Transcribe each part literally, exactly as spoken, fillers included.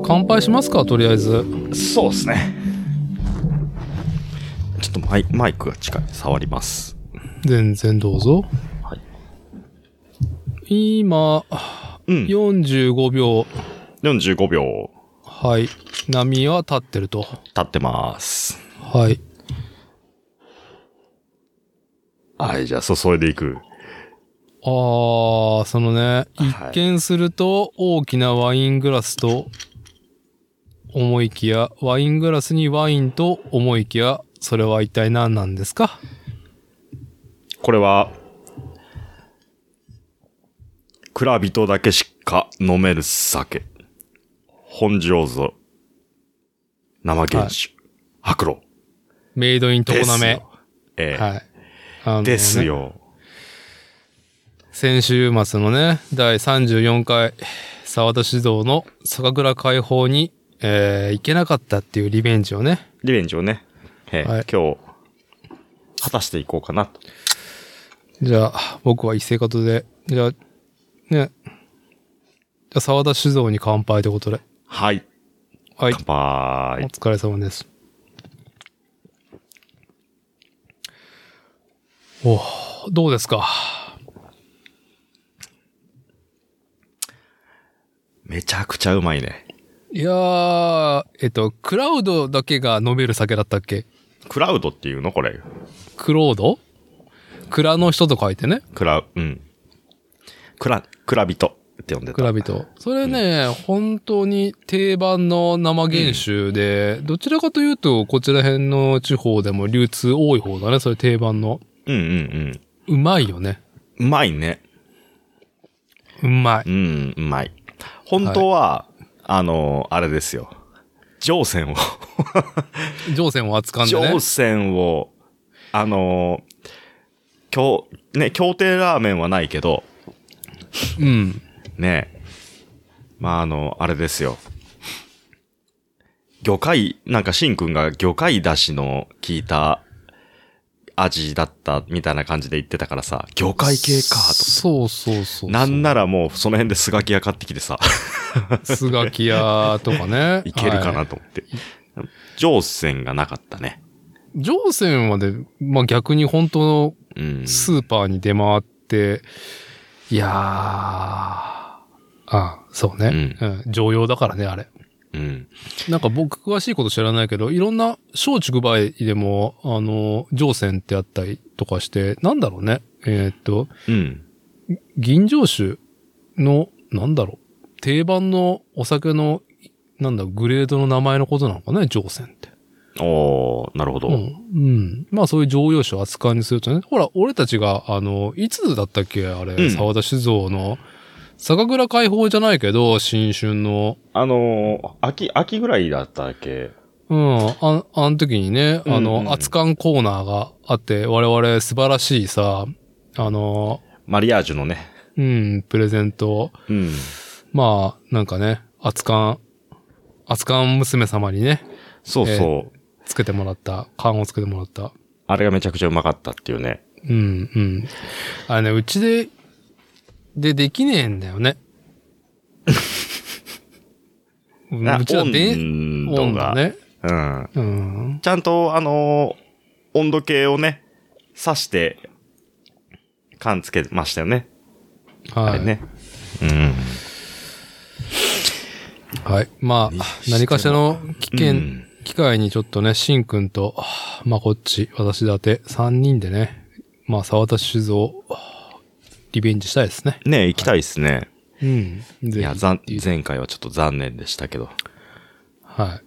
乾杯しますか、とりあえず。 そうですね。ちょっとマイ、マイクが近い。触ります。 全然どうぞ。 はい。 今、うん、よんじゅうごびょう。 よんじゅうごびょう。 はい。波は立ってると。 立ってます。 はい。 はい、じゃあ注いでいく。 あー、そのね、一見すると大きなワイングラスと思いきや、ワイングラスにワインと思いきや、それは一体何なんですか？ これは、蔵人だけしか飲める酒。本醸造。生原酒。はい、白露。 メイドイン常滑。 ええ。 はい。あのね、 ですよ。 先週末のね、だいさんじゅうよんかい沢田酒造の酒蔵開放に、えー、行けなかったっていうリベンジをね。 リベンジをね、えーはい、今日、果たしていこうかなと。 じゃあ、僕は一斉方で、じゃあ、ね。じゃあ、沢田酒造に乾杯ということで。 はい。 はい。 乾杯。 お疲れ様です。お、どうですか？ めちゃくちゃうまいね。 いやー、えっと、クラウドだけが飲める酒だったっけ？ クラウドっていうのこれ。 クロード？蔵の人と書いてね。 クラ、うん。クラ、クラビトって呼んでた。 クラビト。それね、うん、本当に定番の生原酒で、うん、どちらかというと、こちら辺の地方でも流通多い方だね、それ定番の。 うんうんうん。 うまいよね。 うまいね。 うまい。 うん、うまい。本当は、はい、あの、あれですよ。上泉を。 上泉を扱うんでね。 上泉を、あの、今日、ね、協定ラーメンはないけど、 うん。 ね、まあ、あの、あれですよ。魚介、なんかシンくんが魚介出汁の効いた味だったみたいな感じで言ってたからさ、魚介系かと。 そうそうそうそう。 なんならもうその辺でスガキ屋買ってきてさ。 スガキ屋とかね。 いけるかなと思って。はい、上泉がなかったね。 上泉はで、まあ、逆に本当のスーパーに出回って、うん、いやー、ああ、そうね。うん。うん、常用だからね、あれ。 うん。 なんか僕詳しいこと知らないけど、いろんな小畜梅でも、あの、上泉ってあったりとかして、なんだろうね。えー、っと、 うん。 吟醸酒の、なんだろう。定番のお酒の、なんだ、グレードの名前のことなのかね、上泉って。 おー、なるほど。 うん。うん。まあそういう常用酒を扱いにするとね。ほら、俺たちが、あの、いつだったっけあれ、うん、沢田酒造の、酒蔵開放じゃないけど、新春の。 あのー、秋、秋ぐらいだったっけ？ うん。あ、あの時にね、あの、うんうん、熱燗コーナーがあって、我々素晴らしいさ、あの、 マリアージュのね。 うん、プレゼント。 うん。 まあ、なんかね、熱燗、熱燗娘様にね。 そうそう。えー、 つけてもらった、燗をつけてもらった。 あれがめちゃくちゃうまかったっていうね。 うん、うん。あれね、うちで、で、できねえんだよね。うちはで、 温度が。 ね。 うん。 うん。 ちゃんと、あのー、温度計をね、刺して、缶つけましたよね。 はい。 あれね。うん。 はい。まあ、何かしらの危険、うん、機会にちょっとね、しんくんと、まあこっち、私だて、三人でね、まあ沢田酒造、リベンジしたいですね。 ね、行きたいですね。はい、 うん。 いや、ざん、前回はちょっと残念でしたけど。 はい。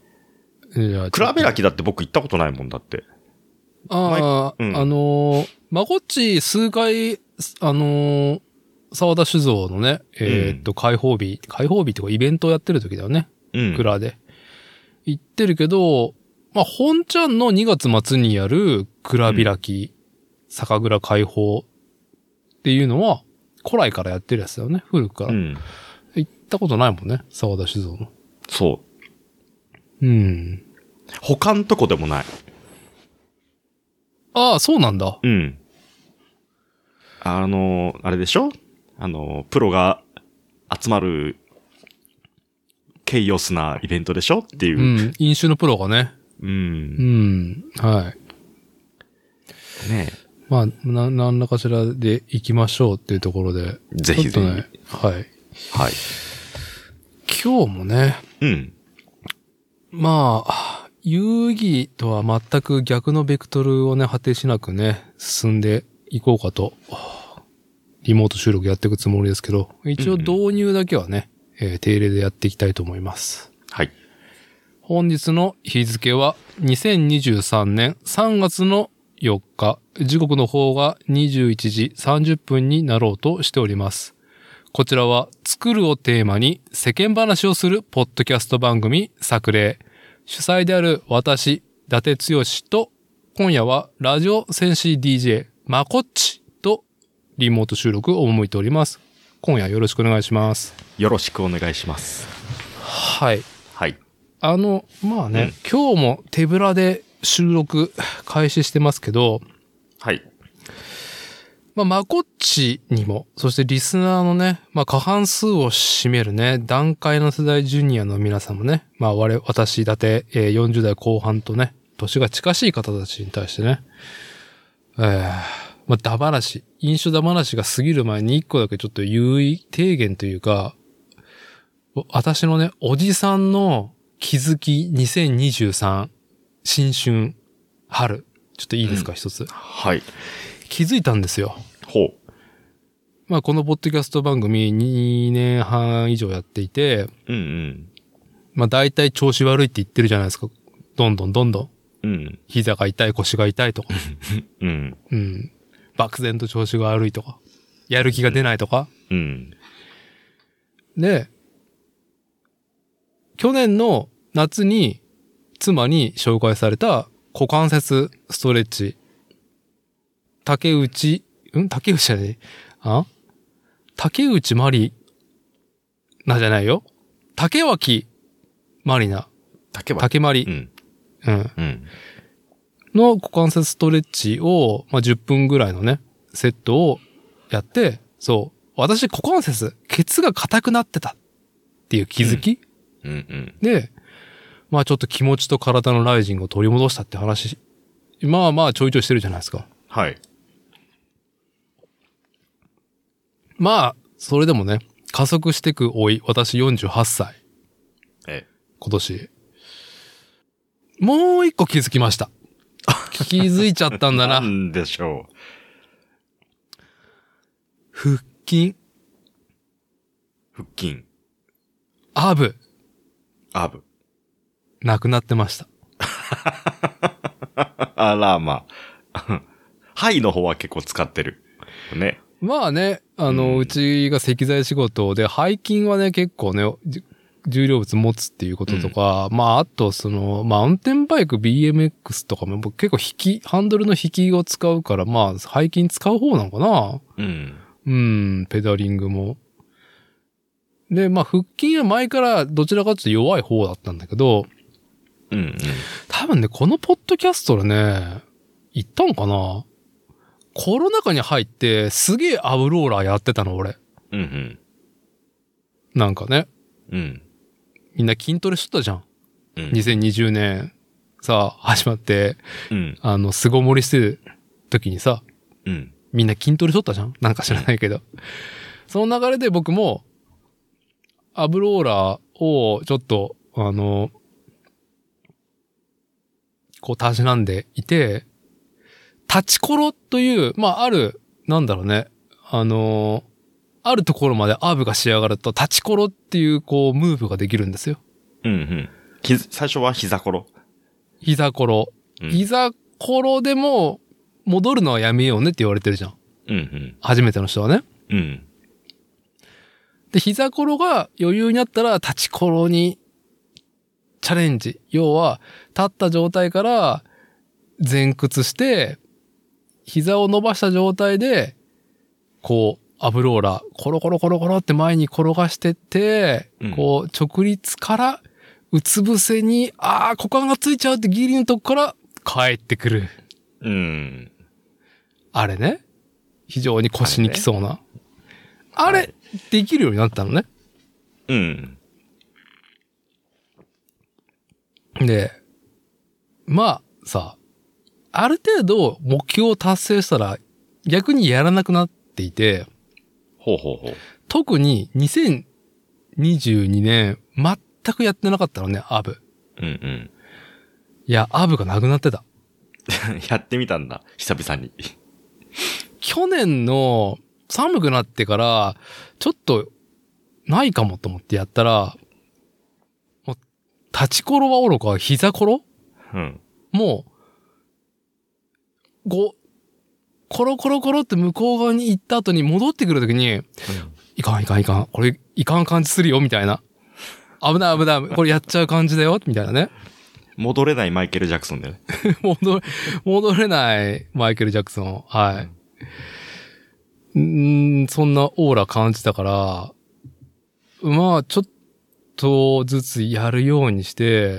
じゃあ、蔵開きだって僕行ったことないもんだって。 ああ、うん、あのー、まこっち数回、あのー、沢田酒造のね、えー、っと、開放日、開放日とかイベントをやってる時だよね。うん。蔵で。行ってるけど、まあ、本ちゃんのにがつ末にやる蔵開き、うん、酒蔵開放っていうのは、古来からやってるやつだよね。古くから。うん。行ったことないもんね。沢田酒造の。 そう。 うん。 他んとこでもない。 ああ、そうなんだ。 うん。あの、あれでしょ？あの、プロが集まるケイオスなイベントでしょっていう。うん。飲酒のプロがね。 うん。 うん。はい。 ねえ。 まあ、な、何らかしらで行きましょうっていうところで。 ぜひぜひ。 ちょっとね。はい。 はい。 今日もね。 うん。 まあ、遊戯とは全く逆のベクトルをね、果てしなくね、進んでいこうかと、リモート収録やっていくつもりですけど、一応導入だけはね、うんうん、えー、定例でやっていきたいと思います。 はい。 本日の日付はにせんにじゅうさんねんさんがつのよっか、時刻の方がにじゅういちじさんじゅっぷんになろうとしております。こちらは作るをテーマに世間話をするポッドキャスト番組作例。主催である私、伊達剛と、今夜はラジオ戦士 ディージェー、まこっちとリモート収録を赴いております。今夜よろしくお願いします。 よろしくお願いします。 はい。 はい。 あの、まあね、うん、今日も手ぶらで収録開始してますけど、 はい。 まあ、まこっちにも、そしてリスナーのね、まあ、過半数を占めるね、段階の世代ジュニアの皆さんもね、まあ、我、私、だて、えー、よんじゅう代後半とね、年が近しい方たちに対してね、えー、まあ、だ話、飲酒だ話が過ぎる前に一個だけちょっと優位提言というか、私のね、おじさんの気づきにせんにじゅうさん、新春、春、ちょっといいですか、うん、一つ。 はい。 気づいたんですよ。 ほう。 まあこのポッドキャスト番組にねんはん以上やっていて、 うんうん。 まあ大体調子悪いって言ってるじゃないですか。どんどんどんどん。 うん。 膝が痛い、腰が痛いとか。 うん。 うん。漠然と調子が悪いとか。やる気が出ないとか。 うん。 で、去年の夏に妻に紹介された股関節ストレッチ。竹内、ん竹内じゃねえ。あ竹内まりなじゃないよ。竹脇まりな。 竹脇。 竹まり。 うん。 うん。 うん。 の股関節ストレッチを、まあ、じゅっぷんぐらいのね、セットをやって、そう。私股関節、ケツが硬くなってたっていう気づき、 うん、うんうんで、まあちょっと気持ちと体のライジングを取り戻したって話、まあまあちょいちょいしてるじゃないですか。 はい。 まあ、それでもね、加速してく老い、私よんじゅうはっさい。 ええ。 今年。もう一個気づきました。気づいちゃったんだな。 なんでしょう。 腹筋。 腹筋。 アブ。 アブ。 なくなってました。 あら、まあ。ハイの方は結構使ってる。ね。 まあね、あの、うん、うちが石材仕事で、背筋はね、結構ね、重量物持つっていうこととか、うん、まあ、あと、その、マウンテンバイク ビーエムエックス とかも結構引き、ハンドルの引きを使うから、まあ、背筋使う方なのかな。 うん。 うん、ペダリングも。で、まあ、腹筋は前からどちらかというと弱い方だったんだけど、 うんうん。 多分ね、このポッドキャストでね、言ったんかな。コロナ禍に入って、すげえアブローラーやってたの、俺。 うんうん。 なんかね。 うん。 みんな筋トレしとったじゃん。 うん。 にせんにじゅうねん、さ、始まって、 うん。 あの、巣ごもりしてる時にさ、 うん。 みんな筋トレしとったじゃんなんか知らないけど。その流れで僕も、アブローラーをちょっと、あの、こう、たしなんでいて、立ちコロという、まあ、ある、なんだろうね、あの、あるところまでアーブが仕上がると、立ちコロっていう、こう、ムーブができるんですよ。 うんうん。最初は膝コロ。 膝コロ。うん、膝コロでも、戻るのはやめようねって言われてるじゃん。 うんうん。 初めての人はね。 うん。 で、膝コロが余裕になったら、立ちコロにチャレンジ。要は、立った状態から前屈して、膝を伸ばした状態で、こう、アブローラー、コロコロコロコロって前に転がしてって、うん、こう、直立から、うつ伏せに、ああ、股間がついちゃうってギリのとこから帰ってくる。 うん。 あれね。非常に腰にきそうな。あれ、ね、あれできるようになったのね。 うん。 で、まあさ、ある程度目標を達成したら逆にやらなくなっていて、 ほうほうほう。 特ににせんにじゅうにねん全くやってなかったのね、アブ。 うんうん。 いや、アブがなくなってた。 やってみたんだ、久々に。 去年の寒くなってから、ちょっとないかもと思ってやったら、もう立ちころはおろか膝ころうん。 もう、こう、コロコロコロって向こう側に行った後に戻ってくるときに、うん、いかんいかんいかん、これいかん感じするよ、みたいな。危ない危ない、これやっちゃう感じだよ、みたいなね。 戻れないマイケル・ジャクソンだよね。 戻れ、戻れないマイケル・ジャクソン。はい。うん、んそんなオーラ感じたから、まあ、ちょっとずつやるようにして、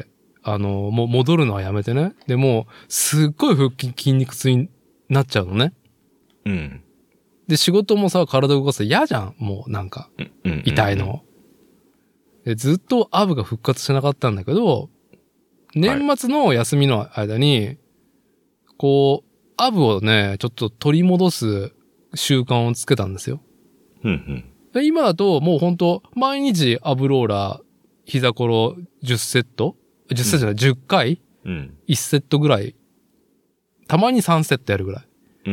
あの、もう戻るのはやめてね。でも、すっごい腹筋筋肉痛になっちゃうのね。 うん。 で、仕事もさ、体動かす嫌じゃん。もうなんか、痛いの。で、ずっとアブが復活しなかったんだけど、年末の休みの間に、こう、アブをね、ちょっと取り戻す習慣をつけたんですよ。 うんうん、 で今だともうほんと、毎日アブローラー、膝ころじゅっセット ?じゅっ セットじゃない、うん、じゅっかい、 うん、 いちセットぐらい。たまにさんセットやるぐらい。 うんうん、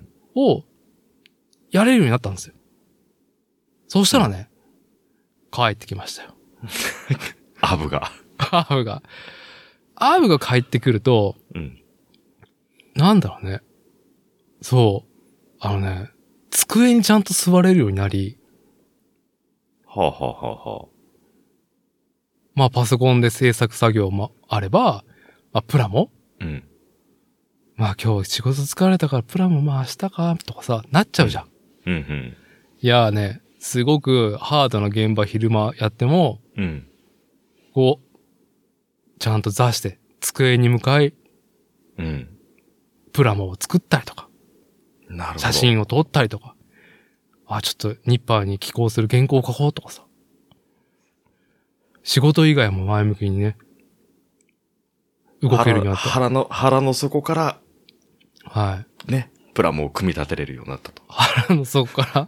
を、やれるようになったんですよ。そうしたらね、うん、帰ってきましたよ。 アブが。 アブが。アブが帰ってくると、うん、なんだろうね。そう。あのね、机にちゃんと座れるようになり。 はあ、はあはあはあ、 まあパソコンで制作作業もあれば、まあプラモ、うん、まあ今日仕事疲れたからプラモまあ明日かとかさ、なっちゃうじゃん。 うんうん、 いやーね、すごくハードな現場昼間やっても、うん、こう、ちゃんと座して机に向かい、うん、プラモを作ったりとか、 なるほど。 写真を撮ったりとか、あ、ちょっとニッパーに寄稿する原稿を書こうとかさ、仕事以外も前向きにね、動けるようになった。 腹の、腹の底から、 はい。 ね、プラモを組み立てれるようになったと。 腹の底から、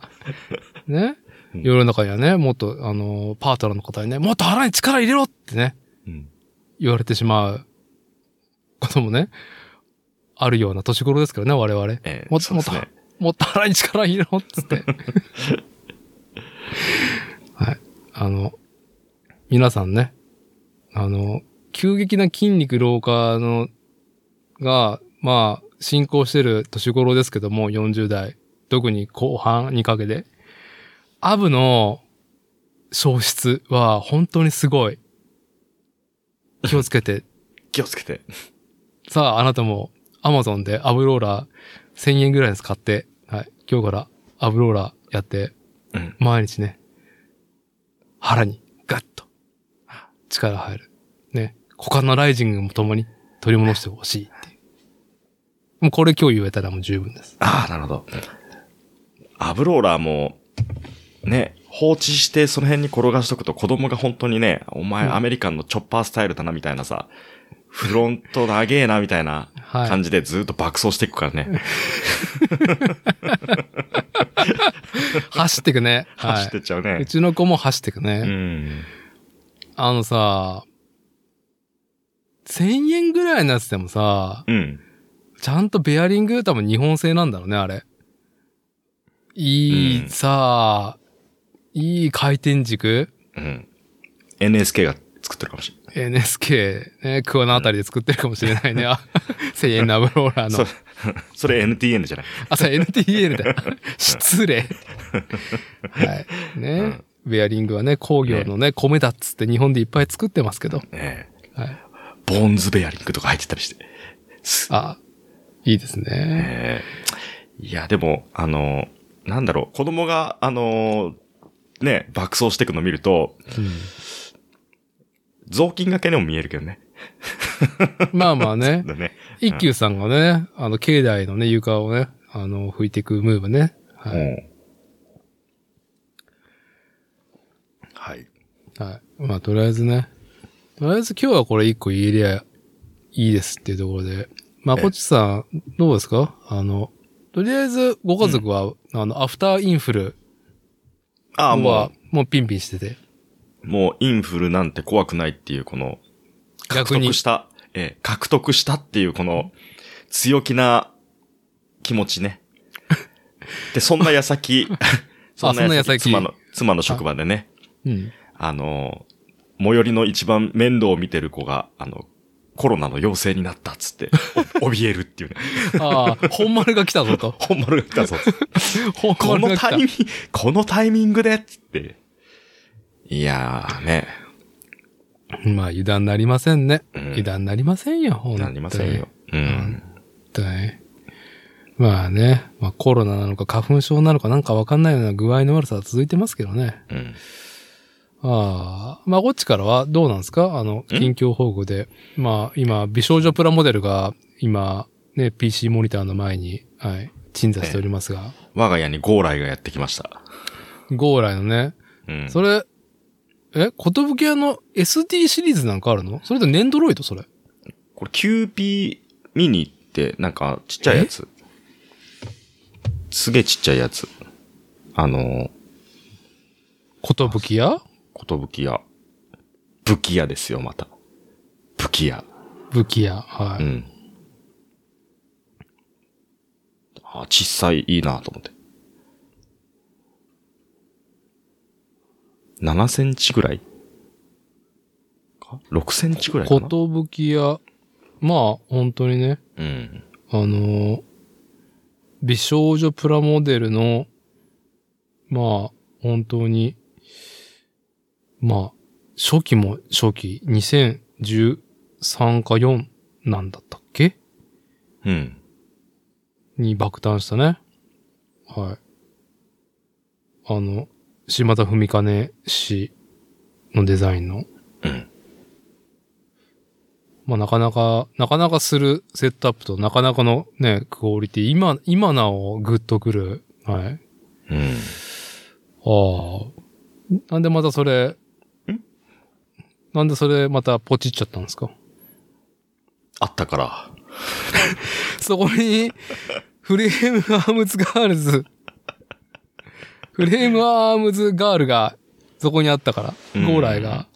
ね、うん、世の中にはね、もっと、あの、パートナーの方にね、もっと腹に力入れろってね、うん、言われてしまうこともね、あるような年頃ですからね、我々。えー、もっともっと、ね、もっと腹に力入れろっつって。はい。あの、皆さんね、あの、急激な筋肉老化の、が、まあ、進行してる年頃ですけども、よんじゅう代、特に後半にかけて、アブの消失は本当にすごい。気をつけて。 気をつけて。 さあ、あなたも、アマゾンでアブローラーせんえんぐらいです買って、はい。今日からアブローラーやって、うん、毎日ね、腹にガッと力入る。ね。股間のライジングも共に取り戻してほしいっていう。もうこれ今日言えたらもう十分です。 ああ、なるほど。アブローラーも、ね、放置してその辺に転がしとくと子供が本当にね、お前アメリカンのチョッパースタイルだなみたいなさ、フロント長えなみたいな感じでずっと爆走していくからね。 走ってくね。 走ってっちゃうね、はい。 うちの子も走ってくね。うん、あのさ、せんえんぐらいのやつでもさ、うん、ちゃんとベアリング多分日本製なんだろうね、あれ。いい、うん、さ、いい回転軸、 うん、エヌエスケー が作ってるかもしれない。 エヌエスケー、ね、桑名あたりで作ってるかもしれないね。せんえんのアブローラーの。 そ, それ エヌティーエヌ じゃない。 あ、それ エヌティーエヌ だよ。失礼。はい。ね、うん、ベアリングはね、工業のね、米だっつって日本でいっぱい作ってますけど。ね、 はい。ボーンズベアリングとか入ってたりして。 あ、いいですね。 ねいや、でも、あの、なんだろう、子供が、あの、ね、爆走していくのを見ると、うん雑巾掛けにも見えるけどね。 まあまあね。ね一休さんがね、あの、境内のね、床をね、あの、拭いていくムーブね。はい。うん、 はい。 はい。まあ、とりあえずね、 とりあえず今日はこれ一個言えりゃいいですっていうところで。まこっちさん、どうですか？あの、とりあえずご家族は、うん、あの、アフターインフルは、あもう、もうピンピンしてて。 もうインフルなんて怖くないっていうこの、獲得した、ええ、獲得したっていうこの強気な気持ちね。で、そんな矢先、 そんな矢先、 妻の、妻の職場でね、 うん、 あの、最寄りの一番面倒を見てる子が、あの、コロナの陽性になったっつって、怯えるっていうね。 ああ、本丸が来たぞと。 本丸が来たぞ。 本丸が来た。 このタイミング、このタイミングでっつって。いやーね。 まあ油断なりませんね。うん、油断なりませんよ、ほんとに。 なりませんよ。うん。 まあね、まあコロナなのか花粉症なのかなんかわかんないような具合の悪さは続いてますけどね。 うん。 ああ、まあこっちからはどうなんですか？あの、近況報告で。まあ今、美少女プラモデルが今、ね、ピーシー モニターの前に、はい、鎮座しておりますが。 我が家にゴーライがやってきました。 ゴーライのね。 うん。 それ、え、ことぶき屋の エスディー シリーズなんかあるの？それとネンドロイドそれ。 これ キューピー ミニってなんかちっちゃいやつ。すげえちっちゃいやつ。あの、 ことぶき屋？ ことぶき屋。武器屋ですよ、また。武器屋。 武器屋、はい。 うん。あ、小さい、いいなと思って。ななセンチぐらいか ?ろく センチぐらいかな。 ことぶき屋。まあ、本当にね。 うん。 あの、美少女プラモデルの、まあ、本当に、まあ、初期も初期、にせんじゅうさんかよんなんだったっけ？ うん。 に爆誕したね。はい。あの、島田文兼氏のデザインの。 うん。 まあなかなか、なかなかするセットアップとなかなかのね、クオリティ、今、今なおグッとくる。はい。 うん。 ああ。なんでまたそれ、 んなんでそれまたポチっちゃったんですか？ あったから。 そこに、フレームアームズガールズ、フレームアームズガールがそこにあったから、ゴーライが。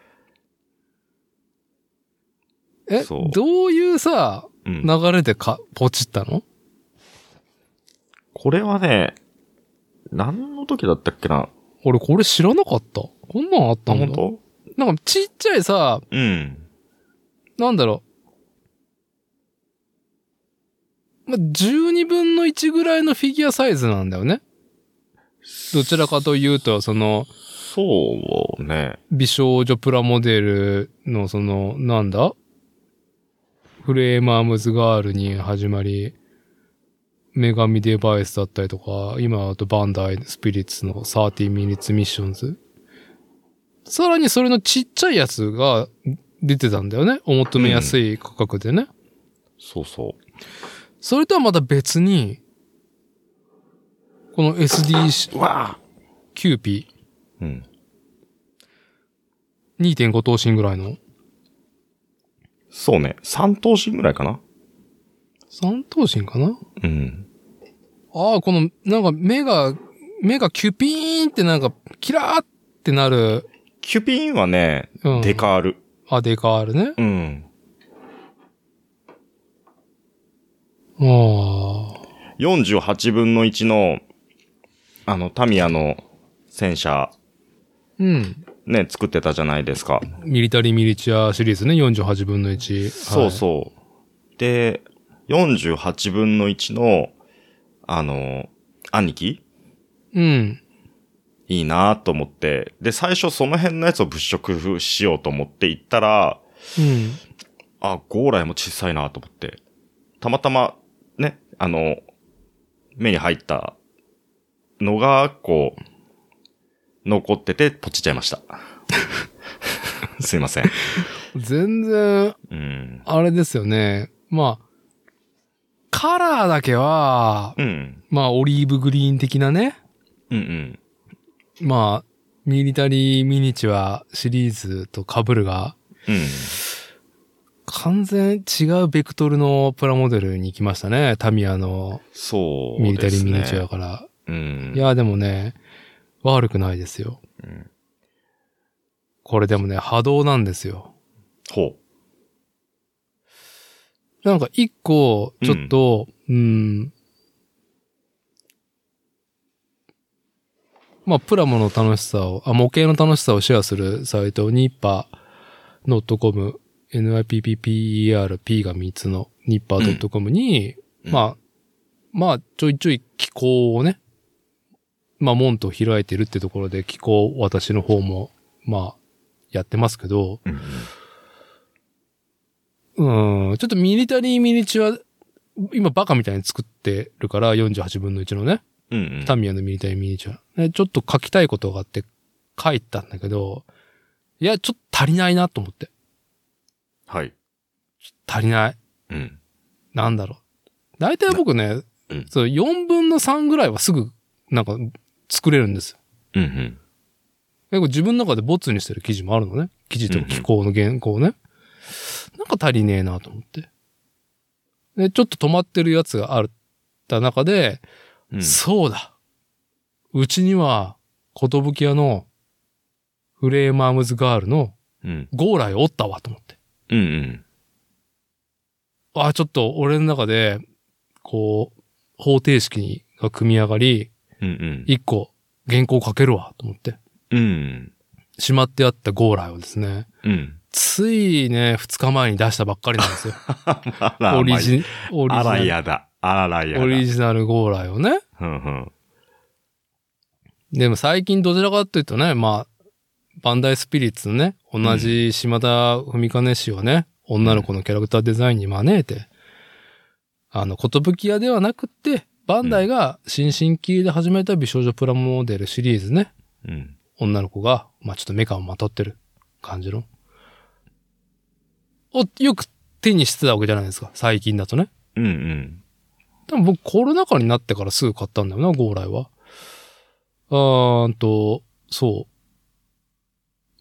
え、どういうさ、うん、流れでか、ポチったの？ これはね、何の時だったっけな。 俺これ知らなかった。こんなんあったんだ。 本当？ なんかちっちゃいさ、 うん。 なんだろう。ま、じゅうにぶんのいちぐらいのフィギュアサイズなんだよね。どちらかというと、その、 そうね。 美少女プラモデルのその、なんだ？フレームアームズガールに始まり、女神デバイスだったりとか、今だとバンダイスピリッツのさんじゅうミニッツミッションズ。さらにそれのちっちゃいやつが出てたんだよね。お求めやすい価格でね。うん、 そうそう。 それとはまた別に、この エスディー キューピー。うん。 にてんご 頭身ぐらいの。 そうね。さん頭身ぐらいかな。 さん頭身かな？ うん。 ああ、この、なんか目が、目がキュピーンってなんか、キラーってなる。 キュピーンはね、うん、デカール。 あ、デカールね。 うん。 ああ。 よんじゅうはちぶんのいちの、あの、タミヤの戦車。 うん。 ね、作ってたじゃないですか。 ミリタリーミリチュアシリーズね、よんじゅうはちぶんのいち。 そうそう。はい、で、よんじゅうはちぶんのいちの、あの、兄貴？ うん。 いいなと思って。で、最初その辺のやつを物色しようと思って行ったら、 うん。 あ、ゴーライも小さいなと思って。たまたま、ね、あの、目に入ったのが、こう、残ってて、ポチっちゃいました。すいません。 全然、 うん、 あれですよね。まあ、カラーだけは、 うん、 まあ、オリーブグリーン的なね。 うんうん。 まあ、ミリタリーミニチュアシリーズと被るが、 うん。 完全違うベクトルのプラモデルに行きましたね。タミヤのそうですね。 ミリタリーミニチュアから。 うん。 いや、でもね、悪くないですよ。うん、これでもね、波動なんですよ。 ほう。 なんか一個、ちょっと、うん、うんまあ、プラモの楽しさを、あ、模型の楽しさをシェアするサイト、ニッパー .com、エヌアイピーピーピーイーアール、P がみっつのニッパー .com に、うん、まあ、まあ、ちょいちょい機構をね、まあ、門と開いてるってところで機構、私の方も、まあ、やってますけど、うん、うん、ちょっとミリタリーミニチュア、今バカみたいに作ってるから、よんじゅうはちぶんのいちのね。 うんうん、 タミヤのミリタリーミニチュア。ちょっと書きたいことがあって書いたんだけど、いや、ちょっと足りないなと思って。 はい。 足りない。 うん。 なんだろう。大体僕ね、うん、そう、よんぶんのさんぐらいはすぐ、なんか、作れるんですよ。 うんうん。 結構自分の中でボツにしてる記事もあるのね。記事とか機構の原稿ね。うんうん、なんか足りねえなと思って。で、ちょっと止まってるやつがあった中で、うん、そうだ。うちには、ことぶき屋のフレームアームズガールのゴーライおったわと思って。 うんうん。 あ、ちょっと俺の中で、こう、方程式が組み上がり、 うんうん。 一個原稿書けるわと思って。 うん。 しまってあったゴーライをですね。 うん。 ついね、二日前に出したばっかりなんですよ。オリジ、オリジナル。 あらやだ。あらやだ。 オリジナルゴーライをね。 うんうん。 でも最近どちらかというとね、まあ、バンダイスピリッツのね、同じ島田文金氏をね、うん、女の子のキャラクターデザインに招いて、あの、ことぶき屋ではなくて、バンダイが新進気で始めた美少女プラモデルシリーズね。 うん、 女の子が、まあちょっとメカをまとってる感じの。をよく手にしてたわけじゃないですか、最近だとね。 うんうん。 多分僕コロナ禍になってからすぐ買ったんだよな、ゴーライは。あーんと、そう。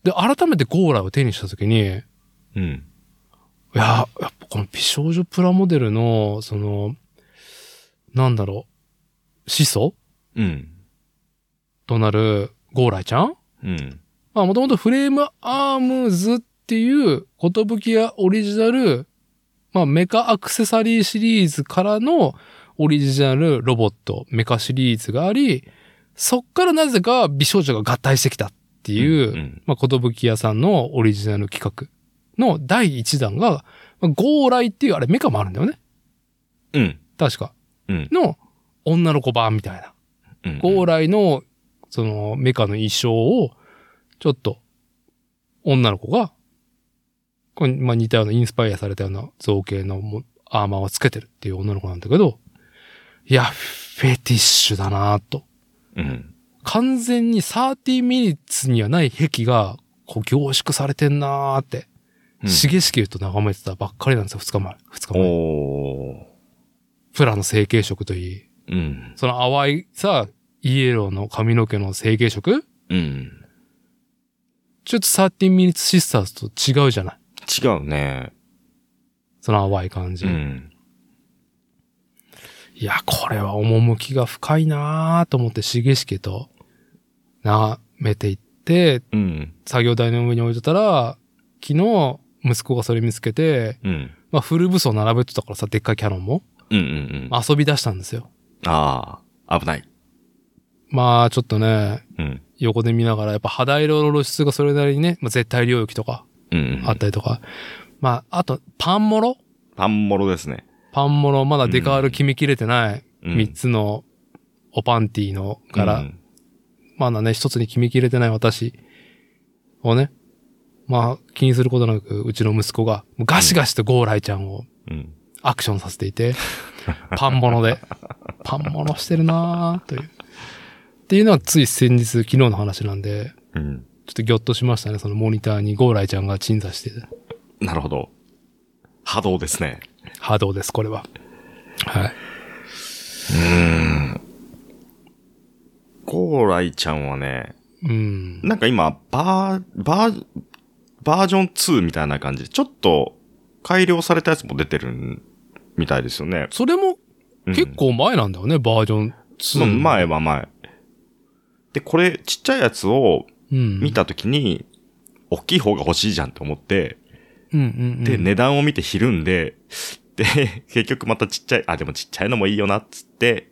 で、改めてゴーライを手にしたときに、 うん。 いや、やっぱこの美少女プラモデルの、その、なんだろう、始祖うん。 となるゴーライちゃんうん。 まあもともとフレームアームズっていうことぶき屋オリジナル、まあメカアクセサリーシリーズからのオリジナルロボット、メカシリーズがあり、そっからなぜか美少女が合体してきたっていう、うんうん、まあことぶき屋さんのオリジナル企画のだいいちだんが、ゴーライっていうあれメカもあるんだよね。 うん。 確か。 うん。 の女の子版みたいな。 うんうん、 ゴーライのそのメカの衣装をちょっと女の子がこれまあ似たようなインスパイアされたような造形のアーマーをつけてるっていう女の子なんだけど、いや、フェティッシュだなぁと。 うん。 完全にさんじゅうミニッツにはない壁がこう凝縮されてんなーって、うん、しげしげと眺めてたばっかりなんですよ、二日前。二日前。 おー。 プラの成型色といい。 うん。 その淡いさ、イエローの髪の毛の成型色うん。 ちょっとさんじゅうミニッツシスターズと違うじゃない。 違うね。 その淡い感じ。 うん。 いや、これは趣が深いなぁと思ってしげしげと眺めていって、 うん、 作業台の上に置いてたら、昨日息子がそれ見つけて、 うん、 まあフル武装並べてたからさ、でっかいキャノンも、 うんうんうん、 遊び出したんですよ。 ああ、危ない。 まあちょっとね、 うん、 横で見ながらやっぱ肌色の露出がそれなりにね、まあ、絶対領域とかあったりとか、うんうん、まああとパンモロパンモロですね。 パンモロまだデカール決めきれてないみっつのおパンティの柄、うん、まだね一つに決めきれてない私をね、まあ気にすることなくうちの息子がガシガシとゴーライちゃんをアクションさせていて、うん、パンモノでパンモノしてるなぁというっていうのはつい先日昨日の話なんで、 うん、 ちょっとギョッとしましたね。そのモニターにゴーライちゃんが鎮座してて。 なるほど。波動ですね。 波動です、これは。はい。 うーん。ゴーライちゃんはね、 うん。 なんか今、バー、バー、 バージョンツーみたいな感じで、ちょっと改良されたやつも出てるみたいですよね。 それも結構前なんだよね、うん、バージョンツー。 前は前。で、これちっちゃいやつを見たときに、うん、大きい方が欲しいじゃんって思って、 うんうんうん、 で、値段を見てひるんで、で、結局またちっちゃい、あ、でもちっちゃいのもいいよなっつって、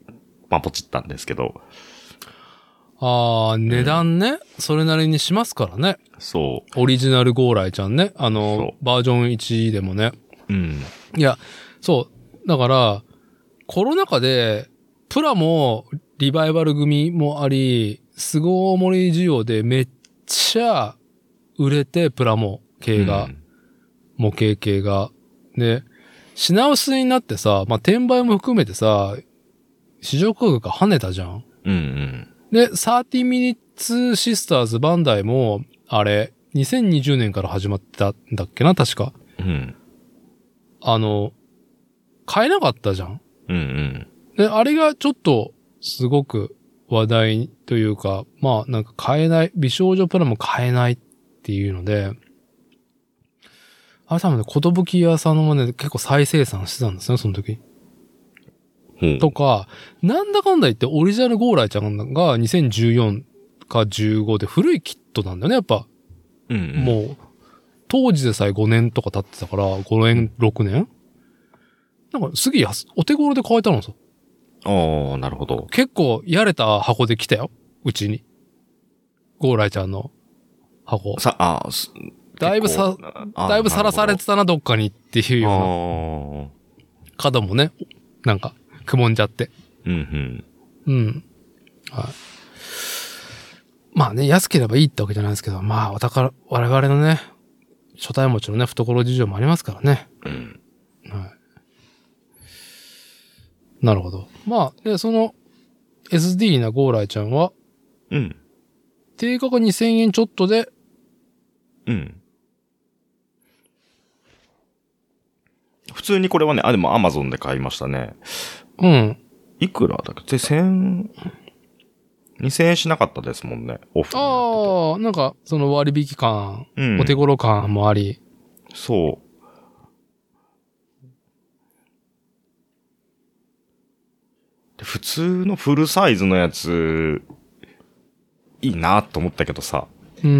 まあ、ポチったんですけど。 ああ、値段ね、うん、それなりにしますからね。 そう。 オリジナルゴーライちゃんね。あの、バージョンいちでもね。 うん。 いや、そう。だから、コロナ禍で、プラもリバイバル組もあり、巣ごもり需要でめっちゃ売れて、プラモ系が、うん、模型系が。で、品薄になってさ、まあ、転売も含めてさ、市場価格が跳ねたじゃん。 うんうん。 で、サーティミニッツシスターズバンダイも、あれ、にせんにじゅうねんから始まったんだっけな、確か。 うん。 あの、買えなかったじゃん。 うんうん。 で、あれがちょっと、すごく話題というか、まあ、なんか買えない、美少女プラも買えないっていうので、あれ多分ね、ことぶき屋さんのもね、結構再生産してたんですね、その時。 うん、 とか、なんだかんだ言ってオリジナルゴーライちゃんがにせんじゅうよんかじゅうごで古いキットなんだよね、やっぱ。 うんうん、 もう、当時でさえごねんとか経ってたから、ごねん、ろくねんなんかすげえ安、お手頃で買えたのさ。 ああ、なるほど。 結構、やれた箱で来たよ。うちに。ゴーライちゃんの箱。 さ、あだいぶさ、だいぶさらされてたな、どっかにっていうような。角もね、なんか、くもんじゃって。 うんうん。 うん。はい。まあね、安ければいいってわけじゃないですけど、まあ、お宝、我々のね、初代持ちのね、懐事情もありますからね。 うん。 はい。なるほど。まあ、で、その、エスディー なゴーライちゃんは、 うん。 定価がにせんえんちょっとで、 うん。普通にこれはね、あ、でも Amazon で買いましたね。 うん。 いくらだっけで、千、にせんえんしなかったですもんね。オフになってて。 ああ、なんか、その割引感、 うん、 お手頃感もあり。 そう。で普通のフルサイズのやつ、いいなと思ったけどさ。 うん。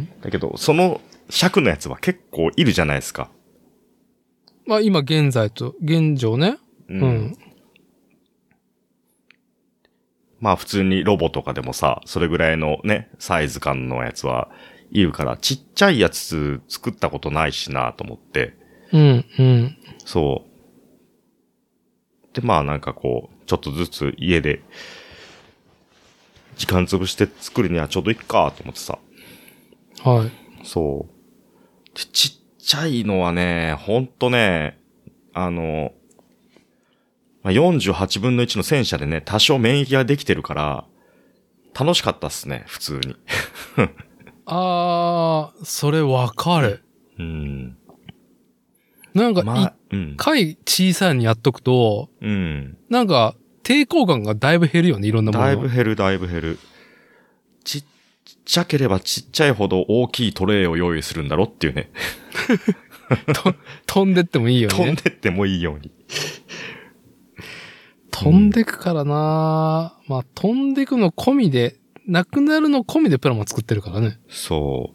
だけど、その尺のやつは結構いるじゃないですか。 まあ今現在と、現状ね。 うん。うん、まあ普通にロボとかでもさ、それぐらいのね、サイズ感のやつはいるから、ちっちゃいやつ作ったことないしなと思って。 うん、うん。 そう。で、まあなんかこう、ちょっとずつ家で、時間潰して作るにはちょうどいいかと思ってさ。 はい。 そう。ちっちゃいのはね、ほんとね、あの、よんじゅうはちぶんのいちの戦車でね、多少免疫ができてるから、楽しかったっすね、普通に。 あー、それわかる。 うん。 なんか、 まあ、 一回小さいにやっとくと、 うん。 なんか、抵抗感がだいぶ減るよね、いろんなもの。 だいぶ減る、だいぶ減る。ちっちゃければちっちゃいほど大きいトレイを用意するんだろっていうね。 と飛んでってもいいよね。 飛んでってもいいように。 飛んでくからな、うん、まあ、飛んでくの込みで、なくなるの込みでプラモ作ってるからね。 そう。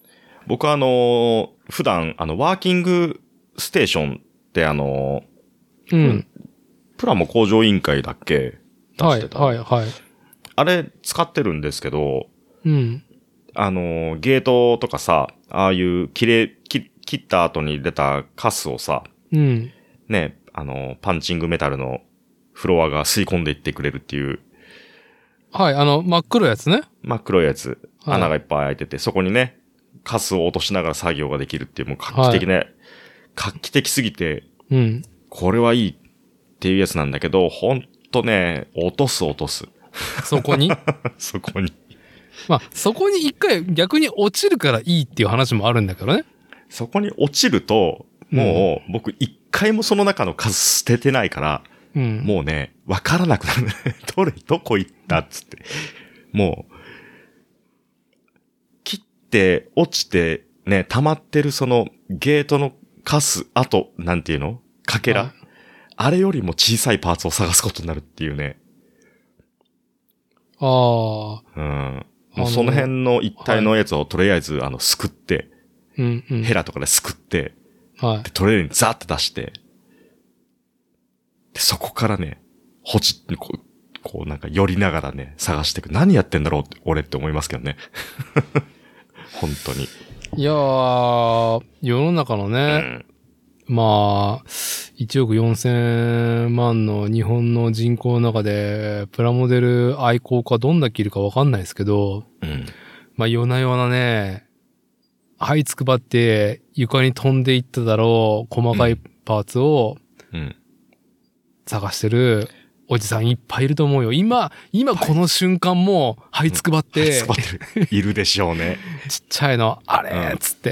僕はあのー、普段、あの、ワーキングステーションってあのー、うん。 プラモ工場委員会だっけ出してた。 はい、はい、はい。 あれ使ってるんですけど、 うん。 あの、ゲートとかさ、ああいう切れ、切った後に出たカスをさ、 うん。 ね、あの、パンチングメタルのフロアが吸い込んでいってくれるっていう。 はい、あの、真っ黒いやつね。 真っ黒いやつ。穴がいっぱい開いてて、はい、そこにね、カスを落としながら作業ができるっていう、もう画期的ね、はい、画期的すぎて、 うん。 これはいいっていうやつなんだけど、ほんとね、落とす落とす。 そこにそこに。 まあ、そこに一回逆に落ちるからいいっていう話もあるんだけどね。 そこに落ちると、もう、僕一回もその中の数捨ててないから、うん、もうね、わからなくなる。どれ、どこ行ったっつって。もう、切って、落ちて、 ね、溜まってるそのゲートのカス、あと、なんていうのかけら、はい、あれよりも小さいパーツを探すことになるっていうね。 ああ。 うん。もうその辺の一体のやつをとりあえず、あの、すくって、 うんうん、 ヘラとかですくって、 はい。 でトレーにザーって出して、で、そこからね、ほち、こう、こうなんか寄りながらね、探していく。何やってんだろうって、俺って思いますけどね。本当に。 いやー、世の中のね、うん、まあ、いちおくよんせんまんの日本の人口の中で、プラモデル愛好家どんだけいるかわかんないですけど、 うん、 まあ夜な夜なね、這いつくばって床に飛んでいっただろう、細かいパーツを探してるおじさんいっぱいいると思うよ。今、今この瞬間も這いつくばって、うん、這いつくばってる。いるでしょうね。 ちっちゃいの、あれーっつって。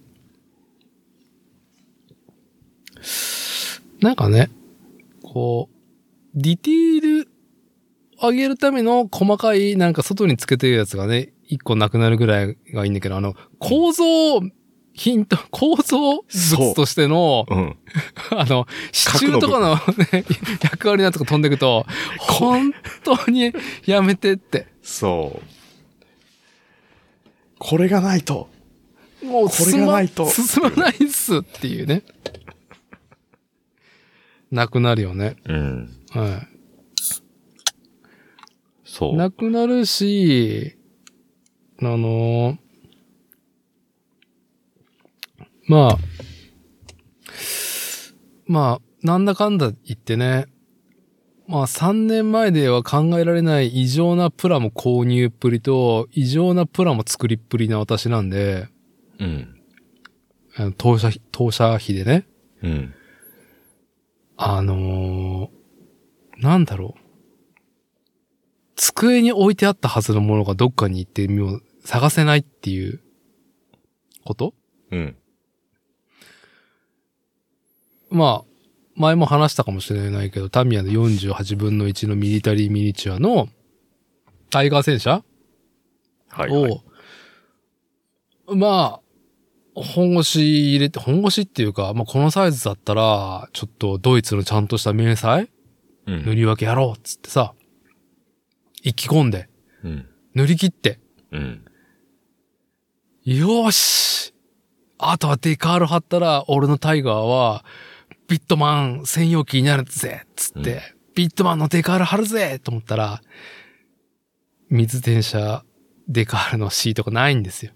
うん、なんかね、こう、ディティール上げるための細かいなんか外につけてるやつがね、一個なくなるぐらいがいいんだけど、あの、構造、ヒント、構造物としての、 うん、 あの、支柱とかのね、役割のやつが飛んでいくと、本当にやめてって。 そう。これがないと。 もう、これがないと。進まないっすっていうね。なくなるよね。 うん。 はい。 そう。 なくなるし、あのー、まあ、まあ、なんだかんだ言ってね、まあさんねんまえでは考えられない異常なプラモ購入っぷりと、異常なプラモ作りっぷりな私なんで、 うん。 当社、当社費でね。 うん。 あのー、なんだろう。机に置いてあったはずのものがどっかに行ってみよう、探せないっていうことうん。 まあ、前も話したかもしれないけど、タミヤのよんじゅうはちぶんのいちのミリタリーミニチュアのタイガー戦車はい、はい、 を、まあ、本腰入れて、本腰っていうか、まあこのサイズだったら、ちょっとドイツのちゃんとした迷彩、うん、塗り分けやろうっつってさ、意気込んで、 うん、 塗り切って、 うん、 よーし、あとはデカール貼ったら、俺のタイガーは、ビットマン専用機になるぜつって、うん、ビットマンのデカール貼るぜと思ったら、水電車デカールのシートがないんですよ。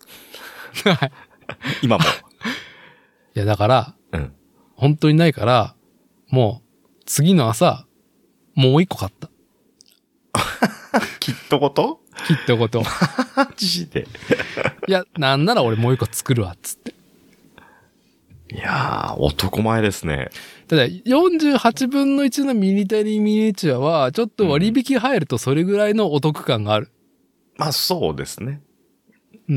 今も。いや、だから、 うん、 本当にないから、もう、次の朝、もう一個買った。 キットごとキットごと。 マジで。 いや、なんなら俺もう一個作るわ、つって。 いやー、男前ですね。 ただ、よんじゅうはちぶんのいちのミリタリーミニチュアは、ちょっと割引入るとそれぐらいのお得感がある。 うん、まあ、そうですね。 うん。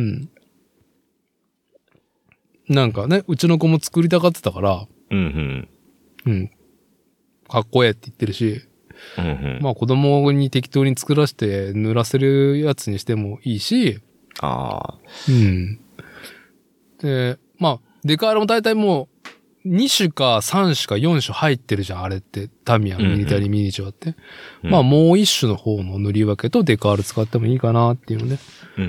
なんかね、うちの子も作りたがってたから、 うんうん。うん。かっこええって言ってるし、 うんうん、 まあ子供に適当に作らせて塗らせるやつにしてもいいし、 ああ。 うん。で、まあ、デカールも大体もうに種かさん種かよん種入ってるじゃん、あれって。タミヤのミリタリーミニチュアって。うんうん、まあもう一種の方の塗り分けとデカール使ってもいいかなっていうのね。 うんうん。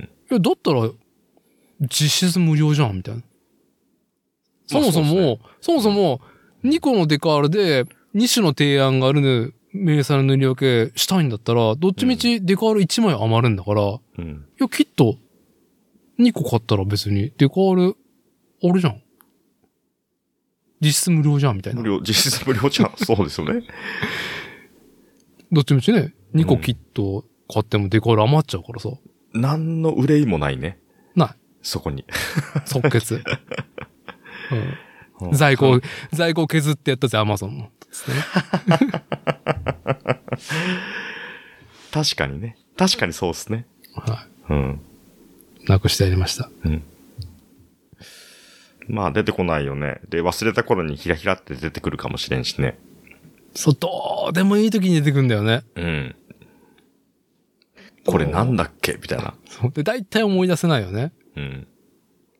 いや、だったら、実質無料じゃん、みたいな。そもそも、まあ そうですね、そもそも、にこのデカールでに種の提案がある明細の塗り分けしたいんだったら、どっちみちデカールいちまい余るんだから、 うん、いや、きっと、にこ買ったら別にデカール、あれじゃん。実質無料じゃん、みたいな。 無料、実質無料じゃん。そうですよね。 どっちみちね、にこキット買ってもデカール余っちゃうからさ。 何の憂いもないね。 ない。 そこに。 即決。うん、在庫、在庫削ってやったぜ、アマゾンの。 確かにね。確かにそうですね。 はい。 うん。 なくしてやりました。 うん。まあ出てこないよね。で、忘れた頃にヒラヒラって出てくるかもしれんしね。 そう、どうでもいい時に出てくるんだよね。 うん。これなんだっけみたいな。 そう。で、大体思い出せないよね。 うん。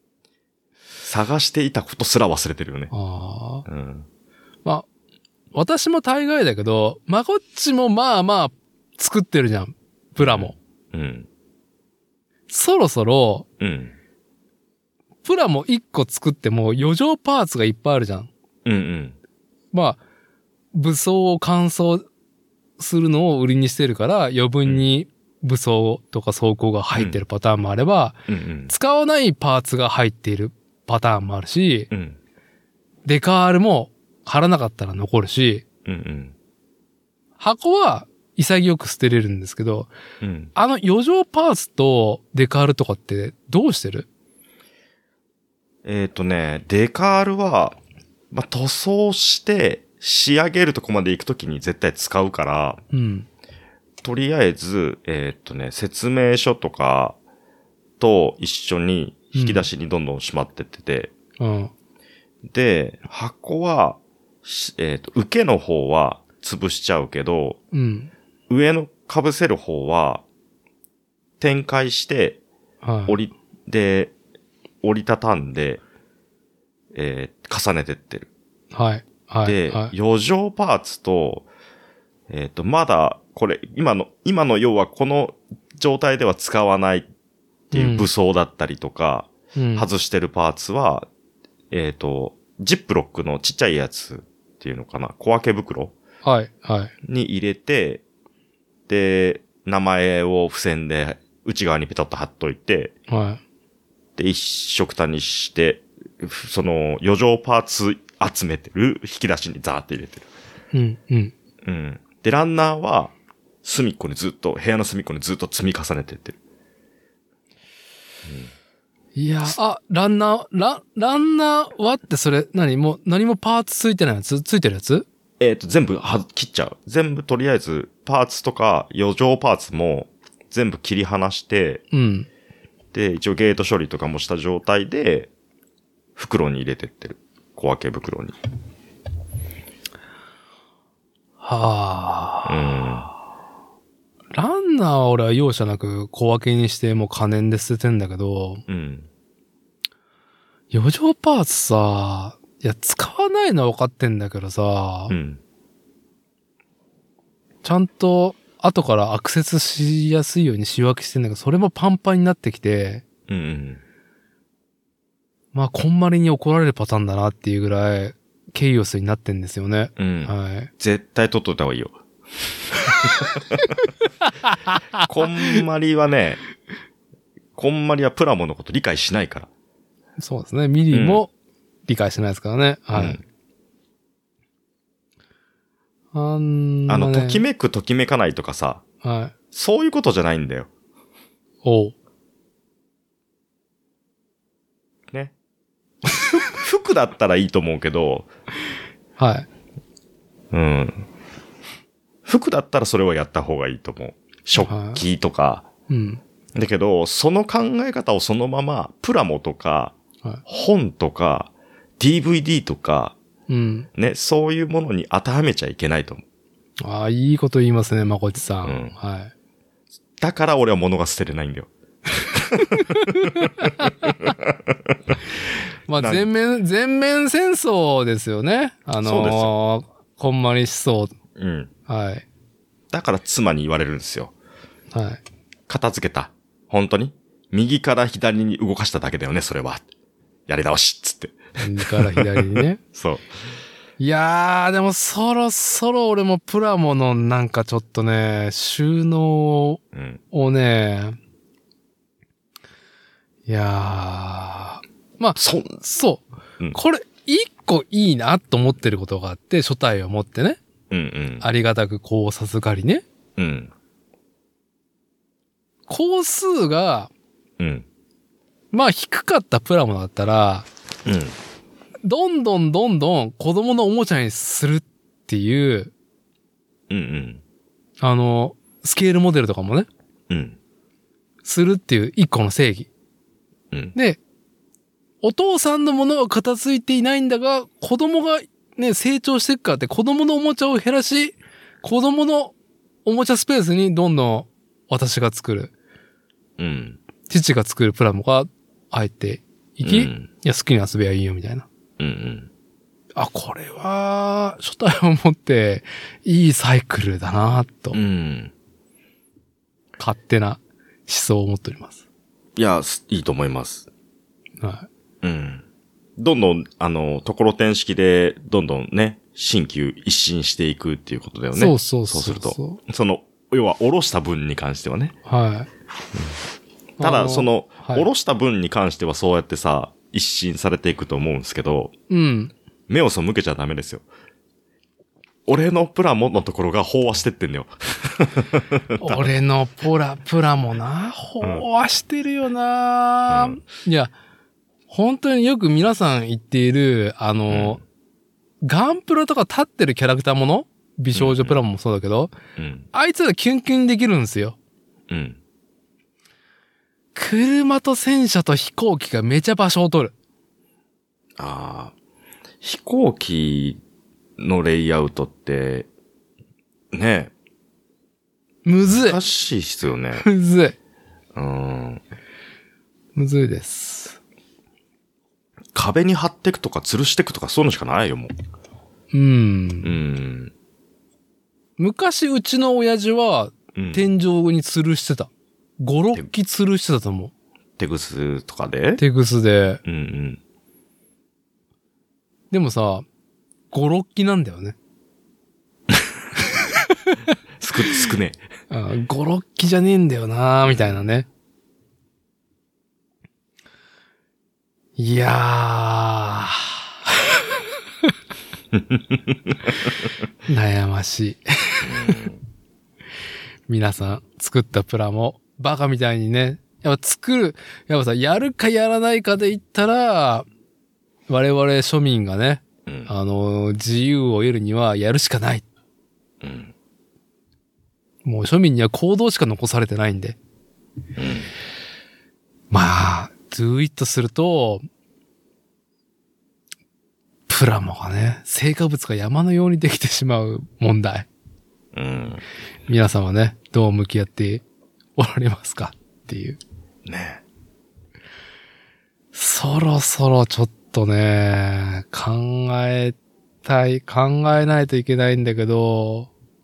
探していたことすら忘れてるよね。 ああ。 うん。 まあ、私も大概だけど、まこっちもまあまあ作ってるじゃん。プラモ。 うん。うん、 そろそろ、 うん。 プラモいっこ作っても余剰パーツがいっぱいあるじゃん。 うんうん。 まあ、武装を乾燥するのを売りにしてるから、余分に武装とか装甲が入ってるパターンもあれば、 うんうん、 使わないパーツが入っているパターンもあるし、 うん、 デカールも貼らなかったら残るし、 うんうん、 箱は潔く捨てれるんですけど、 うん、 あの余剰パーツとデカールとかってどうしてる？ えっとね、デカールは、まあ、塗装して仕上げるとこまで行くときに絶対使うから、 うん、 とりあえず、えっとね、説明書とかと一緒に引き出しにどんどんしまってってて、 うん、 で、箱は、えっと、受けの方は潰しちゃうけど、 うん、 上の被せる方は展開して、 はい、 折り、で、折りたたんで、えー、重ねてってる。 はい。はい。 で、 はい、 余剰パーツと、えっと、まだ、これ、今の、今の要はこの状態では使わないっていう武装だったりとか、うん、外してるパーツは、えっと、ジップロックのちっちゃいやつっていうのかな、小分け袋はい、はい。 に入れて、で、名前を付箋で内側にペタッと貼っといて、 はい。 で、一色たにして、その余剰パーツ集めてる引き出しにザーって入れてる。 うん、うん。 うん。で、ランナーは隅っこにずっと、部屋の隅っこにずっと積み重ねてってる。 うん、いや、あ、ランナー、ラ、ランナーはってそれ、何もう、何もパーツついてないやつ？ついてるやつ？ えっと、全部は、切っちゃう。全部とりあえず、パーツとか余剰パーツも全部切り離して、 うん。 で、一応ゲート処理とかもした状態で、袋に入れてってる。小分け袋に。 はあ。うん。ランナーは俺は容赦なく小分けにしてもう可燃で捨ててんだけど、 うん。 余剰パーツさ、いや、使わないのは分かってんだけどさ、 うん。 ちゃんと後からアクセスしやすいように仕分けしてんだけど、それもパンパンになってきて、 うん、うん。 まあ、こんまりに怒られるパターンだなっていうぐらい、ケイオスになってんですよね。 うん。 はい。 絶対取っといた方がいいよ。こんまりはね、こんまりはプラモのこと理解しないから。 そうですね。ミリも理解してないですからね。うん、はい。うん、あんな、ね、 あの、ときめくときめかないとかさ。 はい。 そういうことじゃないんだよ。 おう。 ね。服だったらいいと思うけど。 はい。 うん。服だったらそれはやった方がいいと思う。食器とか。はい、うん。だけど、その考え方をそのまま、プラモとか、はい、本とか、ディーブイディー とか、うん。ね、そういうものに当てはめちゃいけないと思う。 ああ、いいこと言いますね、まこちさん。うん。はい。 だから俺は物が捨てれないんだよ。 まあ、全面、全面戦争ですよね。あのー、そうですよ。こんまり思想。 うん。 はい。 だから妻に言われるんですよ。 はい。 片付けた。本当に右から左に動かしただけだよね、それは。やり直し、つって。 右から左にね。 そう。 いやー、でもそろそろ俺もプラモのなんかちょっとね、収納をね、うん、いやー、まあ、 そ、 そう。うん、これ、一個いいなと思ってることがあって、書体を持ってね。 うんうん。 ありがたくこう授かりね。 うん。 工数が、 うん。 まあ低かったプラモだったら、 うん。 どんどんどんどん子供のおもちゃにするっていう、 うんうん。 あの、スケールモデルとかもね。 うん。 するっていう一個の正義。 うん。 で、お父さんのものは片付いていないんだが、子供がね、成長していくからって子供のおもちゃを減らし、子供のおもちゃスペースにどんどん私が作る。 うん。 父が作るプラモがあえて行き、うん、いや、好きに遊べばいいよ、みたいな。 うんうん。 あ、これは、初体を持って、いいサイクルだなと。 うん。 勝手な思想を持っております。 いや、いいと思います。 はい。 うん。どんどん、あの、ところてん式で、どんどんね、新旧一新していくっていうことだよね。 そうそうそう。 そうすると。その、要は、おろした分に関してはね。 はい。 うん、ただ、その、はい、おろした分に関してはそうやってさ、一新されていくと思うんですけど、 うん。 目を背けちゃダメですよ。俺のプラモのところが飽和してってんだよ。 俺のプラ、プラもな、飽和してるよな、うん、いや、本当によく皆さん言っている、あの、うん、ガンプラとか立ってるキャラクターもの美少女プラモもそうだけど、 うんうん、 あいつらキュンキュンできるんですよ。 うん。 車と戦車と飛行機がめちゃ場所を取る。 ああ。飛行機のレイアウトって、ねえ。 むずい。 難しいっすよね。 むずい。 うん。 むずいです。 壁に貼ってくとか吊るしてくとかそういうのしかないよ、もう。うん。 うん。 昔うちの親父は、天井に吊るしてた。ご、ろっき吊るしてたと思う。 テグスとかでテグスで。 うんうん。 でもさ、ご、ろっきなんだよね。 すく、すくね。 ご、ろっきじゃねえんだよなーみたいなね。いやー。悩ましい。皆さん、作ったプラも、バカみたいにね、やっぱ作る、やっぱさ、やるかやらないかで言ったら、我々庶民がね、うん、あの、自由を得るにはやるしかない。 うん、 もう庶民には行動しか残されてないんで。 うん、 まあ、do it すると、プラモがね、成果物が山のようにできてしまう問題。 うん、 皆さんはね、どう向き合っておられますかっていう。 ね。 そろそろちょっとね、考えたい、考えないといけないんだけど、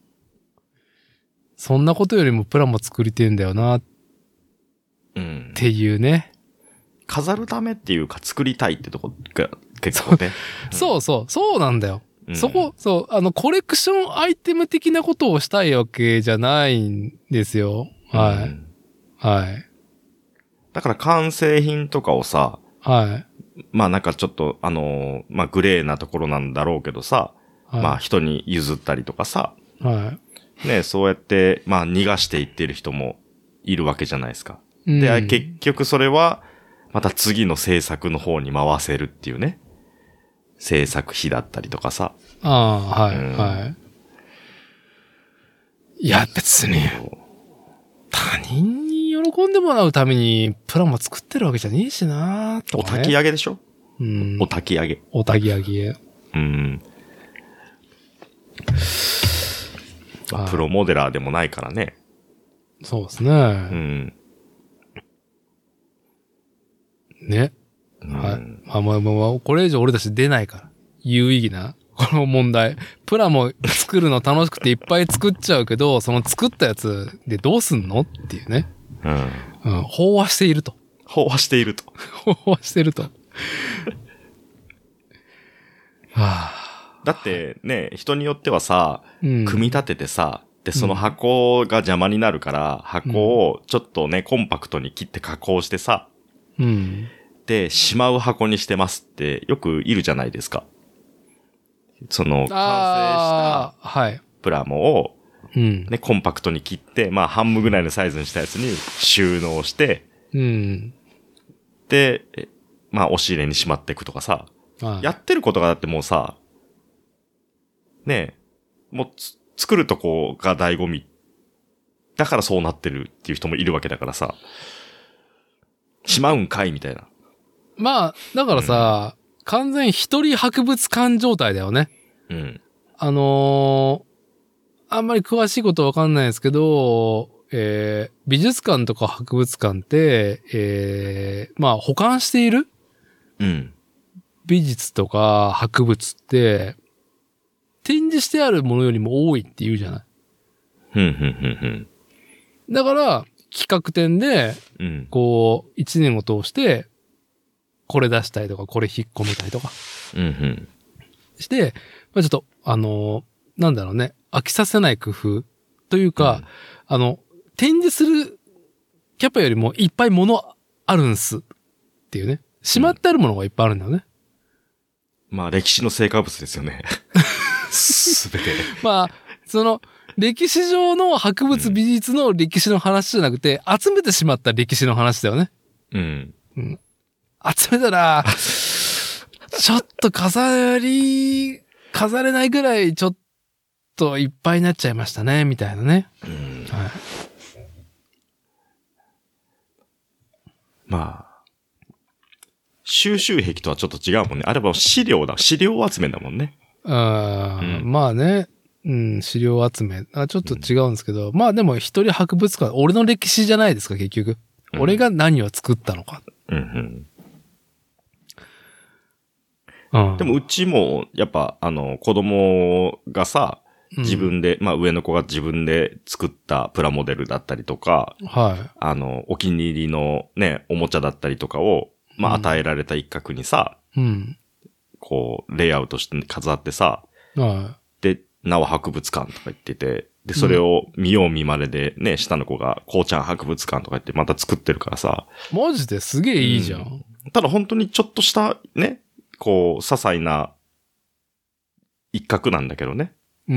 そんなことよりもプラモ作りてえんだよな、っていうね、 うん。飾るためっていうか作りたいってとこが結構ね。 そうそう、そうなんだよ。うん、そこ、そう、あの、コレクションアイテム的なことをしたいわけじゃないんですよ。はい。うん、はい。 だから完成品とかをさ、 はい。 まあなんかちょっと、あのー、まあグレーなところなんだろうけどさ、はい、まあ人に譲ったりとかさ、 はい。 ね、そうやって、まあ逃がしていってる人もいるわけじゃないですか。うん、で、結局それは、また次の制作の方に回せるっていうね。制作費だったりとかさ。 ああ、はい、うん、はい。いや、別に、他人に喜んでもらうためにプラモ作ってるわけじゃねえしなーとか、ね。 お焚き上げでしょ？ うん。 お焚き上げ。 お焚き上げ。 うん。まあ、プロモデラーでもないからね。 そうですね。 うん。 ね。はい。まあまあまあ、これ以上俺たち出ないから。有意義な、この問題。プラも作るの楽しくていっぱい作っちゃうけど、その作ったやつでどうすんのっていうね。 うん。 うん。飽和していると。 飽和していると。 飽和していると。はあ、 だってね、人によってはさ、 うん、 組み立ててさ、で、その箱が邪魔になるから、うん、箱をちょっとね、コンパクトに切って加工してさ、 うん。 で、しまう箱にしてますってよくいるじゃないですか。その、完成したプラモを、 ね、 うん、コンパクトに切って、まあ半分ぐらいのサイズにしたやつに収納して、 うん、 で、まあ押し入れにしまっていくとかさ、やってることがだってもうさ、ねえ、もう作るとこが醍醐味。だからそうなってるっていう人もいるわけだからさ、しまうんかいみたいな。 まあ、だからさ、うん、完全一人博物館状態だよね。 うん。 あのー、あんまり詳しいことわかんないですけど、えー、美術館とか博物館って、えー、まあ保管しているうん。 美術とか博物って、展示してあるものよりも多いって言うじゃない。 ふんふんふんふん。 だから、企画展で、 うん、 こう、一年を通して、これ出したりとか、これ引っ込めたりとか。 うんうん、 して、まあ、ちょっと、あのー、なんだろうね、飽きさせない工夫というか、うん、あの、展示するキャパよりもいっぱいものあるんすっていうね。しまってあるものがいっぱいあるんだよね。 うん、まあ、歴史の成果物ですよね。すべて。 まあ、その、歴史上の博物美術の歴史の話じゃなくて、集めてしまった歴史の話だよね。 うん。 うん、集めたら、ちょっと飾り、飾れないぐらいちょっといっぱいになっちゃいましたね、みたいなね。 うん、 はい、 まあ、収集癖とはちょっと違うもんね。あれは資料だ。資料集めだもんね。 あ、うん、まあね。うん、資料集め。あ、ちょっと違うんですけど、うん、まあでも一人博物館、俺の歴史じゃないですか、結局。うん、俺が何を作ったのか。 うんうんうん、でもうちも、やっぱ、あの、子供がさ、自分で、うん、まあ上の子が自分で作ったプラモデルだったりとか、 はい。 あの、お気に入りのね、おもちゃだったりとかを、まあ与えられた一角にさ、 うん、 こう、レイアウトして飾ってさ、 はい。 で、縄博物館とか言ってて、で、それを見よう見まねでね、下の子が、こうちゃん博物館とか言ってまた作ってるからさ。 マジですげえいいじゃん。うん、 ただ本当にちょっとしたね、こう、些細な一角なんだけどね。 うん。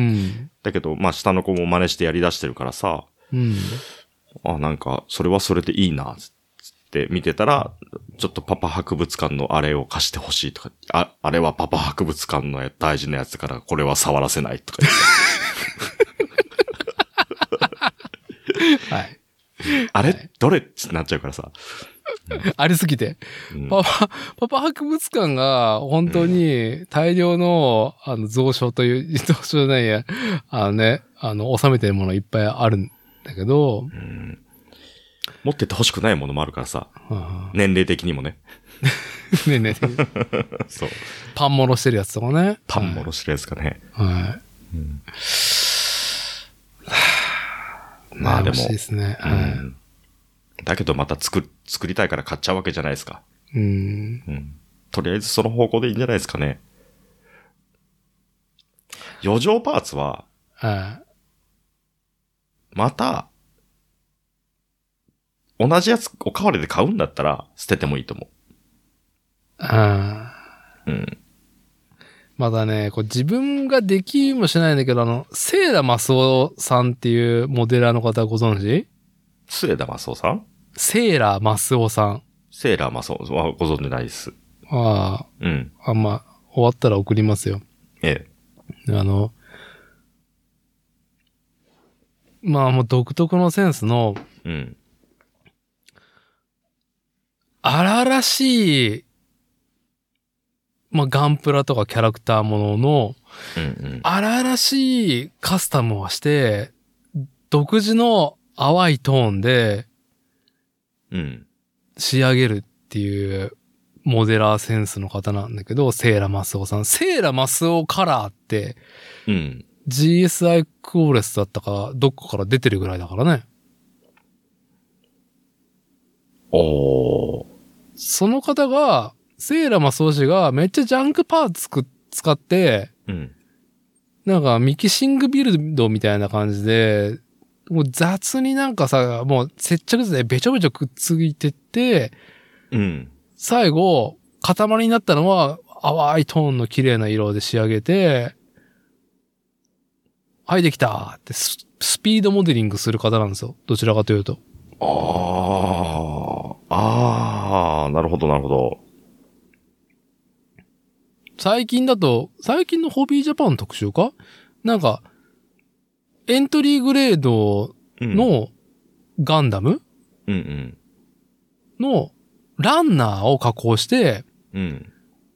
だけど、まあ下の子も真似してやり出してるからさ。 うん。 あ、なんか、それはそれでいいな、つって見てたら、ちょっとパパ博物館のあれを貸してほしいとか、あ、あれはパパ博物館の大事なやつだから、これは触らせないとか言って。 はい。 あれ、 はい、 どれってなっちゃうからさ。 うん、ありすぎて、うん。パパ、パパ博物館が本当に大量の、あの、蔵書という、蔵書じゃないや、あのね、あの、収めてるものいっぱいあるんだけど、 うん、持ってて欲しくないものもあるからさ。年齢的にもね。 年齢的に。 そう。 パンもろしてるやつとかね。 パンもろしてるやつかね。 はい。うん、まあでも。欲しいですね。はい、うん。 だけどまた作、作りたいから買っちゃうわけじゃないですか。 うん。うん。 とりあえずその方向でいいんじゃないですかね。余剰パーツは、 はい。 また、同じやつおかわりで買うんだったら捨ててもいいと思う。 ああ。 うん。 まだね、こう自分ができもしないんだけど、あの、セイラマスオさんっていうモデラーの方ご存知？ セイラマスオさん？ セイラマスオさん。 セイラマスオはご存知ないです。 ああ。 うん。 あんま、終わったら送りますよ。 ええ。あの、まあもう独特のセンスの、 うん。 荒々しい、まあガンプラとかキャラクターものの、 うんうん、 荒々しいカスタムをして、独自の淡いトーンで、 うん。 仕上げるっていうモデラーセンスの方なんだけど、セイラマスオさん。セイラマスオカラーって、 うん。 ジーエスアイ クオーレスだったか、どっかから出てるぐらいだからね。 おー。 その方が、セイラマスオ氏がめっちゃジャンクパーツ使って、 うん。 なんかミキシングビルドみたいな感じで、もう雑になんかさ、もう接着剤でべちょべちょくっついてって、 うん。 最後、塊になったのは淡いトーンの綺麗な色で仕上げて、はい、できたってス、スピードモデリングする方なんですよ。どちらかというと。 ああ、ああ、なるほど、なるほど。 最近だと、最近のホビージャパン特集か？なんか、エントリーグレードのガンダム、 うんうん、 のランナーを加工して、 うん、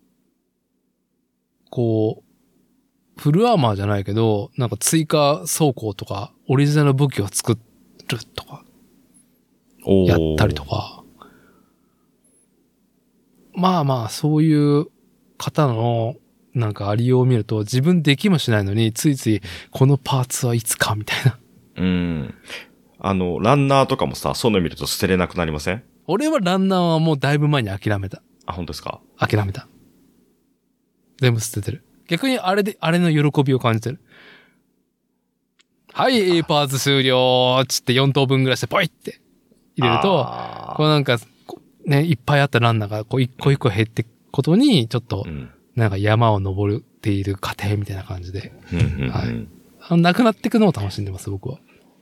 こう、フルアーマーじゃないけど、なんか追加装甲とか、オリジナル武器を作るとか、やったりとか。 まあまあ、そういう方の、なんかありようを見ると、自分できもしないのに、ついつい、このパーツはいつかみたいな。 うん。あの、ランナーとかもさ、そういうの見ると捨てれなくなりません？ 俺はランナーはもうだいぶ前に諦めた。 あ、本当ですか？ 諦めた。全部捨ててる。逆にあれで、あれの喜びを感じてる。はい、A パーツ終了つってよん等分ぐらいしてポイって入れると、こうなんか、ね、いっぱいあったランナーがこう一個一個減っていくことに、ちょっと、なんか山を登っている過程みたいな感じで、はい。なくなっていくのを楽しんでます、僕は。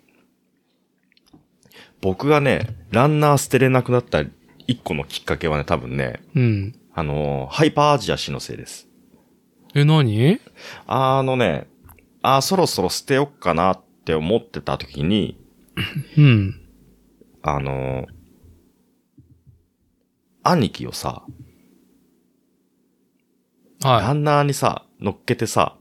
僕がね、ランナー捨てれなくなった一個のきっかけはね、多分ね、 うん。 あの、ハイパーアジア氏のせいです。 え、何？ あのね、あ、そろそろ捨てよっかなって思ってた時に、 うん。 あの、兄貴をさ、 はい。 ランナーにさ、乗っけてさ、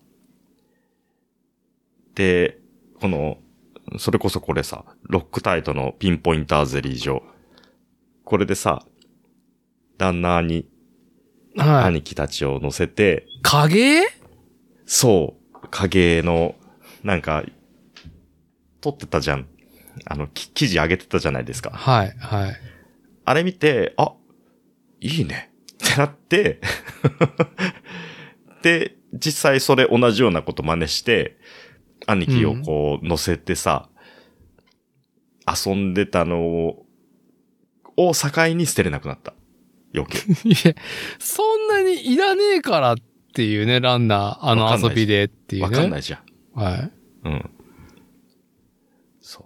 で、この、それこそこれさ、ロックタイトのピンポインターゼリー場。これでさ、ランナーに、 はい。 兄貴たちを乗せて、 影？ そう、影の、なんか、撮ってたじゃん。あの、記事上げてたじゃないですか。 はい、はい。 あれ見て、あ、いいね。ってなって、で、実際それ同じようなこと真似して、兄貴をこう乗せてさ、うん、遊んでたのを、を境に捨てれなくなった。余計。 いや、そんなにいらねえからっていうね、ランナー、あの遊びでっていうね。 わかんないじゃん。 はい。 うん。そう。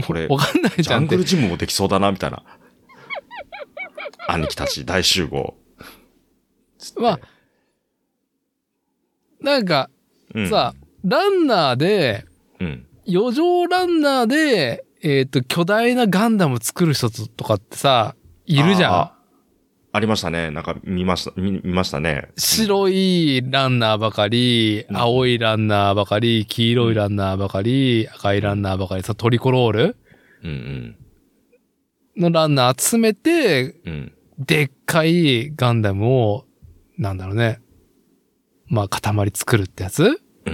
これ、 わかんないじゃん。 ジャングルジムもできそうだな、みたいな。兄貴たち大集合。 まあ、なんか、うん、さ、ランナーで、うん、余剰ランナーで、えっと、巨大なガンダム作る人とかってさ、いるじゃん。あ, ありましたね。なんか見ました、見、見ましたね。 白いランナーばかり、うん、青いランナーばかり、黄色いランナーばかり、うん、赤いランナーばかり、さ、トリコロール、うんうん、のランナー集めて、うん、でっかいガンダムを、なんだろうね。まあ、塊作るってやつ？うんうん。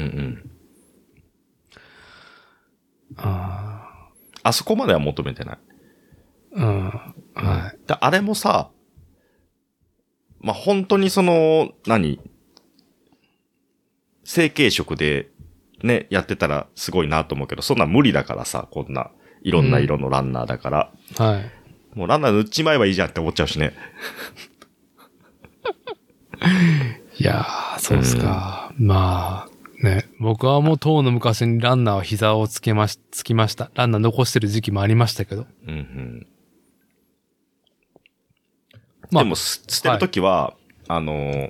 ああそこまでは求めてない。 うん。はい。 あれもさ、まあ、本当にその、何成型色でね、やってたらすごいなと思うけど、そんな無理だからさ、こんな、いろんな色のランナーだから。 うん、はい。 もうランナー塗っちまえばいいじゃんって思っちゃうしね。 いやー、そうですか。うん、まあ、ね。僕はもう当の昔にランナーは膝をつけまし、つきました。ランナー残してる時期もありましたけど。うんうん。 まあ、でも、捨てるときは、はい、あのー、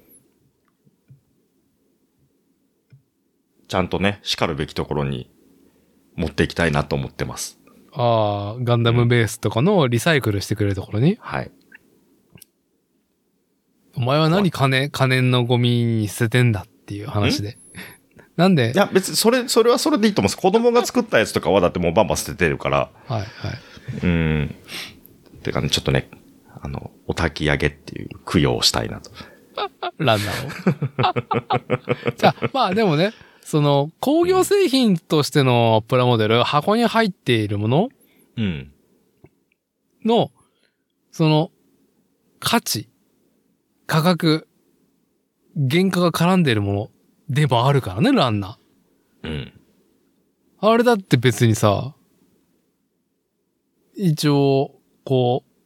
ちゃんとね、叱るべきところに持っていきたいなと思ってます。 ああ、ガンダムベースとかのリサイクルしてくれるところに、うん、 はい。 お前は何金、金のゴミに捨ててんだっていう話で。なんでいや、別にそれ、それはそれでいいと思うんです。子供が作ったやつとかはだってもうバンバン捨ててるから。 はい、はい。 うん。てかね、ちょっとね、あの、お焚き上げっていう供養をしたいなと。 ランナーを。じゃあ、まあでもね、その、工業製品としてのプラモデル、箱に入っているものうん。の、その、価値、価格、原価が絡んでいるものでもあるからね、ランナー。うん。あれだって別にさ、一応、こう、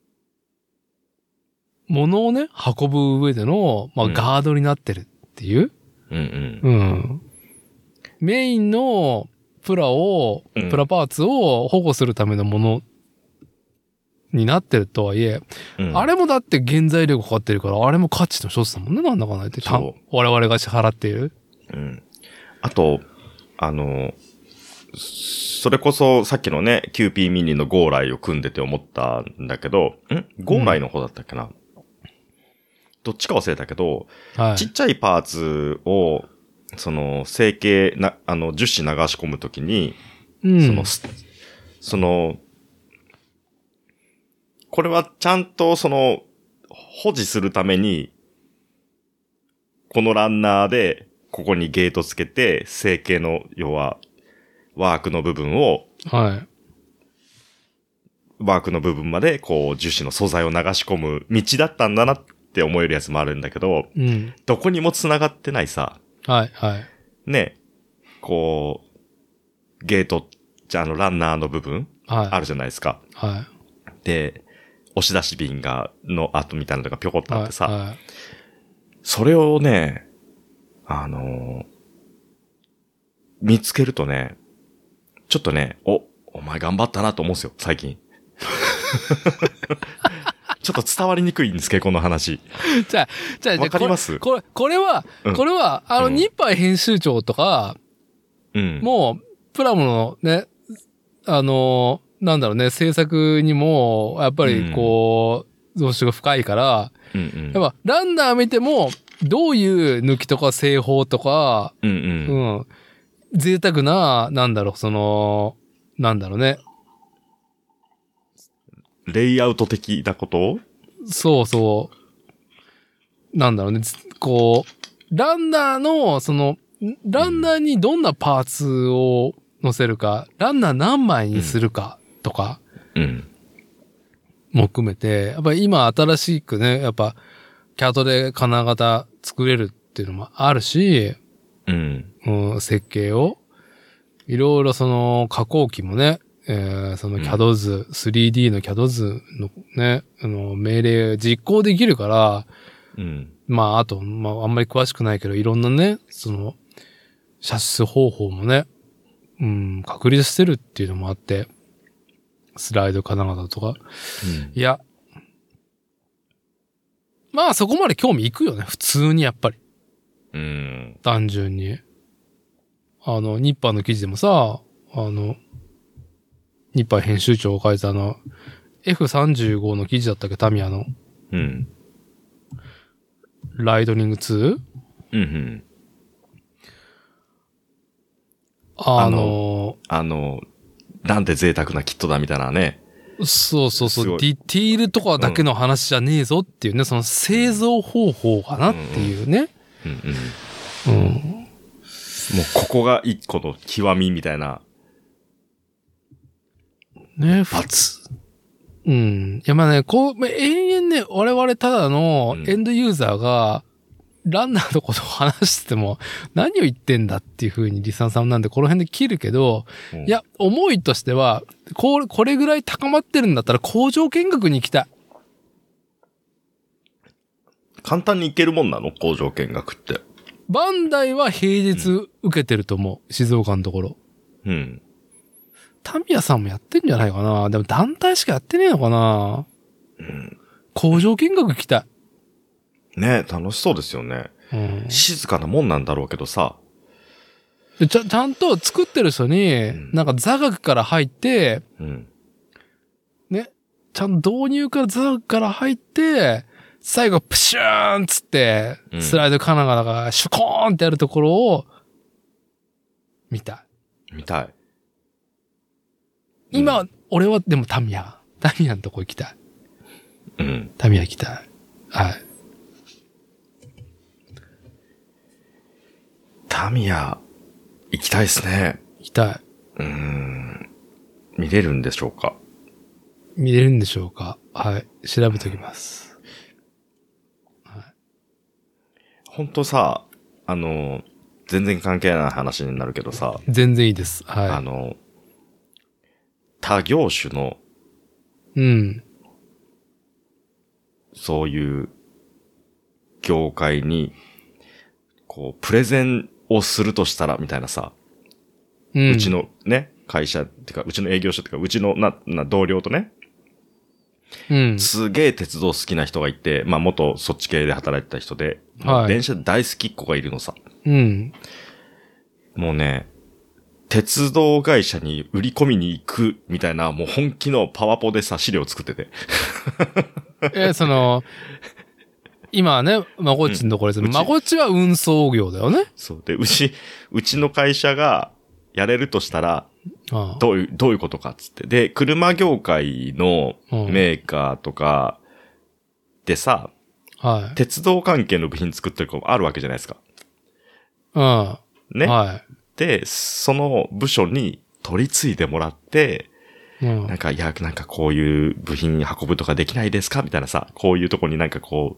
物をね、運ぶ上での、まあ、ガードになってるっていう。うん、うん、うん。メインのプラを、うん、プラパーツを保護するためのものになってるとはいえ、うん、あれもだって原材料がかかってるから、あれも価値の一つだもんね、なんだかんだ言って。そう。我々が支払っている。 うん。あと、あの、それこそさっきのね、キューピー ミニのゴーライを組んでて思ったんだけど、んゴーライの方だったっけな、うん、どっちか忘れたけど、はい、ちっちゃいパーツを、その、成形な、あの、樹脂流し込むときに、うん、その、その、 これはちゃんとその、保持するために、このランナーで、ここにゲートつけて、成形の、要は、ワークの部分を、 はい。 ワークの部分まで、こう、樹脂の素材を流し込む道だったんだなって思えるやつもあるんだけど、 うん。 どこにも繋がってないさ。 はい、はい。 ね、こう、ゲート、じゃあの、ランナーの部分、はい、あるじゃないですか。 はい。 で、押し出し瓶が、の跡みたいなのがぴょこっとあってさ、 はいはい、 それをね、あのー、見つけるとね、ちょっとね、お、お前頑張ったなと思うんですよ、最近。ちょっと伝わりにくいんですけど、この話。 じゃあ、じゃあ、 わかりますこれ、これは、うん、これは、あの、うん、日配編集長とか、うん、もう、プラモのね、あのー、なんだろうね、制作にも、やっぱりこう、増殖が深いから、うんうん、やっぱ、ランナー見ても、どういう抜きとか製法とか、うん、うんうん、贅沢な、なんだろう、その、なんだろうね。 レイアウト的なことそうそう。なんだろうね。こう、ランナーの、その、ランナーにどんなパーツを乗せるか、ランナー何枚にするかとか、うん。も含めて、やっぱり今新しくね、やっぱ、キャトで金型作れるっていうのもあるし、うん。うん、設計を、いろいろその加工機もね、えー、その キャド 図、うん、スリーディー の キャド 図のね、あの、命令実行できるから、うん。まあ、あと、まあ、あんまり詳しくないけど、いろんなね、その、射出方法もね、うん、確立してるっていうのもあって、スライド金型とか。うん、いや、まあそこまで興味いくよね、普通にやっぱり。うん。単純に。あの、日版の記事でもさ、あの、日配編集長が書いたあの、エフさんじゅうご の記事だったっけ、タミヤの。うん。ライドニング ツー？ うんうん。 あの、あの、なんて贅沢なキットだみたいなね。 そうそうそう。ディティールとかだけの話じゃねえぞっていうね、うん、その製造方法かなっていうね。うんうん。うん。うん、もうここが一個の極みみたいな。 ね、バツ。うん。いやまあね、こう、永遠ね、我々ただのエンドユーザーが、ランナーのことを話してても、何を言ってんだっていう風にリサンさんなんで、この辺で切るけど、うん、いや、思いとしては、これ、これぐらい高まってるんだったら工場見学に行きたい。 簡単に行けるもんなの？工場見学って。 バンダイは平日受けてると思う。うん、静岡のところ。うん。タミヤさんもやってんじゃないかな。でも団体しかやってねえのかな。うん。工場見学行きたい。 ね、楽しそうですよね。うん、静かなもんなんだろうけどさ。 でちゃ、ちゃんと作ってる人に、うん、なんか座学から入って、うん、ね、ちゃんと導入から座学から入って、最後プシューンつって、うん、スライド金型がシュコーンってやるところを、見たい。 見たい。 今、うん、俺はでもタミヤ。タミヤのとこ行きたい。うん。タミヤ行きたい。はい。 タミヤ、行きたいですね。 行きたい。 うーん。見れるんでしょうか？ 見れるんでしょうか？はい。調べときます。 はい。ほんとさ、あの、全然関係ない話になるけどさ。 全然いいです。はい。 あの、他業種の、 うん。 そういう業界に、こう、プレゼンをするとしたら、みたいなさ、うん、うちのね、会社ってか、うちの営業所ってか、うちのな、な、同僚とね、うん、すげえ鉄道好きな人がいて、まあ元そっち系で働いてた人で、はい、電車大好きっ子がいるのさ。うん。もうね、鉄道会社に売り込みに行くみたいな、もう本気のパワポでさ、資料を作ってて。 えー、その、今はね、まこっちのところですけど、まこっちは運送業だよね。 そう。で、うち、うちの会社がやれるとしたら、 ああどういう、どういうことかっつって。で、車業界のメーカーとかでさ、 はい。 鉄道関係の部品作ってる子もあるわけじゃないですか。 うん。 ね。 はい。 で、その部署に取り継いでもらって、 うん、 なんか、いや、なんかこういう部品運ぶとかできないですかみたいなさ、こういうとこになんかこう、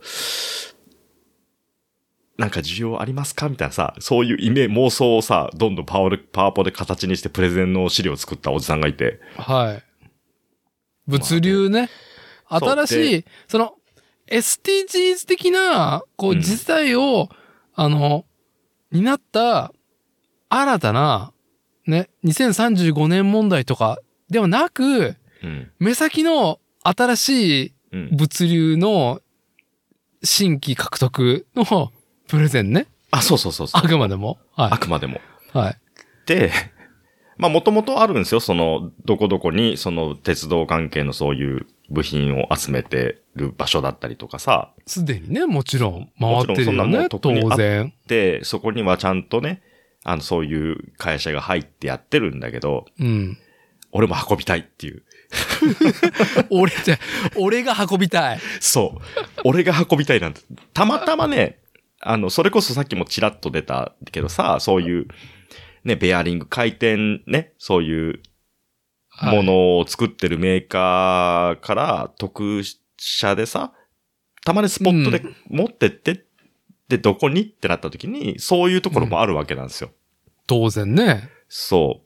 なんか需要ありますかみたいなさ、そういうイメージ、妄想をさ、どんどんパワーパワポで形にしてプレゼンの資料を作ったおじさんがいて。 はい。物流ね。まあ、ね新しい、その、エスディージーズ 的な、こう、時代を、うん、あの、担った新たな、ね、にせんさんじゅうごねん問題とかではなく、うん、目先の新しい物流の新規獲得のプレゼンね。 あ、そうそうそうそう。 あくまでも。はい。 あくまでも。 はい。 で、まあもともとあるんですよ。その、どこどこに、その鉄道関係のそういう部品を集めてる場所だったりとかさ。 すでにね、もちろん回ってるよね、当然。 で、そこにはちゃんとね、あの、そういう会社が入ってやってるんだけど、 うん。 俺も運びたいっていう。 俺じゃ、俺が運びたい。 そう。俺が運びたいなんて。たまたまね、あの、それこそさっきもちらっと出たけどさ、そういう、ね、ベアリング回転ね、そういうものを作ってるメーカーから特社でさ、たまにスポットで持ってって、うん、で、どこにってなった時に、そういうところもあるわけなんですよ。 うん、当然ね。 そう。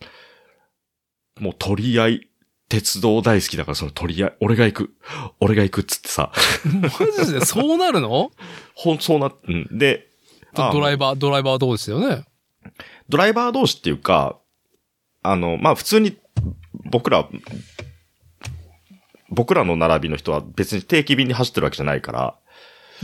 もう取り合い、鉄道大好きだからその取り合い、俺が行く、俺が行くっつってさ。 マジでそうなるの？ ほん、そうな、うん。で、 ドライバー、ドライバー同士だよね。 ドライバー同士っていうか、あの、まあ、普通に僕ら、僕らの並びの人は別に定期便に走ってるわけじゃないから。 うん。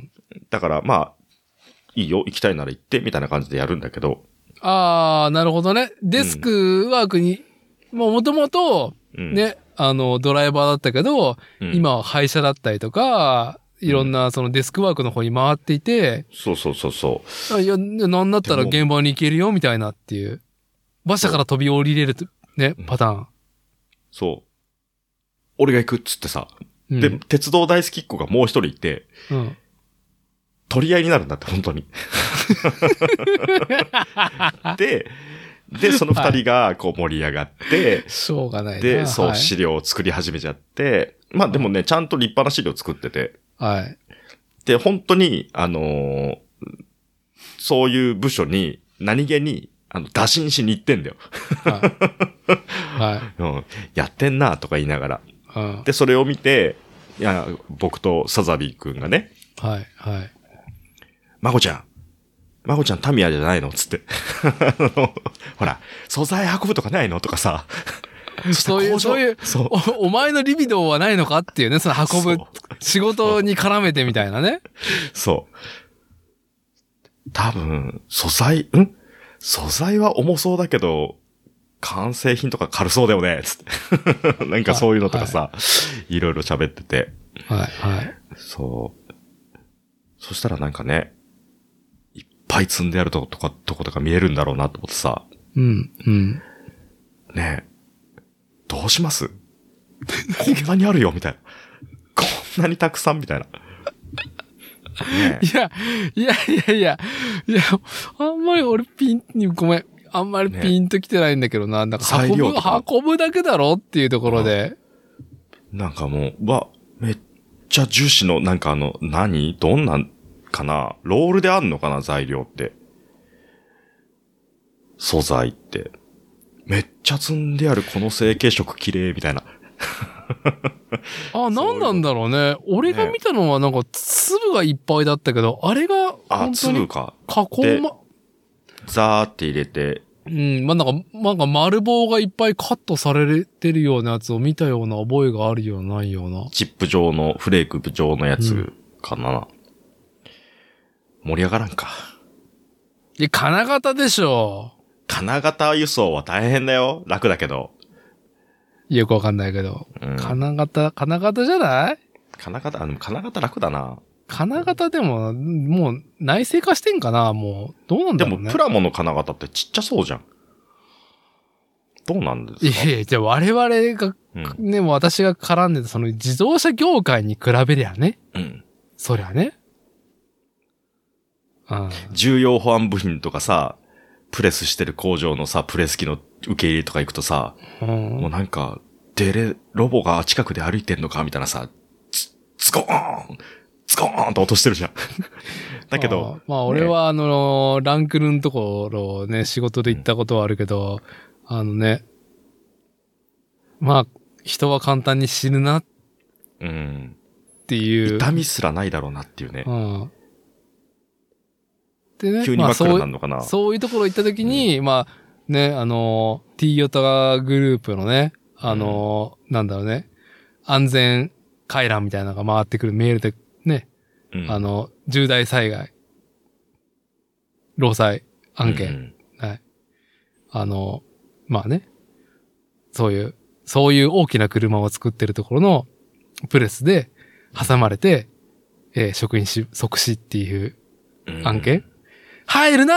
だから、まあ、いいよ、行きたいなら行って、みたいな感じでやるんだけど。 あー、なるほどね。デスクワークに、うん、もう元々、ね、うん、あの、ドライバーだったけど、うん、今は配車だったりとか、いろんなそのデスクワークの方に回っていて、 うん、そうそうそうそう。 いや、なんだったら現場に行けるよ、みたいなっていう。馬車から飛び降りれる、ね、パターン。 そう。俺が行くっつってさ。うん、で、鉄道大好きっ子がもう一人いて、うん、取り合いになるんだって、本当に。で、で、その二人がこう盛り上がって、 はい、しょうがないな。 で、そう、 はい、 資料を作り始めちゃって、まあでもね、ちゃんと立派な資料作ってて、 はい。 で、本当に、あのー、そういう部署に何気に、あの、打診しに行ってんだよ。 はい。はい、 うん。やってんなとか言いながら。 うん、 で、それを見て、いや、僕とサザビー君がね。 はい、はい。 まこちゃん。まこちゃんタミヤじゃないのつって。ほら、素材運ぶとかないのとかさ。 そういう、そういうそうお、お前のリビドーはないのかっていうね、その運ぶ、仕事に絡めてみたいなね。 そう。多分、素材、ん素材は重そうだけど、完成品とか軽そうだよね、つって。なんかそういうのとかさ、はい、いろいろ喋ってて。 はい、はい。 そう。そしたらなんかね、いっぱい積んであるとことか、とことか見えるんだろうなと思ってさ。 うん、うん。 ねえ。どうしますこんなにあるよ、みたいな。こんなにたくさん、みたいな。 ね、いや、いやいやいや、いや、あんまり俺ピンに、ごめん、あんまりピンと来てないんだけどな、ね、なんか運ぶ、運ぶだけだろっていうところで。 なんかもう、わ、めっちゃ樹脂の、なんかあの、何どんなんかなロールであんのかな材料って。素材って。めっちゃ積んであるこの成型色綺麗みたいな。 あ、なんなんだろうね。俺が見たのはなんか粒がいっぱいだったけど、あれが本当に加工ま、 ザーって入れて。 うん、まあ、なんか、なんか丸棒がいっぱいカットされてるようなやつを見たような覚えがあるようなないような。 チップ状の、フレーク状のやつかな。うん、盛り上がらんか。 いや、金型でしょ。 金型輸送は大変だよ。楽だけど。 よくわかんないけど。うん、金型、金型じゃない金型、あの、金型楽だな。 金型でも、もう内製化してんかなもう、どうなんだろうね。 でも、プラモの金型ってちっちゃそうじゃん。 どうなんですか？ いやいや、じゃあ我々が、ね、うん、私が絡んでたその自動車業界に比べりゃね。うん。そりゃね。 うん。重要保安部品とかさ、プレスしてる工場のさ、プレス機の受け入れとか行くとさ、うん、もうなんか、デレ、ロボが近くで歩いてんのかみたいなさ、ズ、ズコーンズコーンと落としてるじゃん。だけど。 まあ、まあ、俺はあの、ランクルのところをね、仕事で行ったことはあるけど、うん、あのね、まあ、人は簡単に死ぬな、うん。っていう。 痛みすらないだろうなっていうね。うん。 でね、 急に真っ暗になるのかな、 まあ、そう、そういうところ行った時に、うん、まあ、ね、あの、T ヨタグループのね、あの、うん、なんだろうね、安全回覧みたいなのが回ってくるメールでね、うん、あの、重大災害、労災案件、うん、はい。あの、まあね、そういう、そういう大きな車を作ってるところのプレスで挟まれて、えー、職員し即死っていう案件、うん、入るな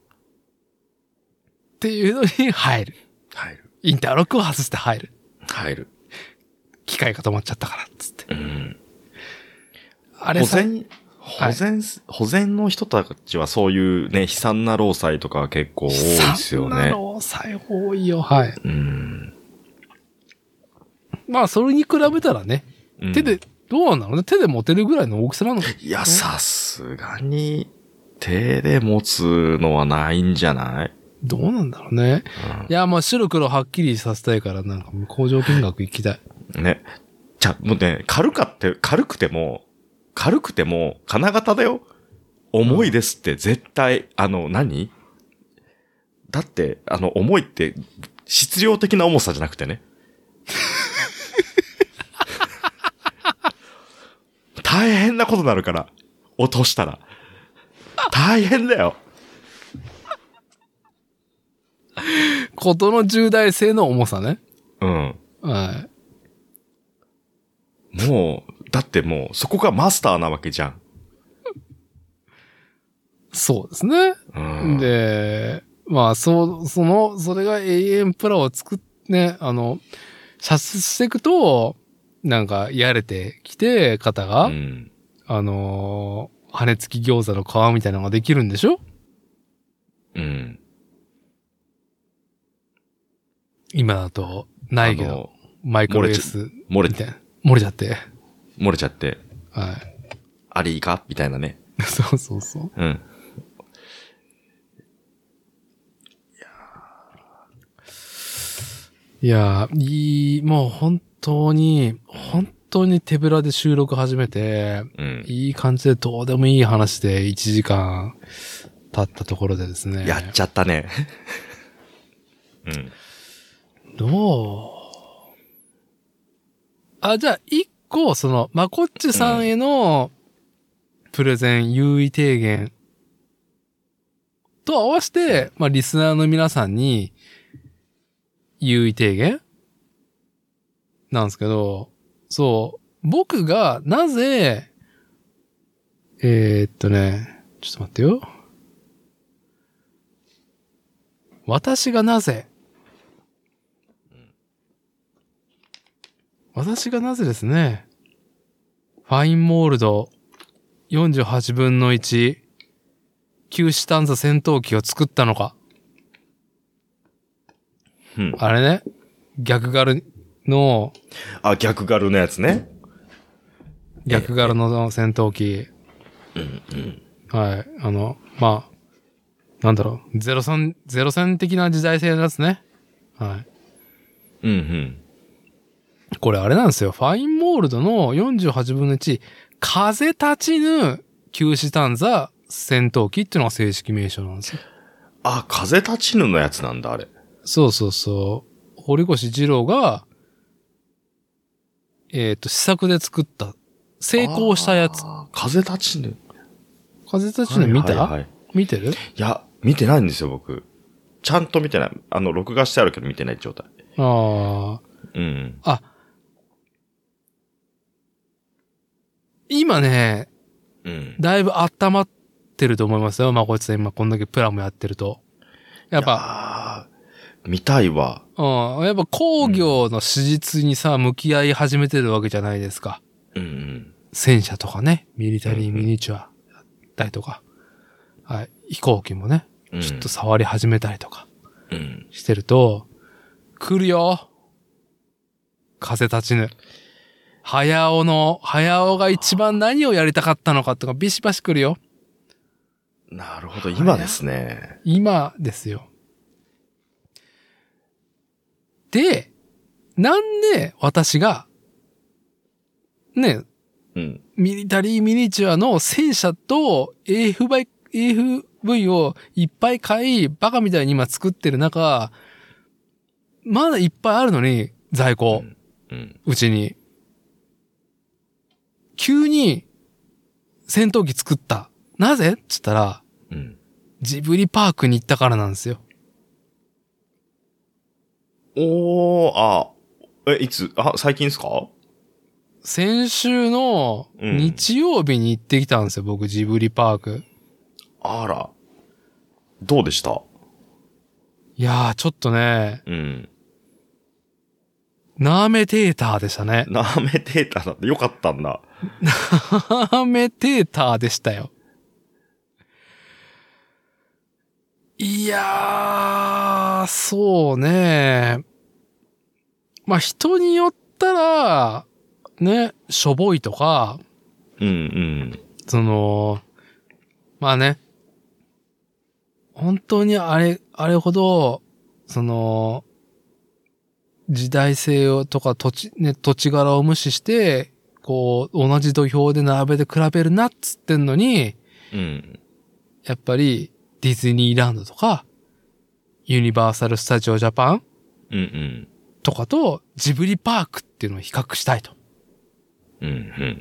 っていうのに入る。 入る。 インターロックを外して入る。 入る。 機械が止まっちゃったから、つって。うん。 あれ保全、保全、はい、保全の人たちはそういうね、悲惨な労災とかは結構多いですよね。悲惨な労災多いよ、はい。うん。まあ、それに比べたらね、うん、手で、どうなんだろうね、手で持てるぐらいの大きさなのか。 いや、さすがに、手で持つのはないんじゃない？ どうなんだろうね。うん、いや、まあ、白黒はっきりさせたいから、なんか、工場見学行きたい。 ね。じゃ、もうね、軽かって、軽くても、軽くても、金型だよ。重いですって絶対、うん、あの、何？だって、あの、重いって、質量的な重さじゃなくてね。大変なことになるから。落としたら。大変だよ。 ことの重大性の重さね。 うん。はい。もう、だってもう、そこがマスターなわけじゃん。 そうですね。うん、で、まあ、そう、その、それが永遠プラを作っ、ね、あの、射出していくと、なんか、やれてきて、方が、うん、あのー、羽根付き餃子の皮みたいなのができるんでしょ？うん。今だと、ないけど、マイクロエース。 漏れて。 漏れちゃって。 漏れちゃって。はい。あれいいかみたいなね。 そうそうそう。うん。いやー、いい、もう本当に、本当に手ぶらで収録始めて、うん、いい感じでどうでもいい話でいちじかん経ったところでですね。 やっちゃったね。うん。 どうあ、じゃあ、一個、その、まこっちさんへの、プレゼン、優位提言と合わせて、まあ、リスナーの皆さんに、優位提言なんですけど、そう、僕がなぜ、えー、っとね、ちょっと待ってよ。私がなぜ、私がなぜですね、ファインモールドよんじゅうはちぶんのいち、旧シタンザ戦闘機を作ったのか。うん、あれね、逆ガルの、 あ、逆ガルのやつね。 逆ガルの戦闘機。うんうん。はい。あの、まあ、なんだろう、ゼロさん、ゼロ戦的な時代性のやつね。はい。うんうん。これあれなんですよ。ファインモールドのよんじゅうはちぶんのいち、風立ちぬ旧シタンザ戦闘機っていうのが正式名称なんですよ。 あ、風立ちぬのやつなんだ、あれ。 そうそうそう。堀越二郎が、えっと、試作で作った、成功したやつ。 風立ちぬ。 風立ちぬ見た、はいはいはい、見てる？ いや、見てないんですよ、僕。ちゃんと見てない。あの、録画してあるけど見てない状態。ああ。うん。あ。 今ね、うん、だいぶ温まってると思いますよ。まあ、こいつ今こんだけプラもやってると。やっぱ。 見たいわ。 うん。やっぱ工業の史実にさ、向き合い始めてるわけじゃないですか。 うんうん。 戦車とかね、ミリタリーミニチュアだったりとか、うんうん、はい。飛行機もね、ちょっと触り始めたりとか、してると、うん、来るよ。風立ちぬ。早尾の、早尾が一番何をやりたかったのかとかビシバシ来るよ。 なるほど、今ですね。 今ですよ。で、なんで私が、ね、うん、ミリタリーミニチュアの戦車と エーエフブイ、エーエフブイ をいっぱい買い、バカみたいに今作ってる中、まだいっぱいあるのに、在庫。うんうん、うちに。急に戦闘機作った。なぜって言ったら、うん、ジブリパークに行ったからなんですよ。 おー、あ、え、いつ、あ、最近ですか？ 先週の日曜日に行ってきたんですよ、うん、僕、ジブリパーク。 あら。どうでした？ いやー、ちょっとね、うん。ナーメテーターでしたね。 ナーメテーターだってよかったんだ。 ナーメテーターでしたよ。いやー、そうね。まあ、人によったら、ね、しょぼいとか、うんうん。その、まあね、本当にあれ、あれほど、その、時代性をとか土地、ね、土地柄を無視して、こう、同じ土俵で並べて比べるなっつってんのに、うん。やっぱり、ディズニーランドとか、ユニバーサル・スタジオ・ジャパン、うんうん。とかと、ジブリパークっていうのを比較したいと。うんうん。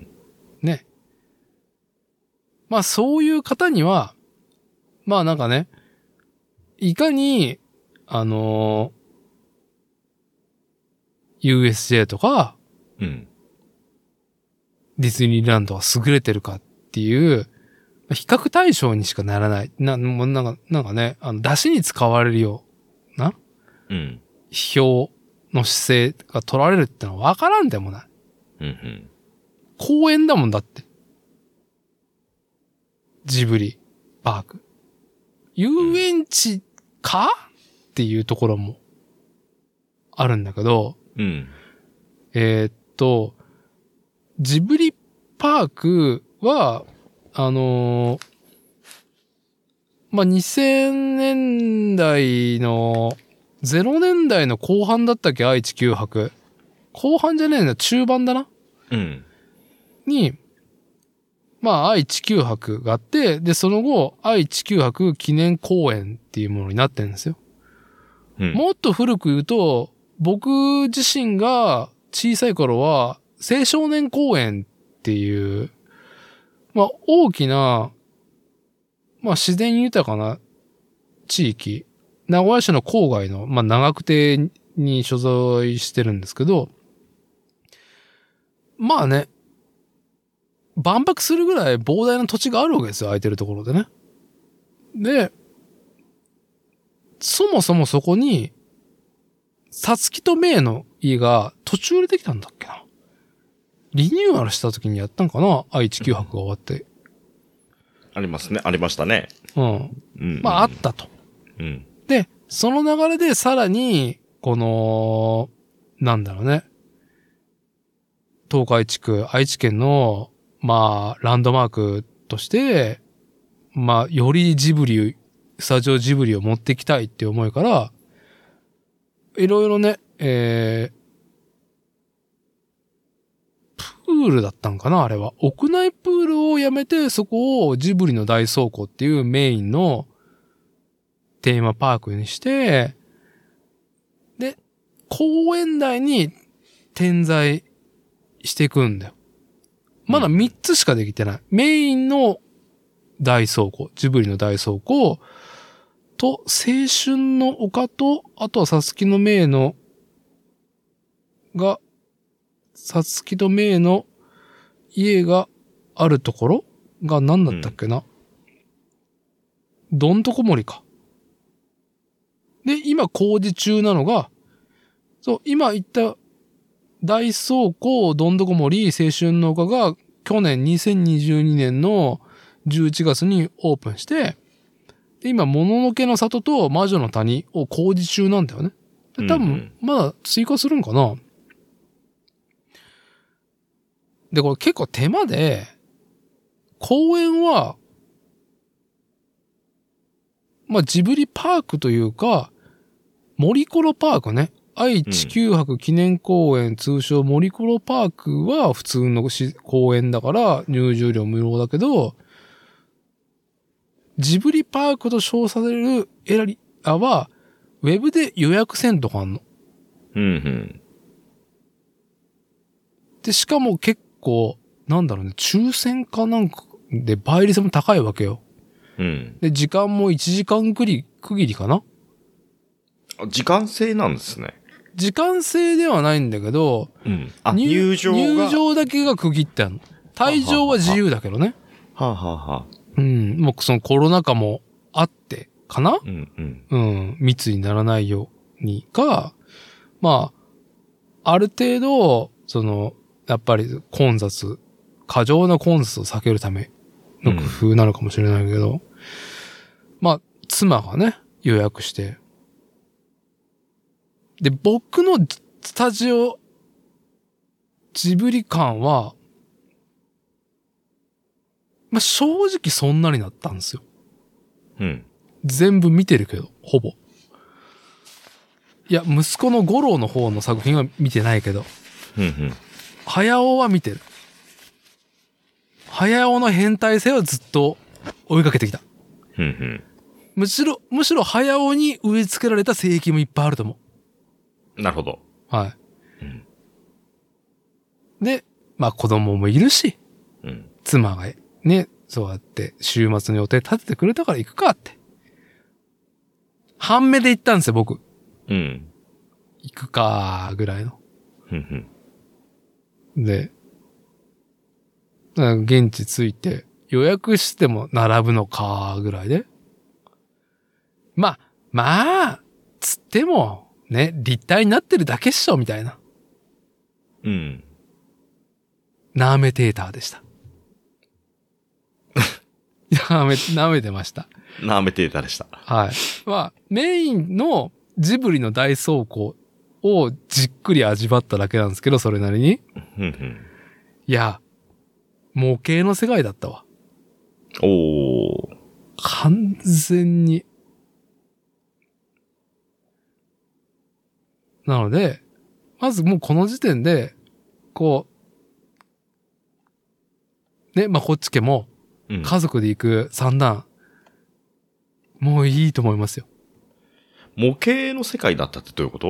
ね。まあそういう方には、まあなんかね、いかに、あのー、ユーエスジェー とか、うん。ディズニーランドが優れてるかっていう、比較対象にしかならない。な、もうなんか、なんかね、あの、出汁に使われるような、うん。批評の姿勢が取られるってのは分からんでもない。うんうん。公園だもんだって。ジブリ、パーク。遊園地か、うん、っていうところもあるんだけど、うん。えー、っと、ジブリパークは、あのー、まあ、にせんねんだいの、ゼロねんだいの後半だったっけ、愛知きゅうはく。後半じゃねえんだ、中盤だな。うん。に、まあ、愛知きゅうはくがあって、で、その後、愛知きゅうはく記念公園っていうものになってるんですよ。うん、もっと古く言うと、僕自身が小さい頃は、青少年公園っていう、まあ、大きな、まあ、自然豊かな地域、名古屋市の郊外の、まあ、長久手に所在してるんですけど、まあね、万博するぐらい膨大な土地があるわけですよ、空いてるところでね。で、そもそもそこに、さつきとめいの家が途中でできたんだっけな。リニューアルした時にやったんかな、愛知きゅうはくが終わって。 ありますね、ありましたね。 うん。うん、まあ、あったと。うん。で、その流れでさらに、この、なんだろうね。東海地区、愛知県の、まあ、ランドマークとして、まあ、よりジブリ、スタジオジブリを持ってきたいっていう思いから、いろいろね、えー、プールだったんかなあれは。屋内プールをやめて、そこをジブリの大倉庫っていうメインのテーマパークにして、で、公園内に点在していくんだよ。まだみっつしかできてない。うん、メインの大倉庫、ジブリの大倉庫と、青春の丘と、あとはさつきのメイの、が、さつきとメイの家があるところが何だったっけな。うん、どんとこ森か。で、今工事中なのが、 そう、今言った大倉庫どんどこ森青春の丘が去年にせんにじゅうにねんのじゅういちがつにオープンして、で今、もののけの里と魔女の谷を工事中なんだよね。で多分、まだ追加するんかな、うんうん、で、これ結構手間で、公園は、まあ、ジブリパークというか、森コロパークね。愛・地球博記念公園、うん、通称森コロパークは普通の公園だから入場料無料だけど、ジブリパークと称されるエリアは、ウェブで予約せんとかあんの。 うんうん。 で、しかも結構、なんだろうね、抽選かなんかで倍率も高いわけよ。 うん。 で、時間もいちじかんくり、区切りかな？ 時間制なんですね。 時間制ではないんだけど、 うん。あ、入場が。 入場だけが区切ってあるの。退場は自由だけどね。 はあ、はあはあ、 うん。もうそのコロナ禍もあってかな？ うんうん。 うん。密にならないようにか、まあ、ある程度、その、やっぱり混雑、過剰な混雑を避けるための工夫なのかもしれないけど、うん、まあ、妻がね、予約して、で、僕のスタジオ、ジブリ館は、まあ、正直そんなになったんですよ。 うん。 全部見てるけど、ほぼ。いや、息子の五郎の方の作品は見てないけど、 うんうん。 早尾は見てる。早尾の変態性はずっと追いかけてきた。 うんうん。 むしろ、むしろ早尾に植え付けられた聖域もいっぱいあると思う。なるほど。 はい。 うん、 で、まあ子供もいるし、 うん、 妻がね、そうやって週末の予定立ててくれたから行くかって。半目で行ったんですよ、僕。 うん。 行くかーぐらいの。 うんうん、で、現地着いて予約しても並ぶのかーぐらいで。まあ、まあ、つっても、ね、立体になってるだけっしょ、みたいな。 うん。 ナーメテーターでした。ナーメ、舐めてました。 ナーメテーターでした。 はい。まあ、メインのジブリの大倉庫をじっくり味わっただけなんですけど、それなりに。 うんうん、 いや、模型の世界だったわ。 おー。 完全に。なので、まずもうこの時点で、こう、ね、まあ、こっち家も、家族で行く三段、うん、もういいと思いますよ。 模型の世界だったってどういうこと？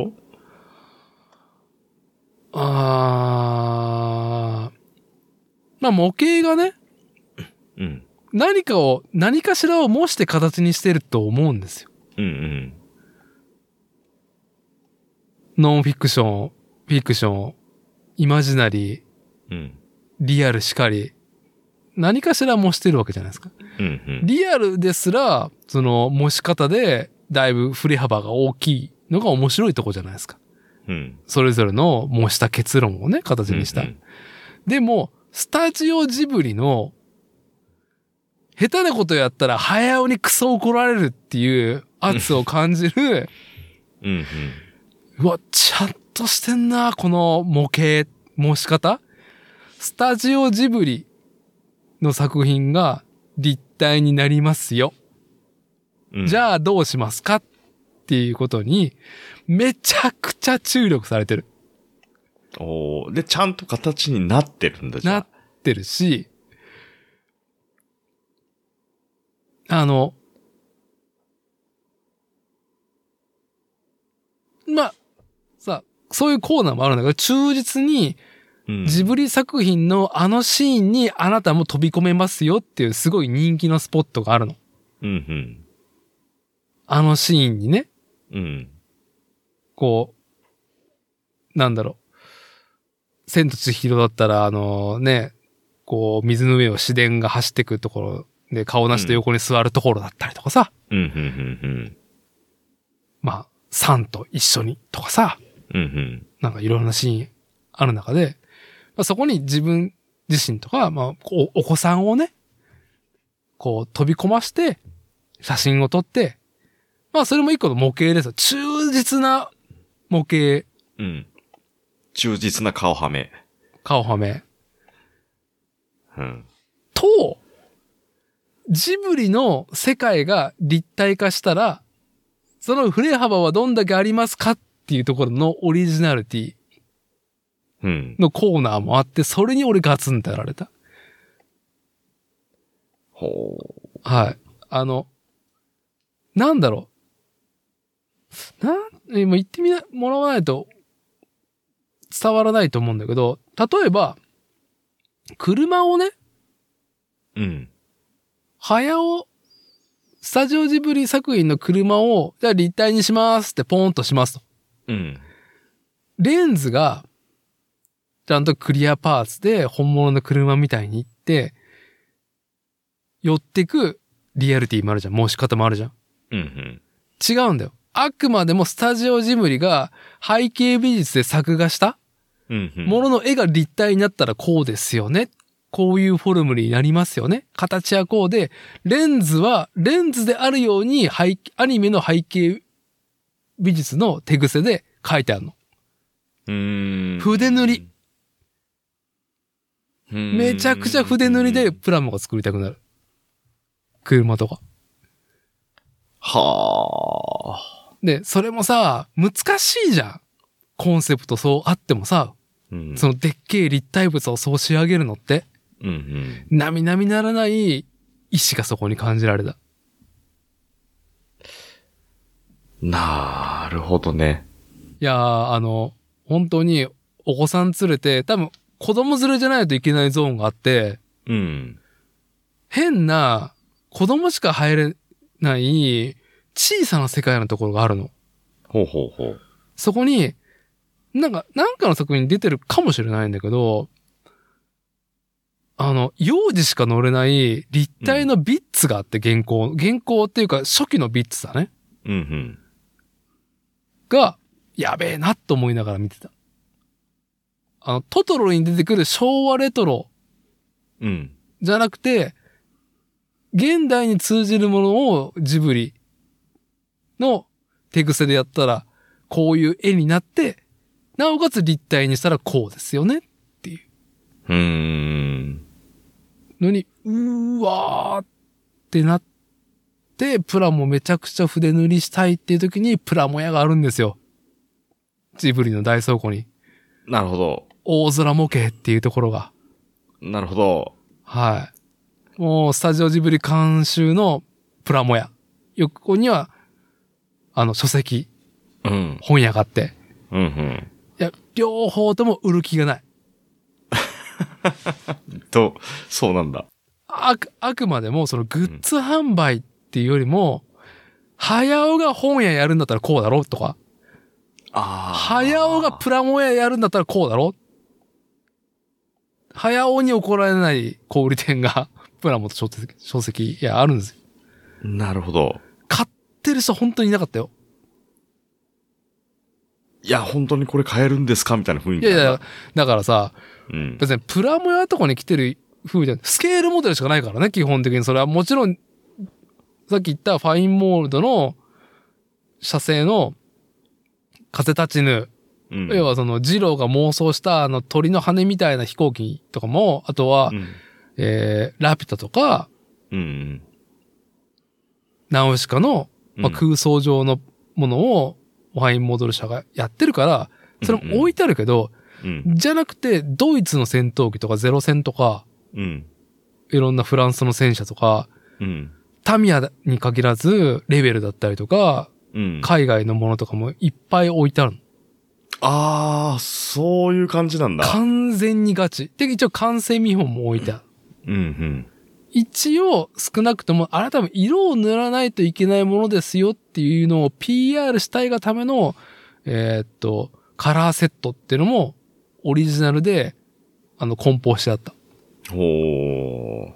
あー、まあ、模型がね、 うん。 何かを、何かしらを模して形にしてると思うんですよ。 うんうん。 ノンフィクション、フィクション、イマジナリー、 うん、 リアルしかり、何かしら模してるわけじゃないですか。 うんうん、 リアルですら、その模し方で、だいぶ振れ幅が大きいのが面白いとこじゃないですか。 うん、 それぞれの模した結論をね、形にした。うんうん、でも、スタジオジブリの、下手なことやったら早尾にクソ怒られるっていう圧を感じる、 うんうんうわ、ちゃんとしてんな、この模型、模し方。スタジオジブリの作品が立体になりますよ。うん、じゃあどうしますかっていうことに、めちゃくちゃ注力されてる。 おー、で、ちゃんと形になってるんだじゃあ。 なってるし、あの、まあ、さ、そういうコーナーもあるんだけど、忠実に、ジブリ作品のあのシーンにあなたも飛び込めますよっていうすごい人気のスポットがあるの。 うんうん、 あのシーンにね。 うん、 こう、なんだろう。千と千尋だったら、あのね、こう、水の上を市電が走ってくるところで顔なしで横に座るところだったりとかさ。 うんうんうんうん、 まあ、サンと一緒にとかさ。 うんうん。 なんかいろんなシーンある中で、まあ、そこに自分自身とか、まあ、お、お子さんをね、こう飛び込まして写真を撮って、まあそれも一個の模型ですよ。忠実な模型。 うん。忠実な顔はめ。 顔はめ。 うん。 と、ジブリの世界が立体化したら、その振れ幅はどんだけありますかっていうところのオリジナリティのコーナーもあって、それに俺ガツンとやられた。 ほう。はい。あの、なんだろう。な、今言ってみな、もらわないと伝わらないと思うんだけど、例えば、車をね、 うん。 早尾、スタジオジブリ作品の車を、じゃあ立体にしますってポーンとしますと。 うん。 レンズが、ちゃんとクリアパーツで本物の車みたいにいって、寄ってくリアリティもあるじゃん。申し方もあるじゃん。 うんうん。 違うんだよ。あくまでもスタジオジブリが背景美術で作画したものの絵が立体になったらこうですよね。こういうフォルムになりますよね。形はこうで、レンズはレンズであるように背アニメの背景美術の手癖で書いてあるの。 うーん。 筆塗り。めちゃくちゃ筆塗りでプラモが作りたくなる。車とか。 はあ。 で、それもさ、難しいじゃん。コンセプトそうあってもさ、うん、そのでっけえ立体物をそう仕上げるのって、 うんうん、 並々ならない意志がそこに感じられた。 なるほどね。 いやー、あの、本当にお子さん連れて、多分子供連れじゃないといけないゾーンがあって、 うん、 変な子供しか入れない小さな世界のところがあるの。 ほうほうほう。 そこに、なんか、なんかの作品に出てるかもしれないんだけど、あの、幼児しか乗れない立体のビッツがあって、原稿。原稿っていうか初期のビッツだね。 うんうん。 が、やべえなと思いながら見てた。あの、トトロに出てくる昭和レトロ。 うん。 じゃなくて、現代に通じるものをジブリの手癖でやったら、こういう絵になって、なおかつ立体にしたらこうですよねっていう。 うーん。 のに、うーわーってなって、プラモめちゃくちゃ筆塗りしたいっていう時にプラモ屋があるんですよ。ジブリの大倉庫に。 なるほど。 大空模型っていうところが。 なるほど。 はい。もうスタジオジブリ監修のプラモ屋。横には、あの書籍。 うん。 本屋があって。 うんうん。 いや、両方とも売る気がない。 と、そうなんだ。 あく、あくまでもそのグッズ販売っていうよりも、早尾が本屋やるんだったらこうだろとか。 ああ。 早尾がプラモ屋やるんだったらこうだろ早尾に怒られない小売店が、プラモと書籍、書籍、いや、あるんですよ。 なるほど。 買ってる人本当にいなかったよ。 いや、本当にこれ買えるんですかみたいな雰囲気。 いやいや、だからさ、 うん、 別にプラモ屋とかに来てる風じゃん。スケールモデルしかないからね、基本的に。それはもちろん、さっき言ったファインモールドの、社製の、風立ちぬ。うん、要はその、ジローが妄想したあの鳥の羽みたいな飛行機とかも、あとは、うん、えー、ラピュタとか、 うん、 ナウシカの、まあ、空想上のものを、ファインモードル社がやってるから、それも置いてあるけど、うんうん、じゃなくて、ドイツの戦闘機とかゼロ戦とか、 うん、 いろんなフランスの戦車とか、 うん、 タミヤに限らず、レベルだったりとか、うん、海外のものとかもいっぱい置いてあるの。 ああ、そういう感じなんだ。 完全にガチ。で、一応完成見本も置いてある。 うんうん。 一応、少なくとも、あれ多分色を塗らないといけないものですよっていうのを ピーアール したいがための、えー、っと、カラーセットっていうのも、オリジナルで、あの、梱包してあった。 ほー。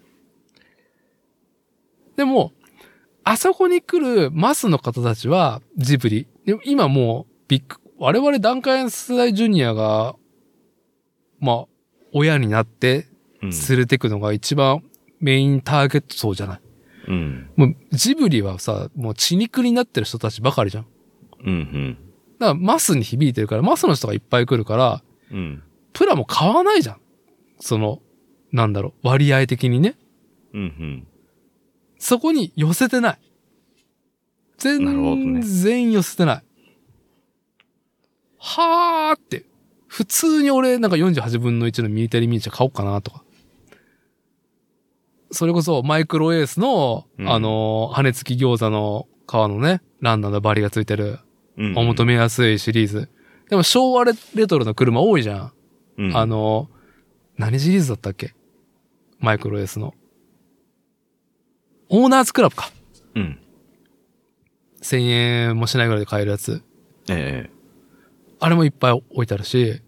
でも、あそこに来るマスの方たちは、ジブリ。でも今もう、ビッグ、 我々団塊世代ジュニアが、まあ、親になって連れてくのが一番メインターゲット層じゃない。 うん。 もうジブリはさ、もう血肉になってる人たちばかりじゃん。 うんうん。 だからマスに響いてるから、マスの人がいっぱい来るから、 うん。 プラも買わないじゃん。その、なんだろう、割合的にね。 うんうん。 そこに寄せてない。全然寄せてない。ね、はーって。普通に俺なんかよんじゅうはちぶんのいちのミリタリーミニチュア買おうかなとか。それこそマイクロエースの、うん、あの、羽根付き餃子の皮のね、ランナーのバリがついてる、うんうん、お求めやすいシリーズ。でも昭和レトロの車多いじゃん。うん、あの、何シリーズだったっけ？マイクロエースの。オーナーズクラブか。 うん。 せんえんもしないぐらいで買えるやつ。 ええ。 あれもいっぱい置いてあるし、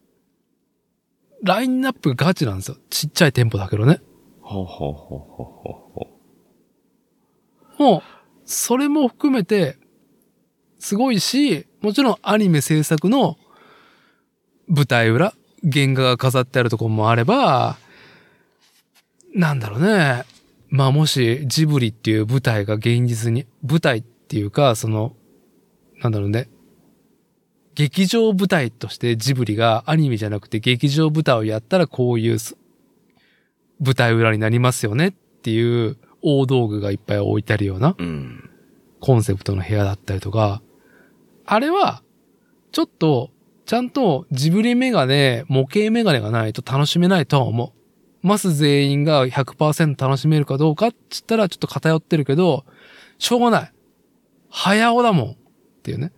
ラインナップがガチなんですよ。ちっちゃい店舗だけどね。 ほうほうほうほうほう。もう、それも含めて、すごいし、もちろんアニメ制作の舞台裏、原画が飾ってあるところもあれば、なんだろうね。まあもしジブリっていう舞台が現実に、舞台っていうか、その、なんだろうね。劇場舞台としてジブリがアニメじゃなくて劇場舞台をやったらこういう舞台裏になりますよねっていう大道具がいっぱい置いてあるようなコンセプトの部屋だったりとか、あれはちょっとちゃんとジブリメガネ、模型メガネがないと楽しめないとは思う。マス全員が ひゃくパーセント 楽しめるかどうかって言ったらちょっと偏ってるけど、しょうがない。早尾だもんっていうね。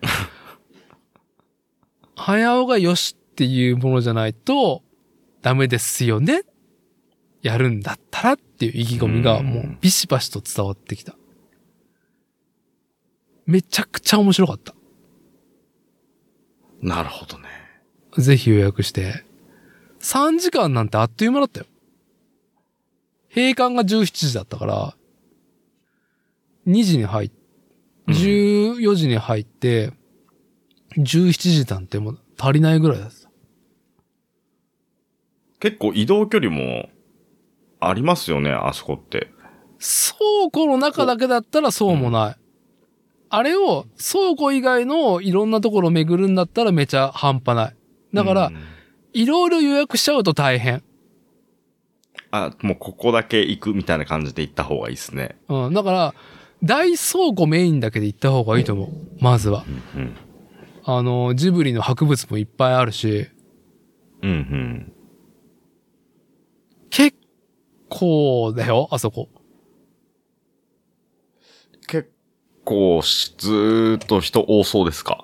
早尾がよしっていうものじゃないとダメですよね。やるんだったらっていう意気込みがもうビシバシと伝わってきた。めちゃくちゃ面白かった。 なるほどね。 ぜひ予約して。さんじかんなんてあっという間だったよ。閉館がじゅうしちじだったから、にじに入っ、じゅうよじに入って、じゅうしちじなんてもう足りないぐらいだった。 結構移動距離もありますよね、あそこって。 倉庫の中だけだったらそうもない。うん、あれを倉庫以外のいろんなところを巡るんだったらめちゃ半端ない。だから、いろいろ予約しちゃうと大変。 あ、もうここだけ行くみたいな感じで行った方がいいですね。 うん、だから、大倉庫メインだけで行った方がいいと思う。まずは。 うんうん、 あの、ジブリの博物もいっぱいあるし。 うんうん。 結構だよ、あそこ。 結構、ずーっと人多そうですか？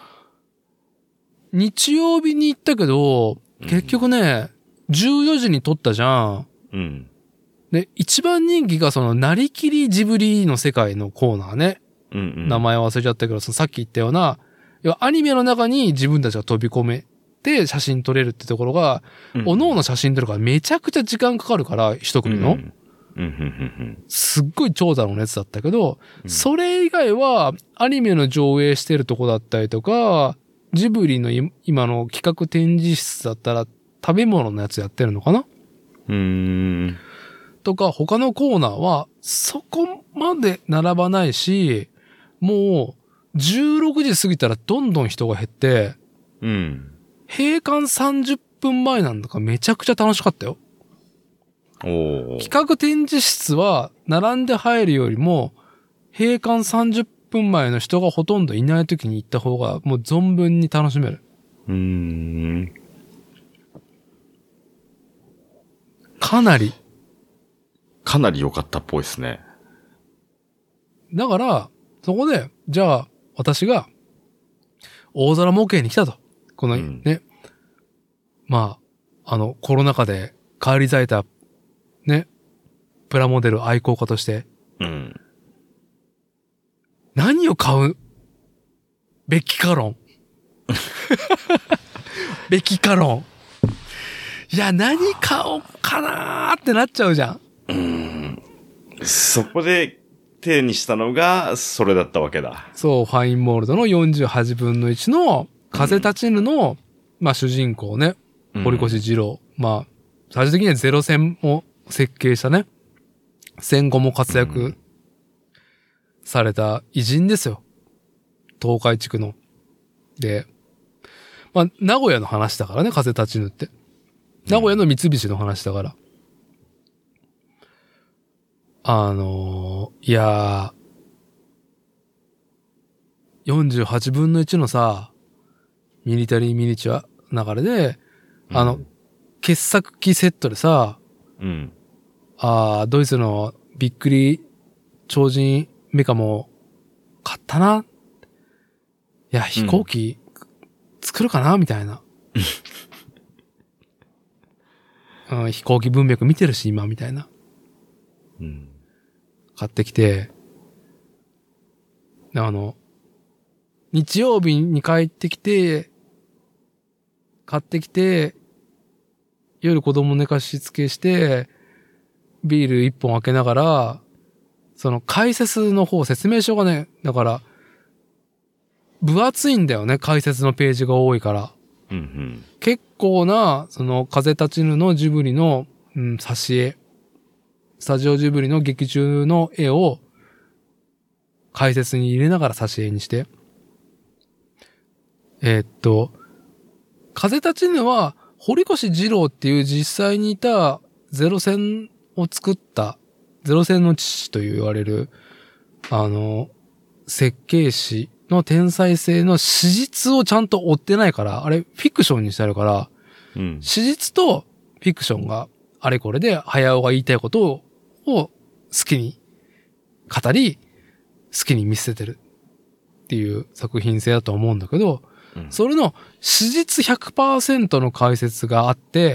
日曜日に行ったけど、結局ね、うん、じゅうよじに撮ったじゃん。 うん。 で、一番人気がその、なりきりジブリの世界のコーナーね。 うんうん、 名前忘れちゃったけど、そのさっき言ったような、要はアニメの中に自分たちが飛び込めて写真撮れるってところが、うん、おのおの写真撮るからめちゃくちゃ時間かかるから、一組の。 うんうん、 すっごい長蛇の列だったけど、うん、それ以外はアニメの上映してるとこだったりとか、ジブリの今の企画展示室だったら食べ物のやつやってるのかな？ うーん。 とか他のコーナーはそこまで並ばないし、もうじゅうろくじ過ぎたらどんどん人が減って、 うん。 閉館さんじゅっぷんまえなんだかめちゃくちゃ楽しかったよ。 お企画展示室は並んで入るよりも閉館さんじゅっぷんまえの人がほとんどいない時に行った方がもう存分に楽しめる。 うーん。 かなり。 かなり良かったっぽいですね。 だから、そこで、じゃあ、私が、大空模型に来たと。この、うん、ね。まあ、あの、コロナ禍で帰り咲いた、ね。プラモデル愛好家として。 うん。 何を買うべきか論。べきか論。いや、何買おうかなーってなっちゃうじゃん。 うん。そこで手にしたのが、それだったわけだ。 そう、ファインモールドのよんじゅうはちぶんのいちの風立ちぬの、まあ主人公ね、堀越二郎。うん、まあ、最終的にはゼロ戦を設計したね、戦後も活躍された偉人ですよ。東海地区の。で、まあ、名古屋の話だからね、風立ちぬって。名古屋の三菱の話だから。うん、あのー、いやー、よんじゅうはちぶんのいちのさ、ミリタリーミニチュア流れで、うん、あの、傑作機セットでさ、うん。ああ、ドイツのびっくり超人メカも買ったな。いや、飛行機作るかな、うん、みたいな、うん。飛行機文脈見てるし、今、みたいな。うん。買ってきて、あの、日曜日に帰ってきて、買ってきて、夜子供寝かしつけして、ビール一本開けながら、その解説の方、説明書がね、だから、分厚いんだよね、解説のページが多いから。うんうん、結構な、その、風立ちぬのジブリの、うん、挿絵、スタジオジブリの劇中の絵を、解説に入れながら挿絵にして。えー、っと、風立ちぬは、堀越二郎っていう実際にいたゼロ戦を作った、ゼロ戦の父と言われる、あの、設計士の天才性の史実をちゃんと追ってないから、あれフィクションにしてあるから、うん、史実とフィクションがあれこれで、早尾が言いたいことを、を好きに語り、好きに見せてるっていう作品性だと思うんだけど、それの史実 ひゃくパーセント の解説があって、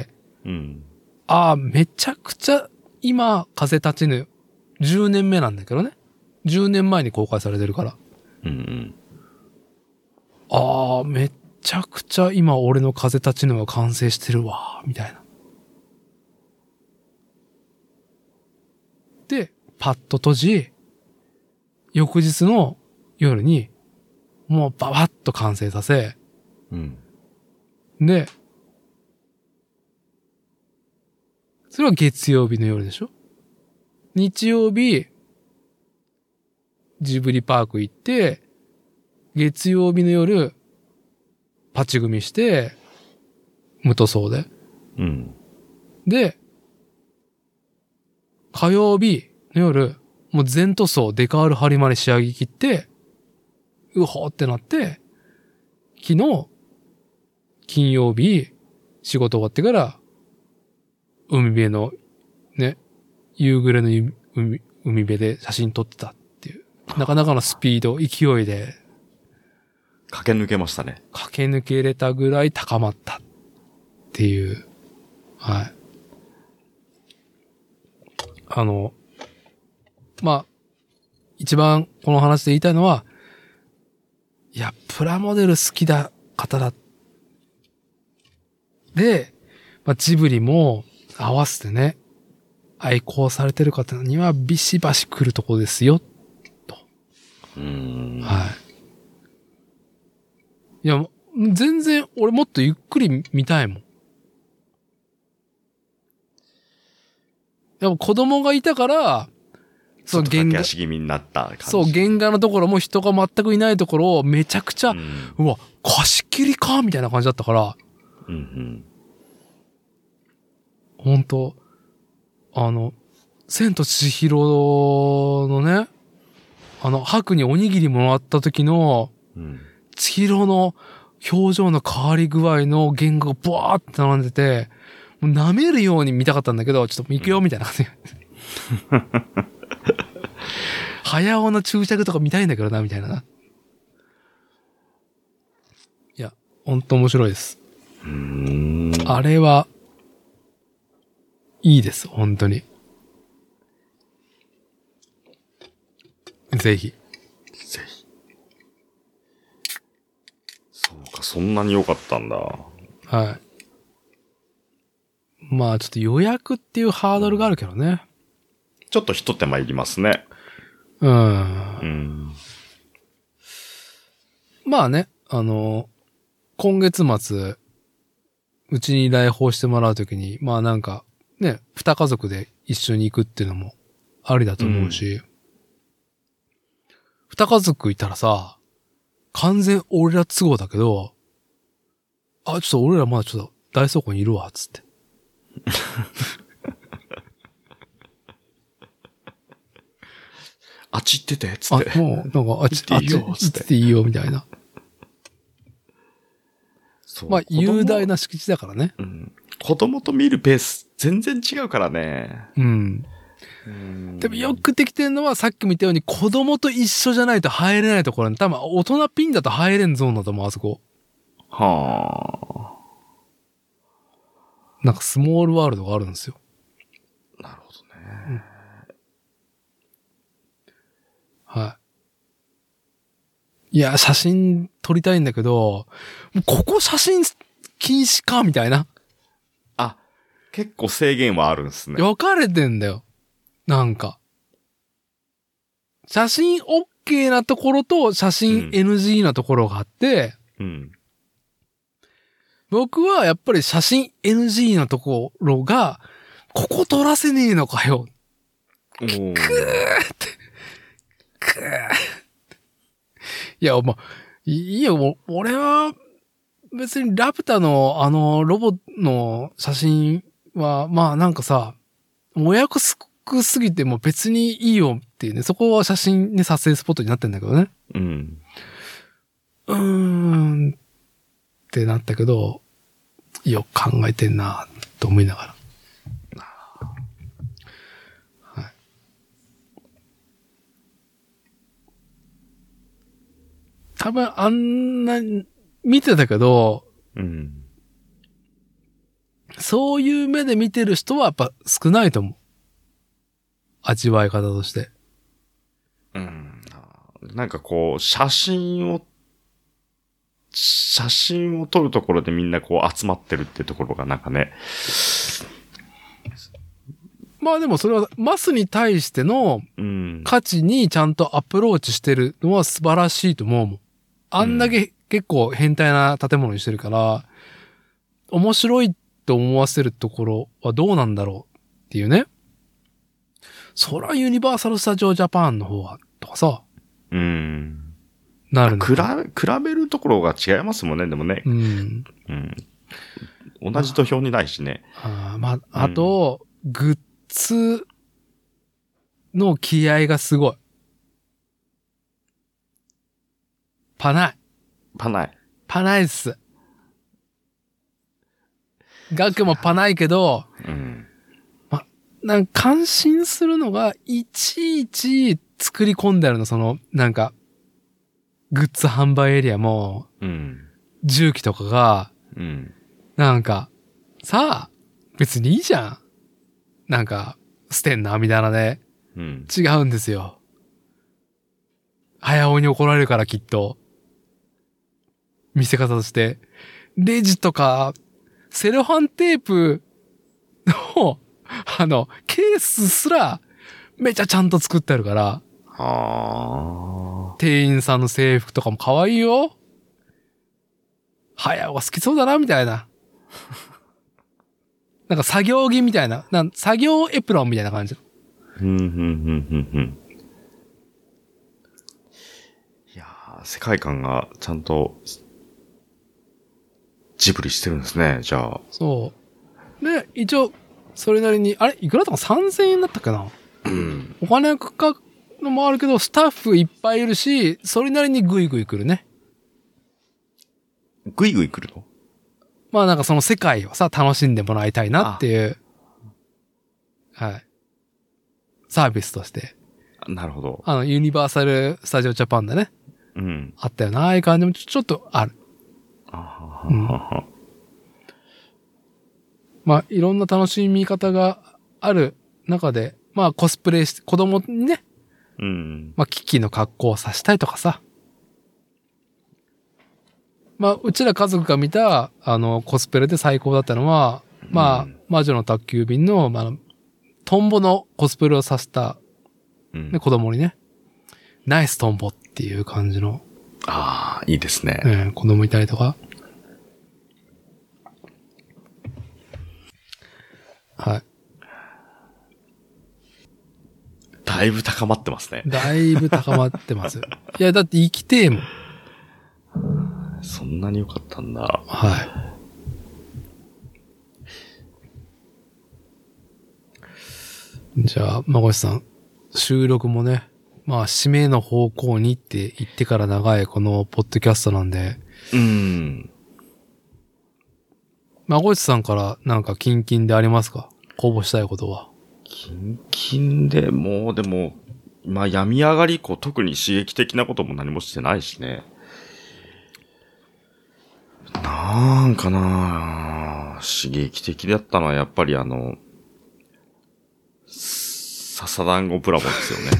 うん、ああ、めちゃくちゃ今、風立ちぬじゅうねんめなんだけどね。じゅうねんまえに公開されてるから。うんうん、ああ、めちゃくちゃ今俺の風立ちぬが完成してるわ、みたいな。で、パッと閉じ、翌日の夜に、もうババッと完成させ、うん、で、それは月曜日の夜でしょ？日曜日、ジブリパーク行って、月曜日の夜、パチ組みして、無塗装で。うん、で、火曜日の夜、もう全塗装デカール張りまで仕上げ切って、うほーってなって、昨日、金曜日、仕事終わってから、海辺の、ね、夕暮れの海、海辺で写真撮ってたっていう。なかなかのスピード、勢いで。 駆け抜けましたね。 駆け抜けれたぐらい高まったっていう。はい。あの、まあ、一番この話で言いたいのは、いや、プラモデル好きだ方だ。で、まあ、ジブリも合わせてね、愛好されてる方にはビシバシ来るとこですよ、と。うーん。はい。いや、全然、俺もっとゆっくり見たいもん。やっぱ子供がいたから、 そう、原画。駆け足気味になった感じ。 そう、原画のところも人が全くいないところをめちゃくちゃ、うん、うわ、貸し切りかみたいな感じだったから。うんうん。本当あの、千と千尋のね、あの、白におにぎりもらった時の、うん、千尋の表情の変わり具合の原画がブワーって並んでて、もう舐めるように見たかったんだけど、ちょっと行くよ、みたいな感じ。早尾の注釈とか見たいんだけどな、みたいな。いや、ほんと面白いです。うーんあれは、いいです、本当に。ぜひ。 ぜひ。そうか、そんなに良かったんだ。 はい。まあ、ちょっと予約っていうハードルがあるけどね。 ちょっと一手間いりますね。 うん。うん。まあね、あの、 今月末、うちに来訪してもらうときに、まあなんか、ね、二家族で一緒に行くっていうのもありだと思うし、うん、二家族いたらさ、完全俺ら都合だけど、あ、ちょっと俺らまだちょっと大倉庫にいるわ、つって。 あっち行ってて、つって。 あ、もう、なんか、あっち行っていいよ、つって。行っていいよ、みたいな。そう。まあ、雄大な敷地だからね。 うん。子供と見るペース、全然違うからね。 うん。うんでもよくできてるのは、さっきも言ったように、子供と一緒じゃないと入れないところに、多分、大人ピンだと入れんゾーンだと思う、あそこ。 はあ。なんか、スモールワールドがあるんですよ。 なるほどね。うんはい。いや、写真撮りたいんだけど、ここ写真禁止かみたいな。 あ、結構制限はあるんですね。 分かれてんだよ。なんか。写真 OK なところと写真 エヌジー なところがあって、 うん。うん、 僕はやっぱり写真 エヌジー なところが、ここ撮らせねえのかよ。くーって。くーいや、まあ、いいよ、もう、俺は、別にラプタのあの、ロボの写真は、まあなんかさ、お約束すぎても別にいいよっていうね、そこは写真ね、撮影スポットになってんだけどね。 うん。 うーん、ってなったけど、よく考えてんなと思いながら。多分あんなに見てたけど、 うん、 そういう目で見てる人はやっぱ少ないと思う。味わい方として。 うん。なんかこう、写真を、写真を撮るところでみんなこう集まってるってところがなんかね。 まあでもそれはマスに対しての価値にちゃんとアプローチしてるのは素晴らしいと思うもん。あんだけ結構変態な建物にしてるから、面白いと思わせるところはどうなんだろうっていうね。そらユニバーサルスタジオジャパンの方はとかさ。 うん。 なるんだ。 比べ、比べるところが違いますもんね、でもね。 うん。 うん。同じ土俵にないしね。 ああ、まあ、あと、うん、グッズの気合がすごい。パない。 パない。 パないっす。額もパないけど、 うん。 ま、なんか感心するのが、いちいち作り込んであるの、その、なんか、グッズ販売エリアも、 うん。 重機とかが、 うん。 なんか、さあ、別にいいじゃん。なんか、捨てんな、みたいなね。 うん。 違うんですよ。早尾に怒られるからきっと。見せ方として。レジとか、セロハンテープの、あの、ケースすら、めちゃちゃんと作ってあるから。 はあ。 店員さんの制服とかも可愛いよ。早尾が好きそうだな、みたいな。なんか作業着みたいな。なん作業エプロンみたいな感じ。 うん、うん、うん、うん、うん。いやー、世界観がちゃんと、ジブリしてるんですね、じゃあ。 そう。で、一応、それなりに、あれいくらだったかさんぜんえんだったかな、 うん、 お金かかるのもあるけど、スタッフいっぱいいるし、それなりにグイグイ来るね。 グイグイ来るの？ まあなんかその世界をさ、楽しんでもらいたいなっていう、はい。サービスとして。 なるほど。 あの、ユニバーサル・スタジオ・ジャパンでね。 うん。 あったよな、ああいう感じもちょっとある。 あははは、うん、 まあ、いろんな楽しみ方がある中で、まあコスプレして、子供にね、 うん。 まあ、キキの格好をさせたいとかさ。まあ、うちら家族が見た、あの、コスプレで最高だったのは、まあ、うん、魔女の宅急便の、まあ、トンボのコスプレをさせた、ね、うん、子供にね、ナイストンボっていう感じの。 ああ、いいですね。 ね、子供いたりとか。 はい。 だいぶ高まってますね。 だいぶ高まってます。いや、だって生きてえもん。 そんなに良かったんだ。 はい。じゃあ、まこしさん、収録もね、まあ、締めの方向にって言ってから長いこのポッドキャストなんで。 うん。 まこしさんからなんかキンキンでありますか？公募したいことは。 キンキンでもう、でも、まあ、病み上がり以降特に刺激的なことも何もしてないしね。なんかな刺激的だったのはやっぱりあの、笹団子プラモですよね。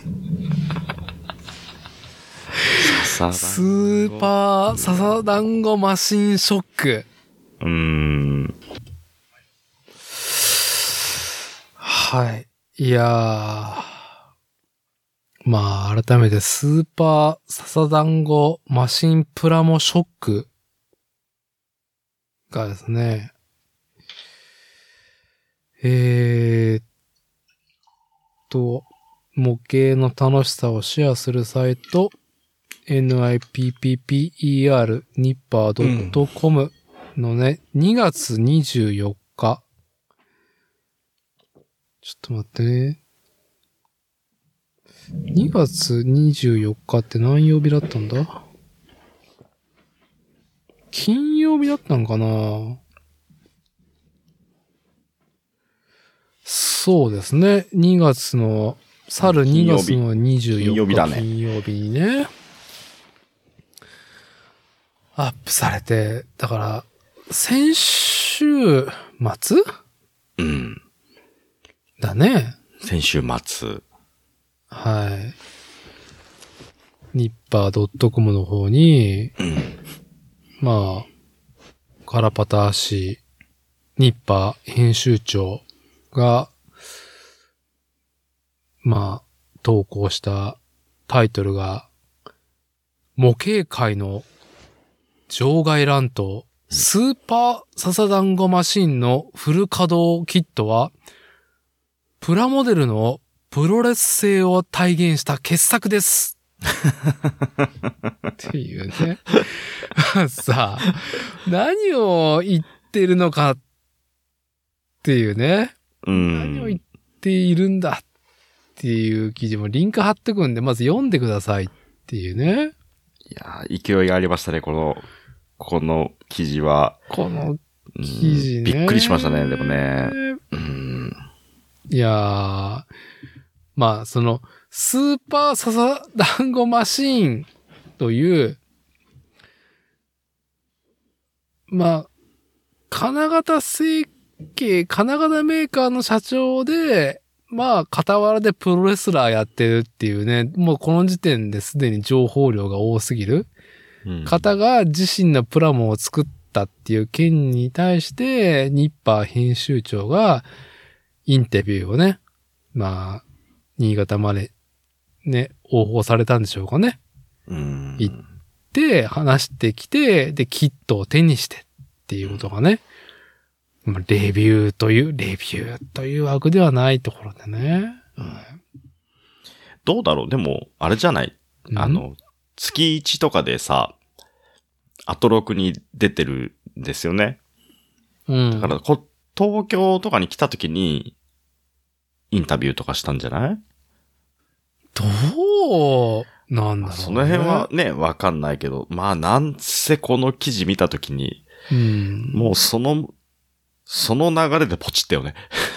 スーパー笹団子マシンショック。 うーん。 はい。いやー。まあ、改めてスーパー笹団子マシンプラモショックがですね、えーっと、模型の楽しさをシェアするサイト、ニッパードットコム のね、うん、にがつにじゅうよっか。ちょっと待ってね。にがつにじゅうよっかって何曜日だったんだ？金曜日だったんかな？そうですね。にがつの、去るにがつのにじゅうよっか金曜日にね、アップされて、だから、先週末？ うん。 だね。 先週末。 はい。ニッパードットコム の方に、 うん、 まあ、カラパター氏、ニッパー編集長が、まあ、投稿したタイトルが、模型界の場外乱闘、スーパー笹団子マシンのフル稼働キットは、プラモデルのプロレス性を体現した傑作です。っていうね。さあ、何を言ってるのかっていうね。 うん、 何を言っているんだっていう記事もリンク貼ってくんで、まず読んでくださいっていうね。 いやー、勢いがありましたね、この、この記事は。 この記事ね。 びっくりしましたね、でもね。うん、 いやー、まあ、その、スーパー笹団子マシーンという、まあ、金型成形、金型メーカーの社長で、まあ、傍らでプロレスラーやってるっていうね、もうこの時点ですでに情報量が多すぎる、うん、方が自身のプラモを作ったっていう件に対して、ニッパー編集長がインタビューをね、まあ、新潟までね、応報されたんでしょうかね。 うん。 行って、話してきて、で、キットを手にしてっていうことがね、まあ、レビューという、レビューという枠ではないところでね。うん、 どうだろう？でも、あれじゃない、うん、あの、月いちとかでさ、アトロクに出てるんですよね。 うん。 だからこ、東京とかに来た時に、インタビューとかしたんじゃない？ どうなんだろうね。 その辺はね、わかんないけど、まあなんせこの記事見たときに、 うん、 もうその、その流れでポチったよね。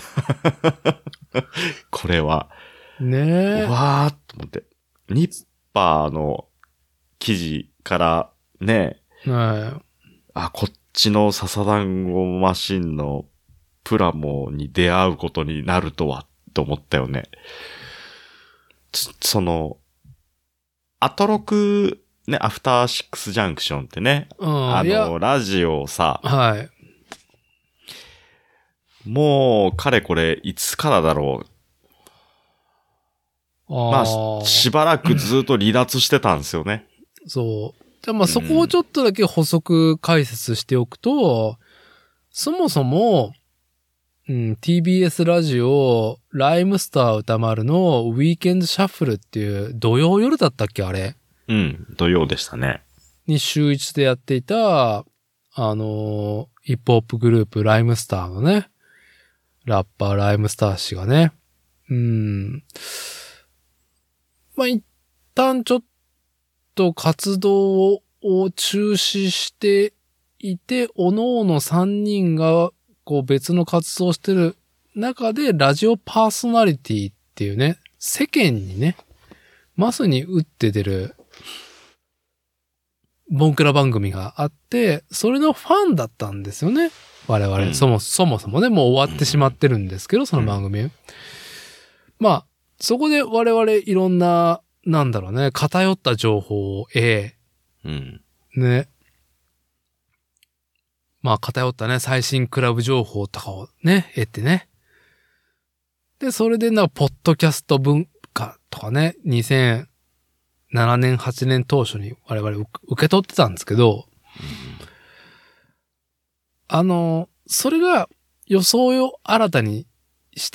これは。 ねえ。 うわーっと思って。ニッパーの記事からね、 はい、 あ、こっちの笹団子マシンのプラモに出会うことになるとは、と思ったよね。その、アトロク、ね、アフターシックスジャンクションってね、 うん、 あの、ラジオをさ、 はい。 もう、かれこれ、いつからだろう。 あまあ、しばらくずっと離脱してたんですよね。 そう。じゃあまあそこをちょっとだけ補足解説しておくと、うん、そもそも、 うん、ティービーエス ラジオ、ライムスター歌丸のウィーケンドシャッフルっていう土曜夜だったっけあれ。 うん、土曜でしたね。 に週一でやっていた、あのー、ヒップホップグループライムスターのね、ラッパーライムスター氏がね、うん。まあ、一旦ちょっと活動を中止していて、おのおのさんにんがこう別の活動をしてる中でラジオパーソナリティっていうね、世間にね、マスに打って出るボンクラ番組があって、それのファンだったんですよね。我々、うん、そもそもそもね、もう終わってしまってるんですけど、その番組。うん、まあ、そこで我々いろんな、なんだろうね、偏った情報を得、 うん、 ね。まあ、偏ったね、最新クラブ情報とかをね、得てね。で、それでな、ポッドキャスト文化とかね、にせんななねん、はちねん当初に我々受け取ってたんですけど、うん、あの、それが予想を新たにして、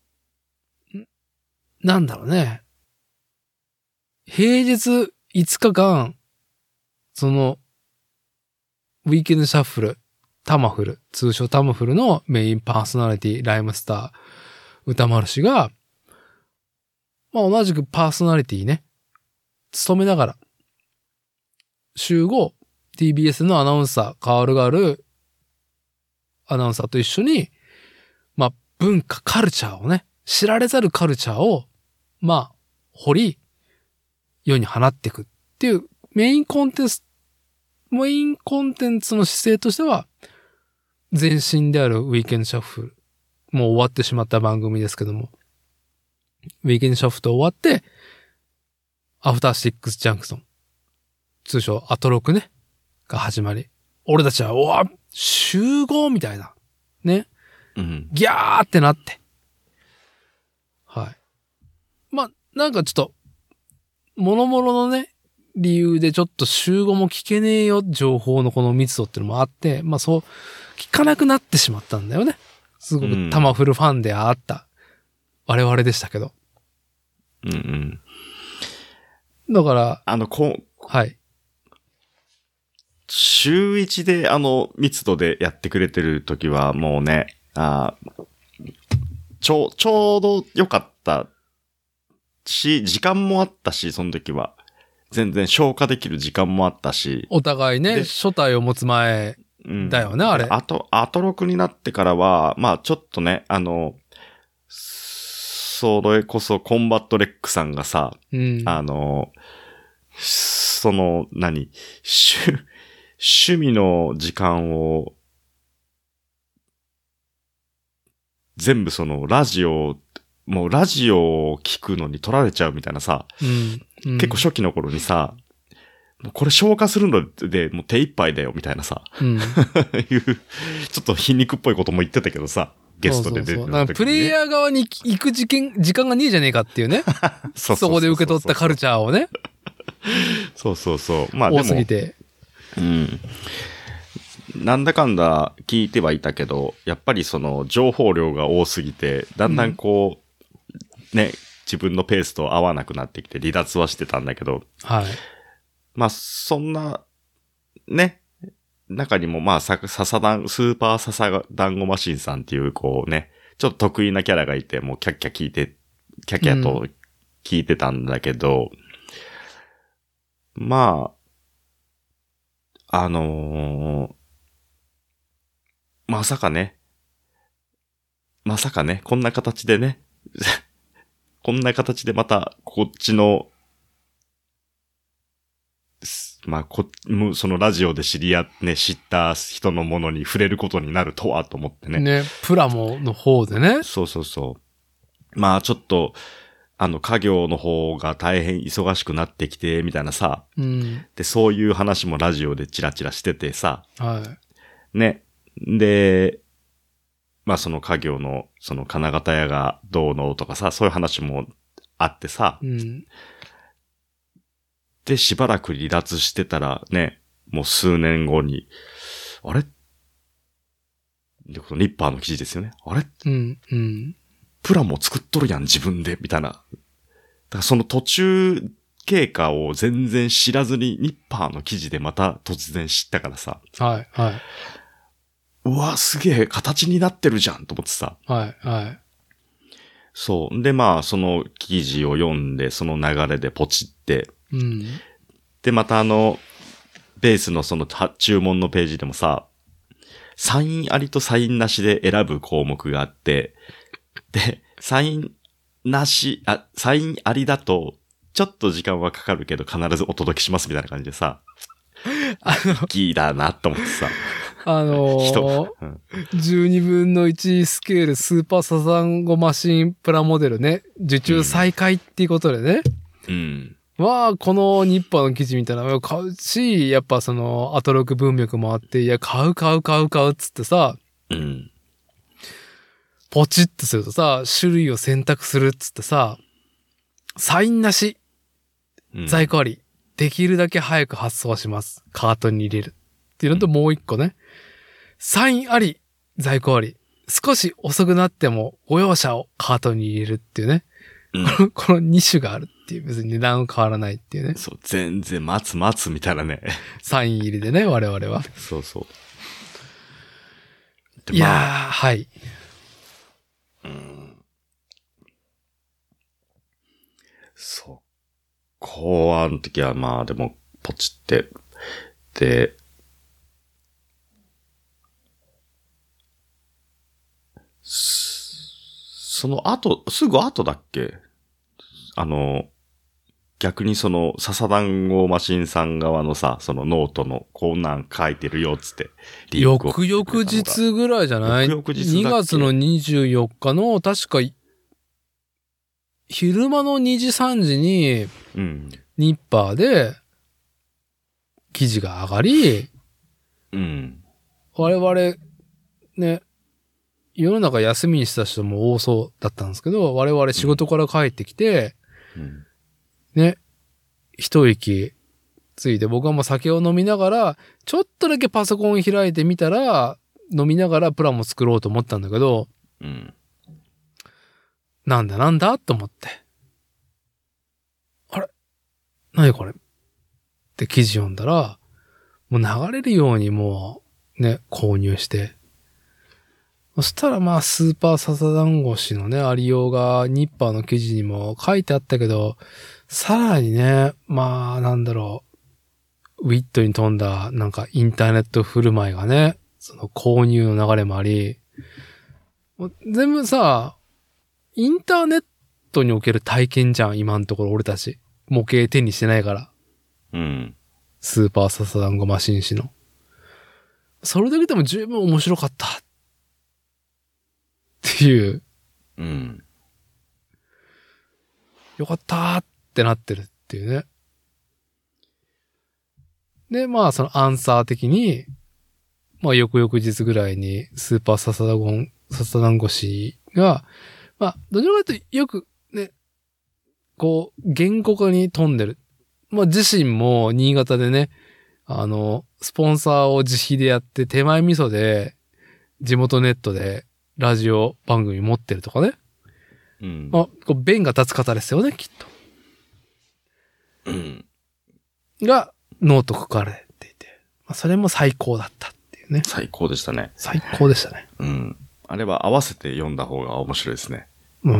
なんだろうね。平日いつかかん、その、ウィーケンドシャッフル、タマフル、通称タマフルのメインパーソナリティ、ライムスター、歌丸氏が、まあ同じくパーソナリティね、務めながら、週ご、ティービーエス のアナウンサー、カールがあるアナウンサーと一緒に、まあ文化、カルチャーをね、知られざるカルチャーを、まあ、掘り、世に放っていくっていうメインコンテンツ、メインコンテンツの姿勢としては、前身であるウィーケンドシャッフル。もう終わってしまった番組ですけども。ウィーケンドシャッフル終わって、アフターシックスジャンクソン。通称アトロクね。が始まり。俺たちは、おわ集合みたいな。ね。 うん。 ギャーってなって。はい。まあ、なんかちょっと、諸々のね、理由でちょっと集合も聞けねえよ、情報のこの密度っていうのもあって、まあそう、聞かなくなってしまったんだよね。すごくタマフルファンであった我々でしたけど。 うんうん。 だから、 あの、こう、 はい。 週一であの密度でやってくれてる時はもうね、あちょ、ちょうど良かったし、時間もあったし、その時は。全然消化できる時間もあったし。 お互いね、初体を持つ前だよね、うん、あれ。 あと、アトロクになってからは、まあちょっとね、あの、それこそコンバットレックさんがさ、 うん、 あの、その、何、趣、趣味の時間を、全部そのラジオ、もうラジオを聞くのに取られちゃうみたいなさ、 うんうん、 結構初期の頃にさ、もうこれ消化するのでもう手一杯だよみたいなさ、 うん、 いうちょっと皮肉っぽいことも言ってたけどさ、ゲストで出てる時に、ね、 そうそうそう、プレイヤー側に行く時間、時間がねえじゃねえかっていうね。そうそうそうそう、そこで受け取ったカルチャーをね。 そうそうそう。まあでも。 多すぎて。 うん。なんだかんだ聞いてはいたけど、やっぱりその情報量が多すぎて、だんだんこう、うん、ね、自分のペースと合わなくなってきて離脱はしてたんだけど、 はい。 まあそんな、ね、中にもまあ、さ、笹団、スーパー笹団子マシンさんっていうこうね、ちょっと得意なキャラがいて、もうキャッキャ聞いて、キャキャと聞いてたんだけど、うん、まあ、あのー、まさかね、まさかね、こんな形でね、こんな形でまた、こっちの、まあ、こ、そのラジオで知り合って、ね、知った人のものに触れることになるとはと思ってね。 ね、プラモの方でね。 そうそうそう。まあ、ちょっと、あの、家業の方が大変忙しくなってきて、みたいなさ。 うん。 で、そういう話もラジオでチラチラしててさ。 はい。 ね。で、まあその家業の、その金型屋がどうのとかさ、そういう話もあってさ。 うん。 で、しばらく離脱してたらね、もう数年後に、あれで、このニッパーの記事ですよね。あれうん、うん。 プラも作っとるやん、自分で、みたいな。だからその途中経過を全然知らずに、ニッパーの記事でまた突然知ったからさ。 はい、はい。 うわ、すげえ、形になってるじゃん、と思ってさ。 はい、はい。 そう。で、まあ、その記事を読んで、その流れでポチって。 うん。 で、またあの、ベースのその注文のページでもさ、サインありとサインなしで選ぶ項目があって、で、サインなし、あ、サインありだと、ちょっと時間はかかるけど必ずお届けしますみたいな感じでさ、あの、キーだなと思ってさ。 あのーうん、じゅうにぶんのいちスケールスーパーサザンゴマシンプラモデルね、受注再開っていうことでね。 うん。 まあ、このニッパーの記事みたいなのを買うし、やっぱそのアトロク文脈もあって、いや、買う買う買う買うっつってさ、 うん。 ポチッとするとさ、種類を選択するっつってさ、サインなし、在庫あり、うん、できるだけ早く発送します。カートに入れる。っていうのともう一個ね、サインあり、在庫あり、少し遅くなってもご容赦をカートに入れるっていうね。うん、このに種があるっていう、別に値段は変わらないっていうね。 そう、全然待つ待つみたいなね。 サイン入りでね、我々は。 そうそう。 いやー、まあ、はい。 うん。そう。公安の時はまあでも、ポチって、で、その後、すぐ後だっけあの、逆にその、笹団子マシンさん側のさ、そのノートのこんなん書いてるよっつって。 翌々日ぐらいじゃない？翌々日にがつのにじゅうよっかの、確か、昼間のにじさんじに、 うん、 ニッパーで、記事が上がり、 うん、 我々、ね、世の中休みにした人も多そうだったんですけど、我々仕事から帰ってきて、 うん、 ね、一息ついて僕はもう酒を飲みながら、ちょっとだけパソコン開いてみたら、飲みながらプランも作ろうと思ったんだけど、 うん、 なんだなんだと思って。あれ何これって記事読んだら、もう流れるようにもうね、購入して、そしたらまあスーパーササダンゴシのね、ありようがニッパーの記事にも書いてあったけど、さらにね、まあなんだろう、ウィットに富んだなんかインターネット振る舞いがね、その購入の流れもあり、もう全部さ、インターネットにおける体験じゃん、今のところ俺たち。模型手にしてないから。 うん。 スーパーササダンゴマシン誌の。それだけでも十分面白かった。っていう。 うん。 よかったーってなってるっていうね。で、まあそのアンサー的に、まあ翌々日ぐらいにスーパーササダゴン、ササダンゴシが、まあどちらかというとよくね、こう言語化に富んでる。まあ自身も新潟でね、あの、スポンサーを自費でやって手前味噌で地元ネットでラジオ番組持ってるとかね。 うん。 まあ、こう弁が立つ方ですよね、きっと。うん。 が、ノート書かれていて。まあ、それも最高だったっていうね。 最高でしたね。 最高でしたね。 うん。あれは合わせて読んだ方が面白いですね。 うん。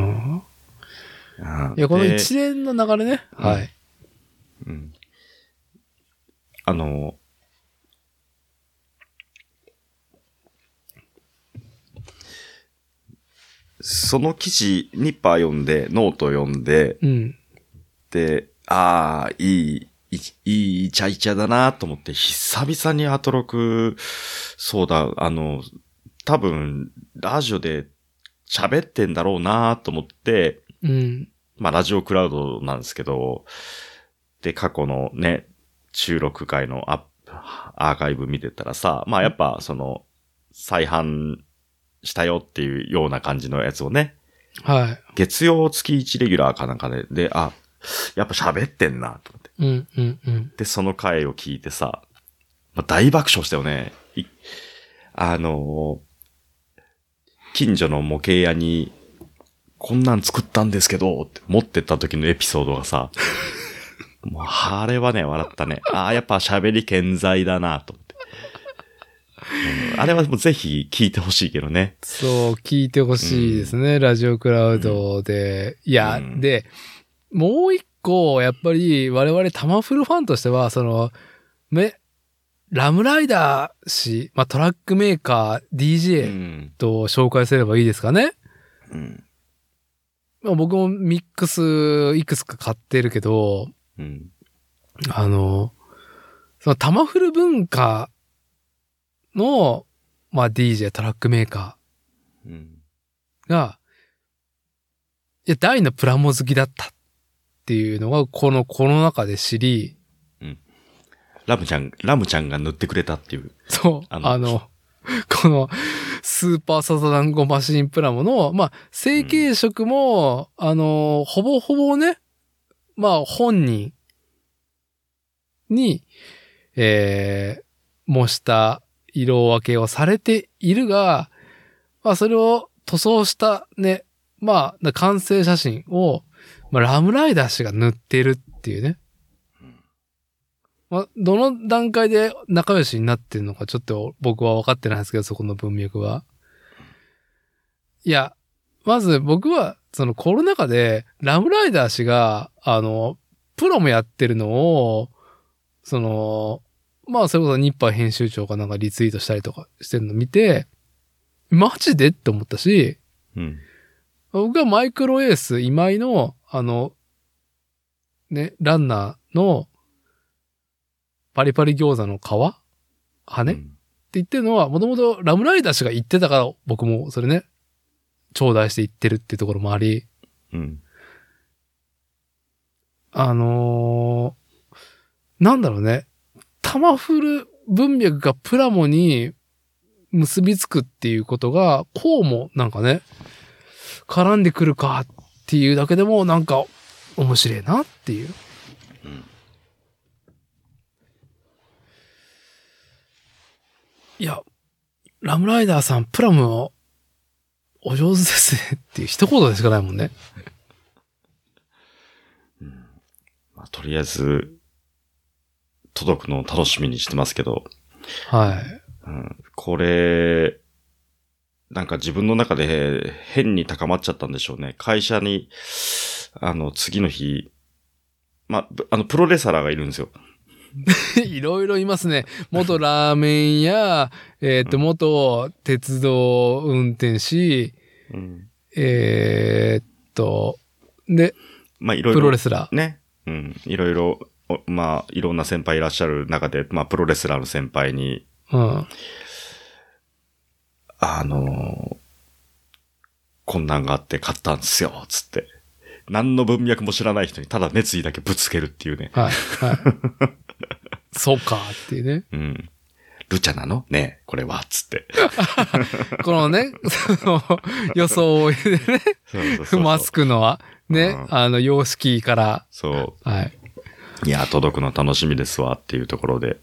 いや、この一連の流れね。はい。 うん。あの、その記事、ニッパー読んで、ノート読んで、 うん、 で、ああ、いい、いい、いいチャイチャだなと思って、久々にアトロク、そうだ、あの、多分、ラジオで喋ってんだろうなと思って、 うん、 まあ、ラジオクラウドなんですけど、で、過去のね、収録回のアアーカイブ見てたらさ、まあ、やっぱ、その、再販、したよっていうような感じのやつをね。 はい。 月曜月いちレギュラーかなんかで、で、あ、やっぱ喋ってんな、と思って。 うんうんうん。 で、その回を聞いてさ、まあ、大爆笑したよね。あの近所の模型屋に、こんなん作ったんですけど、って持ってった時のエピソードがさ、もう、あれはね、笑ったね。ああ、やっぱ喋り健在だなと思って、うん。あれはもうぜひ聞いてほしいけどね。 そう、聞いてほしいですね、うん、ラジオクラウドで。うん、いや、うん、で、もう一個、やっぱり我々タマフルファンとしては、その、め、ラムライダー氏、まあ、トラックメーカー、ディージェー と紹介すればいいですかね。うん。まあ、僕もミックスいくつか買ってるけど、うん、あの、そのタマフル文化の、まあ ディージェー トラックメーカーが、いや、大のプラモ好きだったっていうのが、このコロナ禍で知り、うん、 ラムちゃん、ラムちゃんが塗ってくれたっていう。 そう。あの、あのこの、スーパーサザダンゴマシンプラモの、まあ、成型色も、うん、あの、ほぼほぼね、まあ、本人に、えー、模した色分けをされているが、まあ、それを塗装したね、まあ、完成写真を、まあ、ラムライダー氏が塗ってるっていうね。まあ、どの段階で仲良しになってるのかちょっと僕は分かってないんですけど、そこの文脈は。いや、まず僕は、そのコロナ禍でラムライダー氏が、あの、プロもやってるのを、その、まあそれこそニッパー編集長がなんかリツイートしたりとかしてるの見て、マジでって思ったし、うん、僕はマイクロエース今井の、あの、ね、ランナーのパリパリ餃子の皮羽、うん、って言ってるのは、もともとラムライダー氏が言ってたから、僕もそれね、頂戴して言ってるっていうところもあり、うん、あのー、なんだろうね、タマフル文脈がプラモに結びつくっていうことが、こうもなんかね、絡んでくるかっていうだけでもなんか面白いなっていう。うん、いや、ラムライダーさん、プラムをお上手ですねっていう一言でしかないもんね。 うん、まあ、とりあえず、届くのを楽しみにしてますけど。はい。うん、これ、なんか自分の中で変に高まっちゃったんでしょうね。会社に、あの、次の日、ま、あの、プロレスラーがいるんですよ。 いろいろいますね。元ラーメンや、えっと、元鉄道運転士、うん、えー、っと、で、 まあ、いろいろ。 プロレスラー。 ね。うん。いろいろ、まあ、いろんな先輩いらっしゃる中で、まあ、プロレスラーの先輩に、うん、あのー、こんなんがあって買ったんですよ、つって。何の文脈も知らない人にただ熱意だけぶつけるっていうね。はい。はい。 そうかっていうね。うん。 ルチャなのねこれは、つって。 このね、その予想を入れてね。そうそうそうそうマスクのは、ね、うん、あの、様式から。 そう。はい。いや、届くの楽しみですわっていうところで。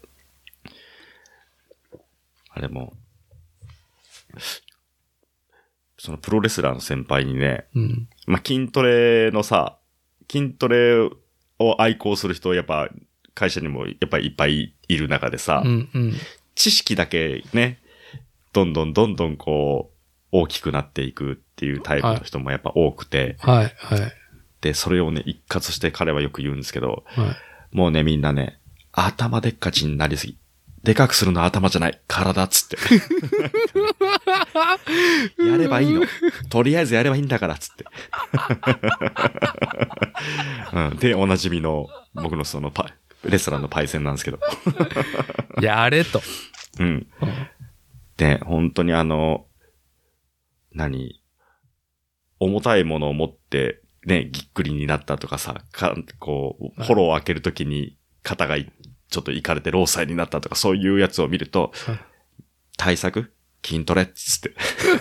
あれも、そのプロレスラーの先輩にね、うん、まあ、筋トレのさ、筋トレを愛好する人、やっぱ会社にもやっぱりいっぱいいる中でさ、うんうん、知識だけね、どんどんどんどんこう、大きくなっていくっていうタイプの人もやっぱ多くて、はい、はい。で、それをね、一括して彼はよく言うんですけど、はい、もうね、みんなね、頭でっかちになりすぎ。でかくするのは頭じゃない。体っつって。やればいいの。とりあえずやればいいんだからっつって。うん、で、おなじみの、僕のそのパ、レストランのパイセンなんですけど。 やれと。 うん。で、本当にあの、何重たいものを持って、ね、ぎっくりになったとかさ、かこう、フォローを開けるときに肩がいちょっといかれて労災になったとかそういうやつを見ると、対策筋トレっつって。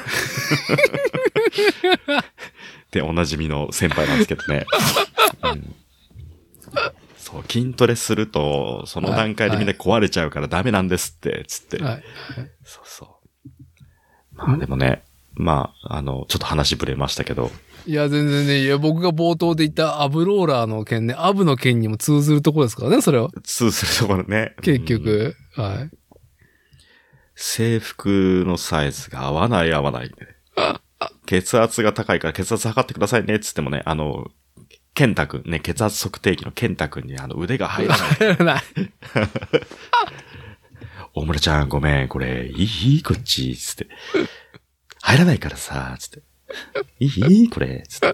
で、おなじみの先輩なんですけどね。うん、そう、筋トレすると、その段階でみんな壊れちゃうからダメなんですって、つって。はいはい、そうそう。まあでもね、 まあ、あの、ちょっと話ぶれましたけど。 いや、全然ね、いや、僕が冒頭で言ったアブローラーの件ね、アブの件にも通ずるところですからね、それは。 通ずるところね。 結局、うん、はい。 制服のサイズが合わない合わない、ね。血圧が高いから血圧測ってくださいね、つってもね、あの、ケンタ君ね、血圧測定器のケンタ君にあの腕が入らない。入らない。大村ちゃんごめん、これ、いいこっち、つって。入らないからさ、つって。いいこれ、つって。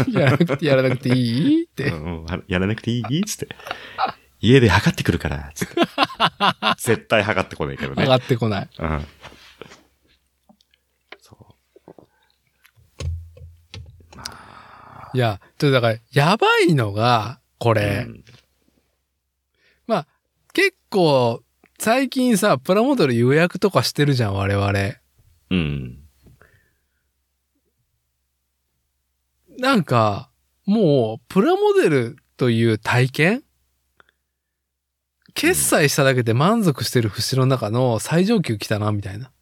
やらなくて、やらなくていいって、 うん。やらなくていいつって。家で測ってくるから、つって。絶対測ってこないけどね。 測ってこない。 うん。そう。 まあ。いや、ちょっとだから、やばいのが、これ。うん、まあ、結構、最近さ、プラモデル予約とかしてるじゃん、我々。 うん。 なんか、もう、プラモデルという体験、決済しただけで満足してる節の中の最上級来たな、みたいな。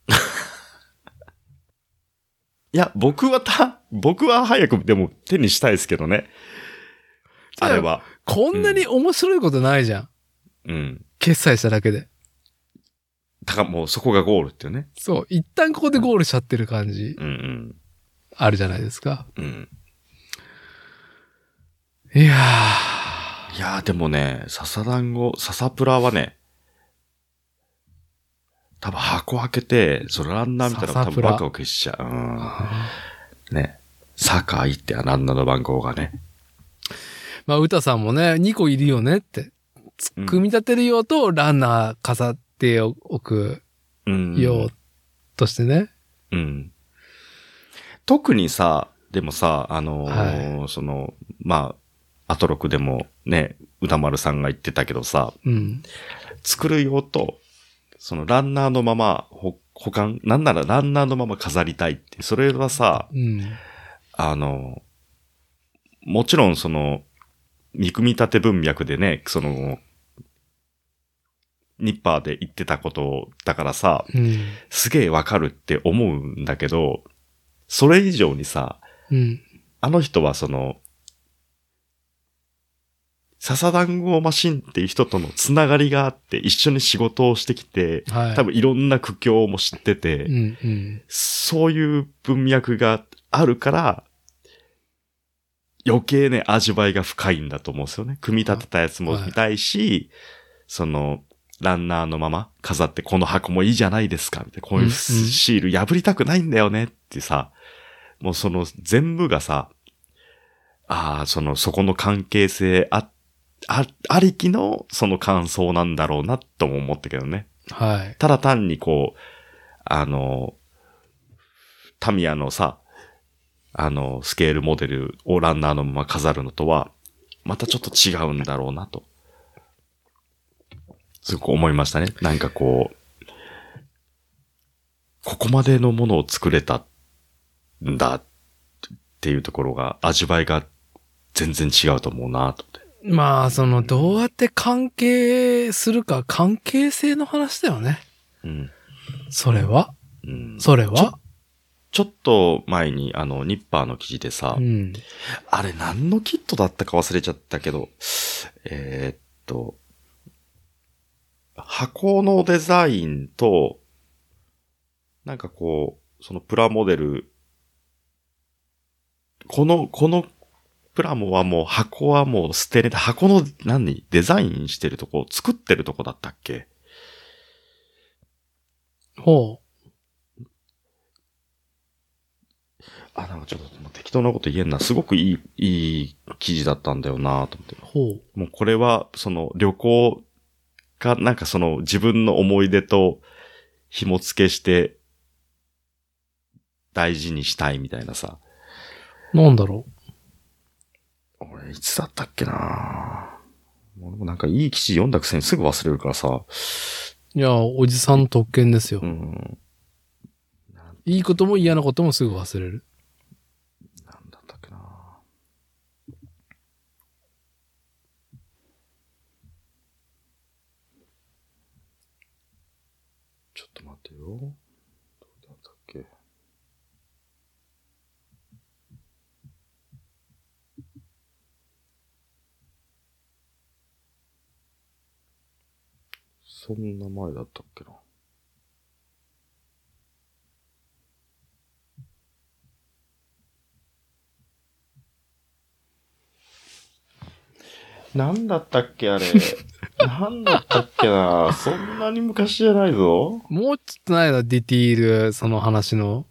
いや、僕はた、僕は早くでも手にしたいですけどね。あれは。 こんなに面白いことないじゃん。 うん。 決済しただけで。 だからもうそこがゴールっていうね。 そう。一旦ここでゴールしちゃってる感じ。 うんうん。 あるじゃないですか。 うん。 いやー。いやーでもね、笹団子、笹プラはね、多分箱開けて、そのランナーみたいなの多分バカを消しちゃう。うん。ね。坂井ってランナーの番号がね。 まあ、歌さんもね、にこいるよねって。組み立てる用とランナー飾っておく用としてね。 うん。うん、特にさ、でもさ、あのーはい、その、まあ、アトロクでもね、歌丸さんが言ってたけどさ、 うん、 作る用と、そのランナーのまま保管、なんならランナーのまま飾りたいって、それはさ、 うん、 あの、もちろんその、見組み立て文脈でね、その、ニッパーで言ってたことだからさ、 うん、 すげえわかるって思うんだけど、それ以上にさ、 うん、 あの人はその、笹団子マシンっていう人とのつながりがあって一緒に仕事をしてきて、はい、多分いろんな苦境も知ってて、 うんうん、 そういう文脈があるから、余計ね、味わいが深いんだと思うんですよね。組み立てたやつも見たいし、はい、その、ランナーのまま飾ってこの箱もいいじゃないですかみたいな。こういうシール破りたくないんだよねってさ、もうその全部がさ、ああ、その、そこの関係性あ、あ、ありきのその感想なんだろうなとも思ったけどね。 はい。 ただ単にこう、あの、タミヤのさ、あの、スケールモデルをランナーのまま飾るのとは、またちょっと違うんだろうなと。すごく思いましたね。なんかこう、ここまでのものを作れたんだっていうところが、味わいが全然違うと思うなと思って。 まあ、その、どうやって関係するか、関係性の話だよね。 うん。 それは、 うん、 それはちょ、ちょっと前に、あの、ニッパーの記事でさ、 うん、 あれ何のキットだったか忘れちゃったけど、えー、っと、箱のデザインと、なんかこう、そのプラモデル、この、このプラモはもう箱はもう捨てれて、箱の何デザインしてるとこ、作ってるとこだったっけ？ ほう。 あ、なんかちょっと適当なこと言えんな。すごくいい、いい記事だったんだよなと思って。 ほう。もうこれは、その旅行が、なんかその自分の思い出と紐付けして大事にしたいみたいなさ。 なんだろう。 俺、いつだったっけな俺もなんかいい記事読んだくせにすぐ忘れるからさ。 いや、おじさん特権ですよ。 うん。 いいことも嫌なこともすぐ忘れる。 なんだったっけなちょっと待ってよ。どうだったっけそんな前だったっけな。なんだったっけあれ。なんだったっけな。そんなに昔じゃないぞ。 もうちょっとないな、ディティール、その話の。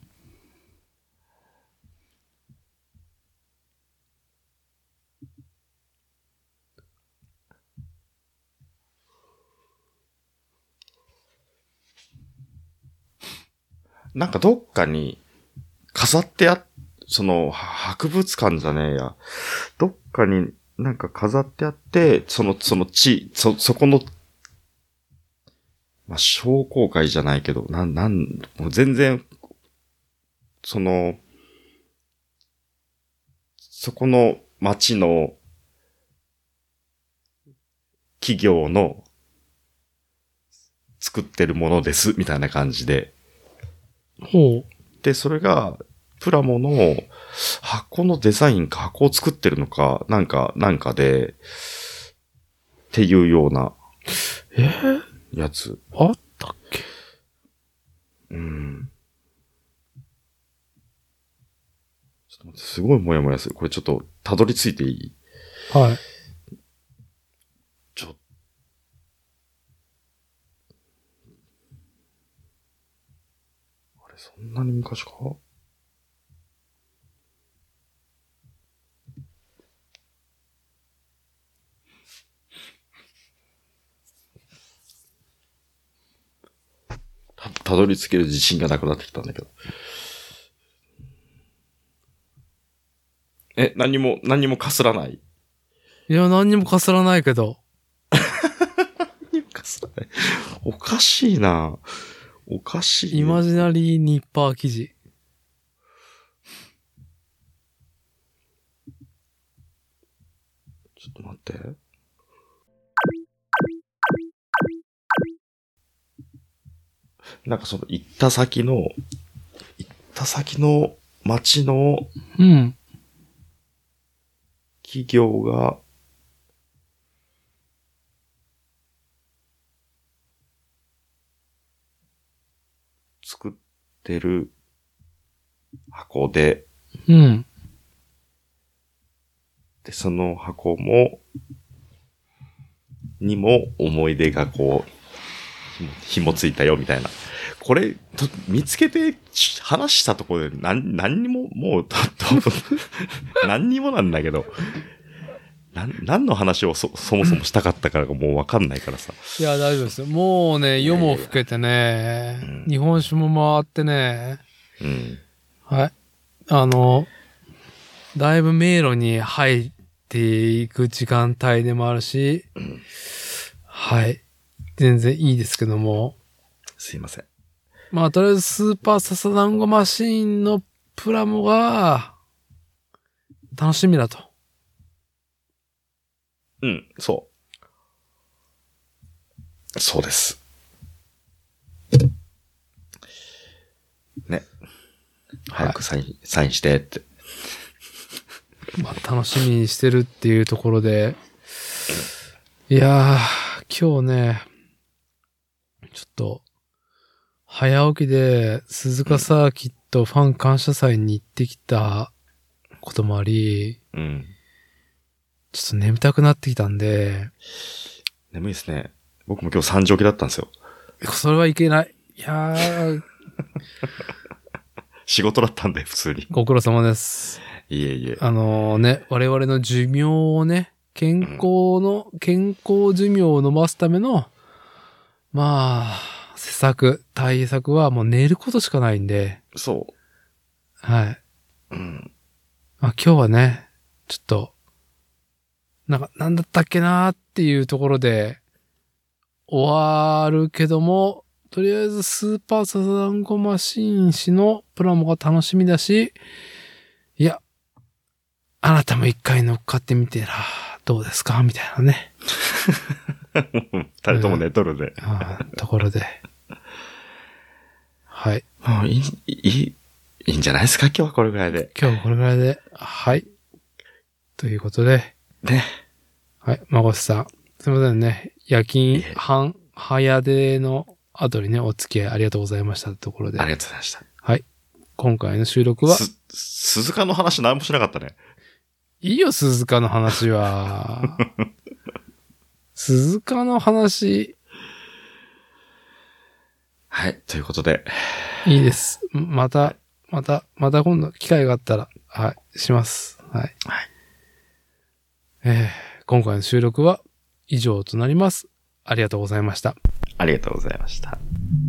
なんかどっかに飾ってあ、その、博物館じゃねえや。どっかになんか飾ってあって、その、その地、そ、そこの、まあ、商工会じゃないけど、なん、なん、もう全然、その、そこの町の企業の作ってるものです、みたいな感じで。 ほう。 で、それが、プラモの箱のデザインか箱を作ってるのか、なんか、なんかで、っていうような、 えー、 やつ。 あったっけ？ うん。ちょっと待って、すごいモヤモヤする。これちょっと、たどり着いていい？ はい。 ちょ、あれ、そんなに昔か？た、たどり着ける自信がなくなってきたんだけど。え、何も、何もかすらない？ いや、何にもかすらないけど。 何もかすらない。おかしいな。おかしい。 イマジナリーニッパー生地。 ちょっと待って。なんかその行った先の、行った先の町の、 うん。 企業が、作ってる箱で、 うん。 で、その箱も、にも思い出がこう、ひもついたよみたいな。これ、と見つけて話したところで何、何にも、もう、と、と何にもなんだけど、な何の話を そ, そもそもしたかったからがもうわかんないからさ。 いや、大丈夫ですよ。もうね、夜も更けてね、うん、日本酒も回ってね、 うん、 はい。あの、だいぶ迷路に入っていく時間帯でもあるし、うん、はい。全然いいですけども。 すいません。 まあ、とりあえずスーパーササダンゴマシーンのプラモが楽しみだと。 うん、そう。そうです。ね。早くサイン、はい、サインしてって。 まあ、楽しみにしてるっていうところで。いやー、今日ね、ちょっと、早起きで鈴鹿サーキットファン感謝祭に行ってきたこともあり、 うん。 ちょっと眠たくなってきたんで。 眠いですね。僕も今日さんじ起きだったんですよ。 それはいけない。いやー。 仕事だったんで、普通に。 ご苦労様です。 いえいえ。 あのー、ね、我々の寿命をね、健康の、うん、健康寿命を伸ばすための、まあ、施策、対策はもう寝ることしかないんで。 そう。 はい。 うん。 まあ今日はね、ちょっと、なんか、なんだったっけなーっていうところで、終わるけども、とりあえずスーパーサザダンゴマシーン氏のプラモが楽しみだし、いや、あなたも一回乗っかってみてら、どうですかみたいなね。 二人とも寝とるで。 うん、ところで。はい。 もういい、いい、いいんじゃないですか今日はこれぐらいで。 今日はこれぐらいで。はい。ということで。 ね。 はい。まこしさん。すいませんね。夜勤半早出の後にね、お付き合いありがとうございましたってところで。 ありがとうございました。 はい。今回の収録は。 す、鈴鹿の話何もしなかったね。 いいよ、鈴鹿の話は。鈴鹿の話。 はい。ということで。 いいです。また、また、また今度機会があったら、はい、します。はい。はい。えー、今回の収録は以上となります。ありがとうございました。 ありがとうございました。